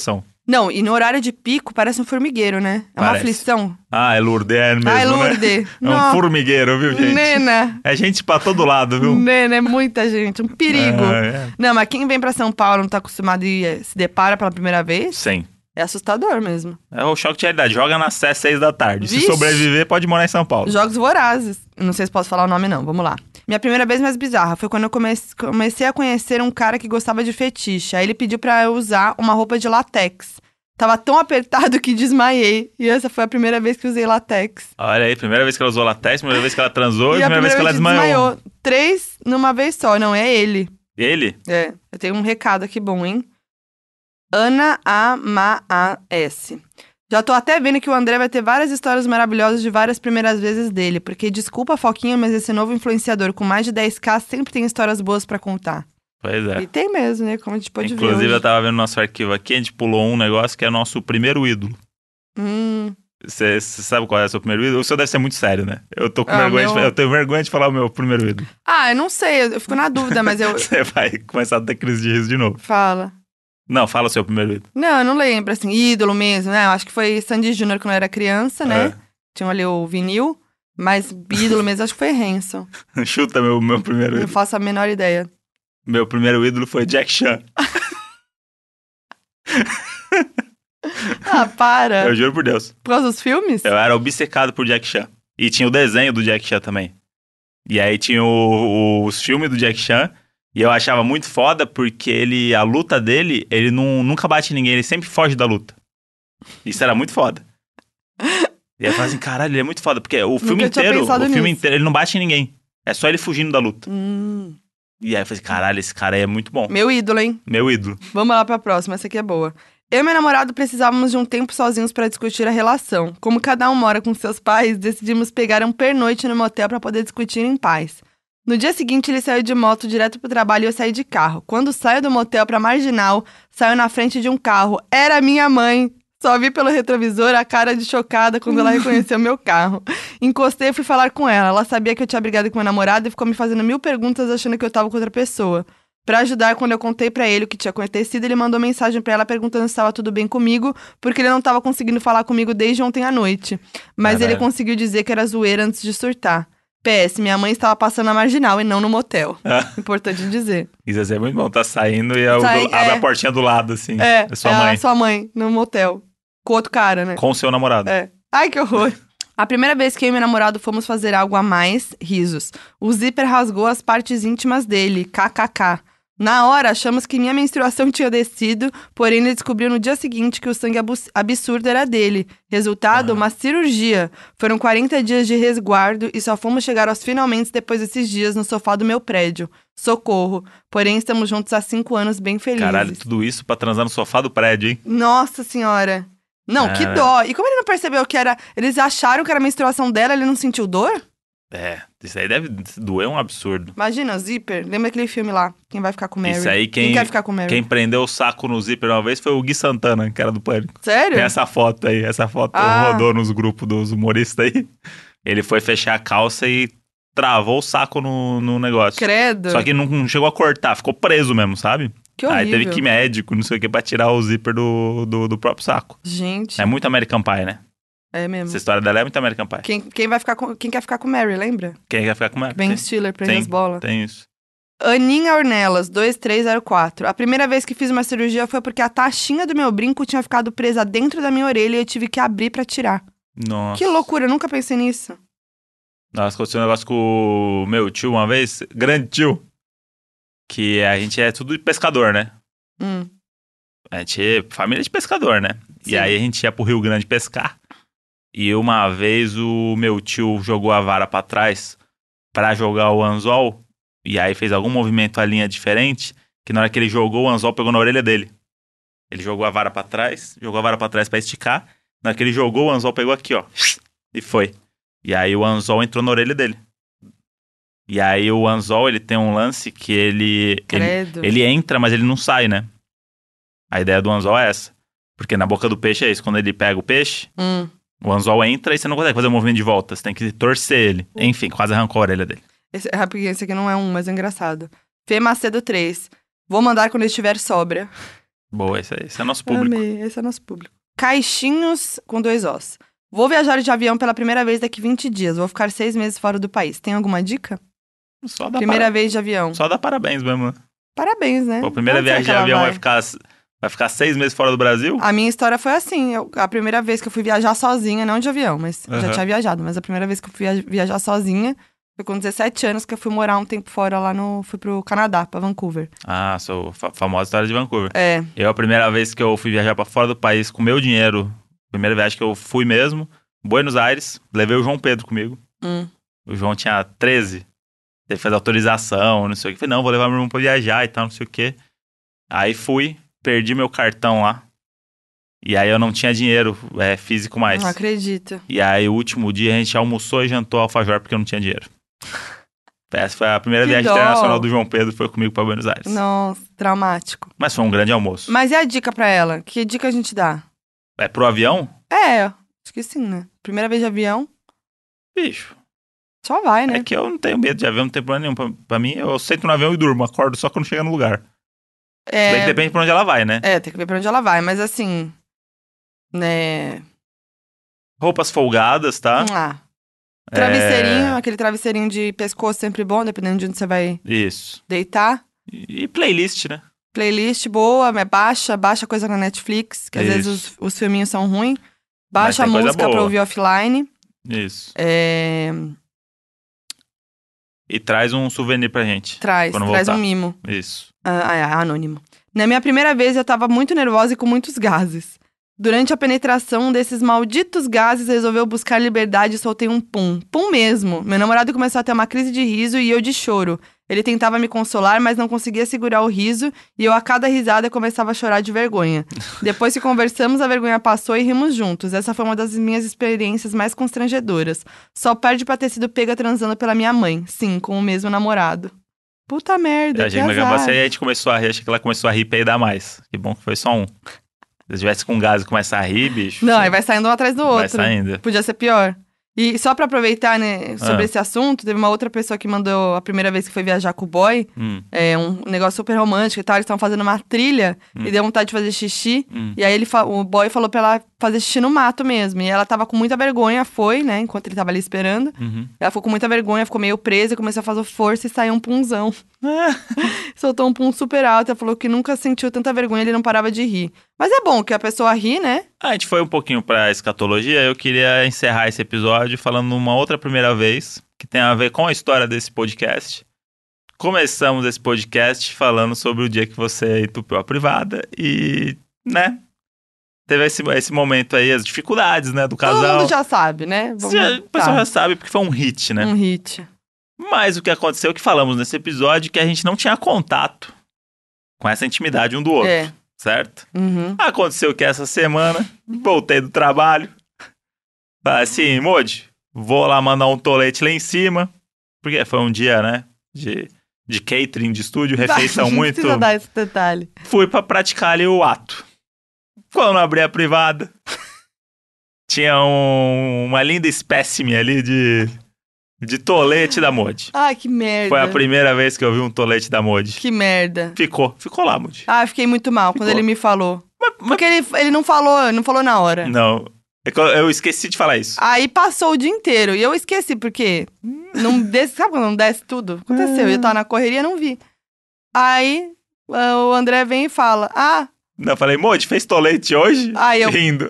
B: Não, e no horário de pico parece um formigueiro, né? É uma
A: Parece.
B: aflição.
A: Ah, é Lourdes, é mesmo,
B: Ai,
A: né?
B: Lourdes.
A: É um
B: Não.
A: formigueiro, viu, gente?
B: Nena.
A: É gente pra todo lado, viu?
B: Nena, é muita gente, um perigo.
A: Ah, é.
B: Não, mas quem vem pra São Paulo não tá acostumado e eh, se depara pela primeira vez,
A: Sim.
B: é assustador mesmo.
A: É o choque de realidade. Joga na Sé seis da tarde. Se
B: Vixe.
A: sobreviver, pode morar em São Paulo.
B: Jogos Vorazes. Não sei se posso falar o nome, não. Vamos lá. Minha primeira vez mais bizarra foi quando eu come- comecei a conhecer um cara que gostava de fetiche. Aí ele pediu pra eu usar uma roupa de látex. Tava tão apertado que desmaiei. E essa foi a primeira vez que usei látex.
A: Olha aí, primeira vez que ela usou latex, primeira vez que ela transou e
B: E a
A: primeira vez que ela desmaiou.
B: Três numa vez só. Não, é ele.
A: Ele?
B: É. Eu tenho um recado aqui bom, hein? Ana A M A S. Já tô até vendo que o André vai ter várias histórias maravilhosas de várias primeiras vezes dele. Porque, desculpa, Foquinha, mas esse novo influenciador com mais de dez k sempre tem histórias boas pra contar.
A: Pois é.
B: E tem mesmo, né? Como a gente pode
A: Inclusive,
B: ver hoje.
A: eu tava vendo nosso arquivo aqui, a gente pulou um negócio que é nosso primeiro ídolo.
B: Hum.
A: Você sabe qual é o seu primeiro ídolo? O seu deve ser muito sério, né? Eu tô com
B: Ah,
A: vergonha
B: meu-
A: de, eu tenho vergonha de falar o meu primeiro ídolo.
B: Ah, eu não sei. Eu eu fico na dúvida, mas eu...
A: Você vai começar a ter crise de riso de novo.
B: Fala.
A: Não, fala o seu primeiro ídolo.
B: Não, eu não lembro, assim, ídolo mesmo, né? Eu acho que foi Sandy Júnior quando eu era criança, né?
A: É.
B: Tinha ali o vinil. Mas ídolo mesmo, acho que foi Hanson.
A: Chuta meu, meu primeiro
B: Não
A: ídolo.
B: faço a menor ideia.
A: Meu primeiro ídolo foi Jack Chan.
B: Ah, para.
A: Eu juro por Deus.
B: Por causa dos filmes?
A: Eu era obcecado por Jack Chan. E tinha o desenho do Jack Chan também. E aí tinha o- o- os filmes do Jack Chan. E eu achava muito foda porque ele, a luta dele, ele não, nunca bate em ninguém, ele sempre foge da luta. Isso era muito foda. E aí eu falava assim, caralho, ele é muito foda. Porque o filme
B: tinha
A: inteiro, o
B: pensado
A: filme
B: nisso.
A: inteiro, ele não bate em ninguém. É só ele fugindo da luta.
B: Hum,
A: E aí eu falei assim, caralho, esse cara aí é muito bom.
B: meu ídolo, hein?
A: Meu ídolo.
B: Vamos lá pra próxima, essa aqui é boa. Eu e meu namorado precisávamos de um tempo sozinhos pra discutir a relação. Como cada um mora com seus pais, decidimos pegar um pernoite no motel pra poder discutir em paz. No dia seguinte, ele saiu de moto direto pro trabalho e eu saí de carro. Quando saio do motel pra Marginal, saio na frente de um carro. Era minha mãe! Só vi pelo retrovisor a cara de chocada quando ela reconheceu meu carro. Encostei e fui falar com ela. Ela sabia que eu tinha brigado com meu namorado e ficou me fazendo mil perguntas achando que eu tava com outra pessoa. Pra ajudar, quando eu contei pra ele o que tinha acontecido, ele mandou mensagem pra ela perguntando se estava tudo bem comigo, porque ele não tava conseguindo falar comigo desde ontem à noite. Mas
A: Caralho.
B: ele conseguiu dizer que era zoeira antes de surtar. P S, minha mãe estava passando na Marginal e não no motel.
A: Ah,
B: Importante dizer.
A: isso ia ser muito bom. Tá saindo e eu
B: Sai-
A: do- abre
B: é.
A: a portinha do lado, assim.
B: É,
A: É sua
B: é
A: mãe.
B: a sua mãe no motel. Com outro cara, né?
A: Com o seu namorado.
B: É. Ai, que horror. A primeira vez que eu e meu namorado fomos fazer algo a mais, risos. O zíper rasgou as partes íntimas dele, kkk. Na hora, achamos que minha menstruação tinha descido, porém ele descobriu no dia seguinte que o sangue abus- absurdo era dele. Resultado,
A: Ah.
B: uma cirurgia. Foram quarenta dias de resguardo e só fomos chegar aos finalmente depois desses dias no sofá do meu prédio. Socorro. Porém, estamos juntos há cinco anos bem felizes.
A: Caralho, tudo isso pra transar no sofá do prédio, hein?
B: Nossa senhora. Não, que
A: Cara.
B: dó. E como ele não percebeu que era... Eles acharam que era a menstruação dela, ele não sentiu dor?
A: É, isso aí deve doer um absurdo.
B: Imagina, zíper. Lembra aquele filme lá? Quem vai ficar com Mary?
A: Isso aí, quem,
B: quer ficar com Mary?
A: quem prendeu o saco no zíper uma vez foi o Gui Santana, que era do Pânico.
B: Sério?
A: Tem essa foto aí, essa foto
B: Ah.
A: rodou nos grupos dos humoristas aí. Ele foi fechar a calça e travou o saco no, no negócio.
B: Credo.
A: Só que não, não chegou a cortar, ficou preso mesmo, sabe?
B: Que horrível.
A: Aí teve que ir médico, não sei o que, pra tirar o zíper do, do, do próprio saco.
B: Gente,
A: É muito American Pie, né?
B: é mesmo.
A: Essa história dela é muito American Pie.
B: Quem, quem vai ficar com... Quem quer ficar com Mary, lembra?
A: Quem quer ficar com ela?
B: Ben
A: Tem,
B: Stiller, prende
A: tem,
B: as bolas.
A: tem isso.
B: Aninha Ornelas, dois três zero quatro. A primeira vez que fiz uma cirurgia foi porque a taxinha do meu brinco tinha ficado presa dentro da minha orelha e eu tive que abrir pra tirar.
A: Nossa.
B: Que loucura, eu nunca pensei nisso.
A: Nossa, aconteceu um negócio com o meu tio uma vez, grande tio, que a gente é tudo de pescador, né?
B: Hum.
A: A gente é família de pescador, né?
B: Sim.
A: E aí a gente ia pro Rio Grande pescar. E uma vez o meu tio jogou a vara pra trás pra jogar o anzol. E aí fez algum movimento a linha diferente, que na hora que ele jogou, o anzol pegou na orelha dele. Ele jogou a vara pra trás, jogou a vara pra trás pra esticar. Na hora que ele jogou, o anzol pegou aqui, ó. E foi. E aí o anzol entrou na orelha dele. E aí o anzol, ele tem um lance que ele... ele
B: Credo.
A: ele entra, mas ele não sai, né? A ideia do anzol é essa. Porque na boca do peixe é isso. Quando ele pega o peixe,
B: Hum.
A: o anzol entra e você não consegue fazer o movimento de volta. Você tem que torcer ele. Enfim, quase arrancou a orelha dele.
B: Esse, é rapidinho, esse aqui não é um, mas é engraçado. Fê Macedo três. Vou mandar quando eu estiver sóbria.
A: Boa, esse, é- esse é nosso público.
B: Amei, esse é nosso público. Caixinhos com dois Os. Vou viajar de avião pela primeira vez daqui vinte dias. Vou ficar seis meses fora do país. Tem alguma dica?
A: Só dá,
B: Primeira
A: para...
B: vez de avião.
A: Só dá parabéns mesmo. né?
B: Parabéns, né?
A: Pô, a primeira
B: Onde será
A: viagem
B: que
A: de
B: ela
A: avião
B: vai?
A: vai ficar, vai ficar seis meses fora do Brasil?
B: A minha história foi assim. Eu- a primeira vez que eu fui viajar sozinha, não de avião, mas já
A: Aham.
B: tinha viajado. Mas a primeira vez que eu fui via- viajar sozinha foi com dezessete anos que eu fui morar um tempo fora lá no... Fui pro Canadá, pra Vancouver.
A: Ah, sou fa famosa história de Vancouver.
B: É,
A: Eu, a primeira vez que eu fui viajar pra fora do país com meu dinheiro, primeira viagem que eu fui mesmo, Buenos Aires, levei o João Pedro comigo.
B: hum.
A: O João tinha treze, teve que fazer autorização, não sei o que. Falei, não, vou levar meu irmão pra viajar e tal, não sei o que. Aí fui, perdi meu cartão lá. E aí eu não tinha dinheiro é, físico mais.
B: Não acredito.
A: E aí o último dia a gente almoçou e jantou alfajor porque eu não tinha dinheiro. Essa foi a primeira
B: Que
A: viagem
B: dó.
A: internacional do João Pedro, foi comigo pra Buenos Aires.
B: Nossa, traumático.
A: Mas foi um grande almoço.
B: Mas e a dica pra ela? Que dica a gente dá?
A: É pro avião?
B: É, acho que sim, né? Primeira vez de avião,
A: Bicho.
B: só vai, né?
A: É que eu não tenho medo de avião, não tem problema nenhum. Pra, pra mim, eu sento no avião e durmo, acordo só quando chega no lugar. Se bem que
B: É,
A: depende pra onde ela vai, né?
B: é, tem que ver pra onde ela vai, mas assim, né?
A: Roupas folgadas, tá?
B: Ah, travesseirinho,
A: É,
B: aquele travesseirinho de pescoço sempre bom, dependendo de onde você vai
A: Isso.
B: deitar.
A: E, e playlist, né?
B: Playlist boa, mas baixa, baixa coisa na Netflix, que às
A: Isso.
B: vezes os, os filminhos são ruins. Baixa a
A: tem coisa
B: música pra
A: boa.
B: ouvir offline.
A: Isso.
B: É,
A: E traz um souvenir pra gente.
B: traz,
A: Quando
B: traz
A: voltar.
B: um mimo.
A: Isso.
B: Ah, é, anônimo. Na minha primeira vez, eu tava muito nervosa e com muitos gases. Durante a penetração desses malditos gases, resolveu buscar liberdade e soltei um pum. Pum mesmo. Meu namorado começou a ter uma crise de riso e eu de choro. Ele tentava me consolar, mas não conseguia segurar o riso e eu, a cada risada, começava a chorar de vergonha. Depois que conversamos, a vergonha passou e rimos juntos. Essa foi uma das minhas experiências mais constrangedoras. Só perde pra ter sido pega transando pela minha mãe. Sim, com o mesmo namorado. Puta merda,
A: A
B: que
A: gente vai
B: azar.
A: gravar isso aí, a gente começou a rir, achei que ela começou a rir pra dar mais. Que bom que foi só um. Se tivesse com gás e começar a rir, bicho.
B: Não, aí vai saindo um atrás do outro.
A: Vai saindo.
B: Podia ser pior. E só pra aproveitar, né, sobre
A: Ah.
B: esse assunto, teve uma outra pessoa que mandou a primeira vez que foi viajar com o boy,
A: Hum,
B: é um negócio super romântico e tal, eles estavam fazendo uma trilha
A: Hum.
B: e deu vontade de fazer xixi,
A: hum.
B: e aí ele fa- o boy falou pra ela fazer xixi no mato mesmo, e ela tava com muita vergonha, foi, né, enquanto ele tava ali esperando,
A: Uhum.
B: ela ficou com muita vergonha, ficou meio presa, começou a fazer força e saiu um punzão. Soltou um pum super alto, ela falou que nunca sentiu tanta vergonha, ele não parava de rir. Mas é bom que a pessoa ri, né?
A: A gente foi um pouquinho pra escatologia. Eu queria encerrar esse episódio falando uma outra primeira vez, que tem a ver com a história desse podcast. Começamos esse podcast falando sobre o dia que você entupiu a privada e, né, teve esse, esse momento aí, as dificuldades, né, do
B: Todo
A: casal.
B: mundo já sabe, né?
A: Você já- o pessoal já sabe porque foi um hit, né?
B: Um hit.
A: Mas o que aconteceu, o que falamos nesse episódio, é que a gente não tinha contato com essa intimidade um do outro,
B: É.
A: certo?
B: Uhum.
A: Aconteceu que essa semana, voltei do trabalho, falei assim, Modi, vou lá mandar um tolete lá em cima, porque foi um dia, né, de, de catering, de estúdio, refeição
B: Não
A: muito...
B: precisa dar esse detalhe.
A: Fui pra praticar ali o ato. Quando abri a privada, tinha um- uma linda espécime ali de, de tolete da Modi.
B: Ai, que merda.
A: Foi a primeira vez que eu vi um tolete da Modi.
B: Que merda.
A: Ficou, ficou lá, Modi.
B: Ah, eu fiquei muito mal quando
A: Ficou.
B: ele me falou.
A: Mas- mas-
B: Porque ele, ele não falou, não falou na hora.
A: Não, é que eu, eu esqueci de falar isso.
B: Aí passou o dia inteiro. E eu esqueci, porque não desce, sabe quando não desce tudo? Aconteceu. Eu tava na correria, não vi. Aí ah, o André vem e fala: Ah,
A: Não, eu falei, Modi, fez tolete hoje?
B: aí eu.
A: Rindo.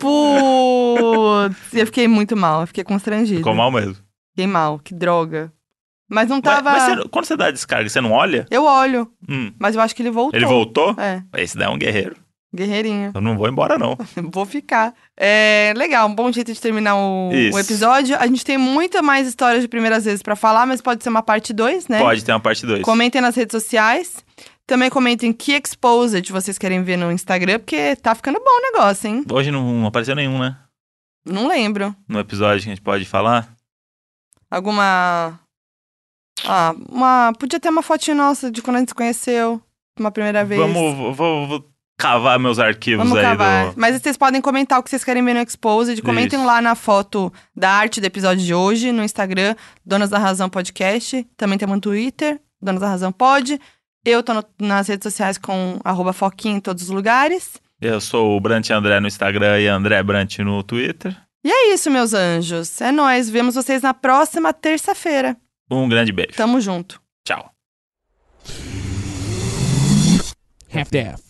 B: Putz, eu fiquei muito mal, eu fiquei constrangida.
A: Ficou mal mesmo.
B: Fiquei mal, que droga. Mas não
A: Mas,
B: tava.
A: mas você- quando você dá descarga, você não olha?
B: Eu olho,
A: Hum,
B: mas eu acho que ele voltou.
A: ele voltou?
B: É,
A: Esse daí é um guerreiro.
B: guerreirinho.
A: Eu não vou embora, não.
B: Vou ficar. É legal, um bom jeito de terminar o,
A: Isso.
B: o episódio. A gente tem muita mais histórias de primeiras vezes pra falar, mas pode ser uma parte dois, né?
A: Pode ter uma parte dois.
B: Comentem nas redes sociais. Também comentem que exposed vocês querem ver no Instagram, porque tá ficando bom o negócio, hein?
A: Hoje não, não apareceu nenhum, né?
B: Não lembro.
A: No episódio que a gente pode falar.
B: Alguma. Ah, uma. Podia ter uma fotinha nossa de quando a gente se conheceu. Uma primeira vez.
A: Vamos, vou, vou- vou cavar meus arquivos
B: Vamos
A: aí
B: cavar.
A: do...
B: Mas vocês podem comentar o que vocês querem ver no Exposed. Comentem
A: Isso.
B: lá na foto da arte do episódio de hoje, no Instagram, Donas da Razão Podcast. Também temos no Twitter, Donas da Razão Pod. Eu tô no, nas redes sociais com arroba Foquinha em todos os lugares.
A: Eu sou o Brant André no Instagram e André Brant no Twitter.
B: E é isso, meus anjos. É nóis. Vemos vocês na próxima terça-feira.
A: Um grande beijo.
B: Tamo junto.
A: Tchau.
C: Half-Death.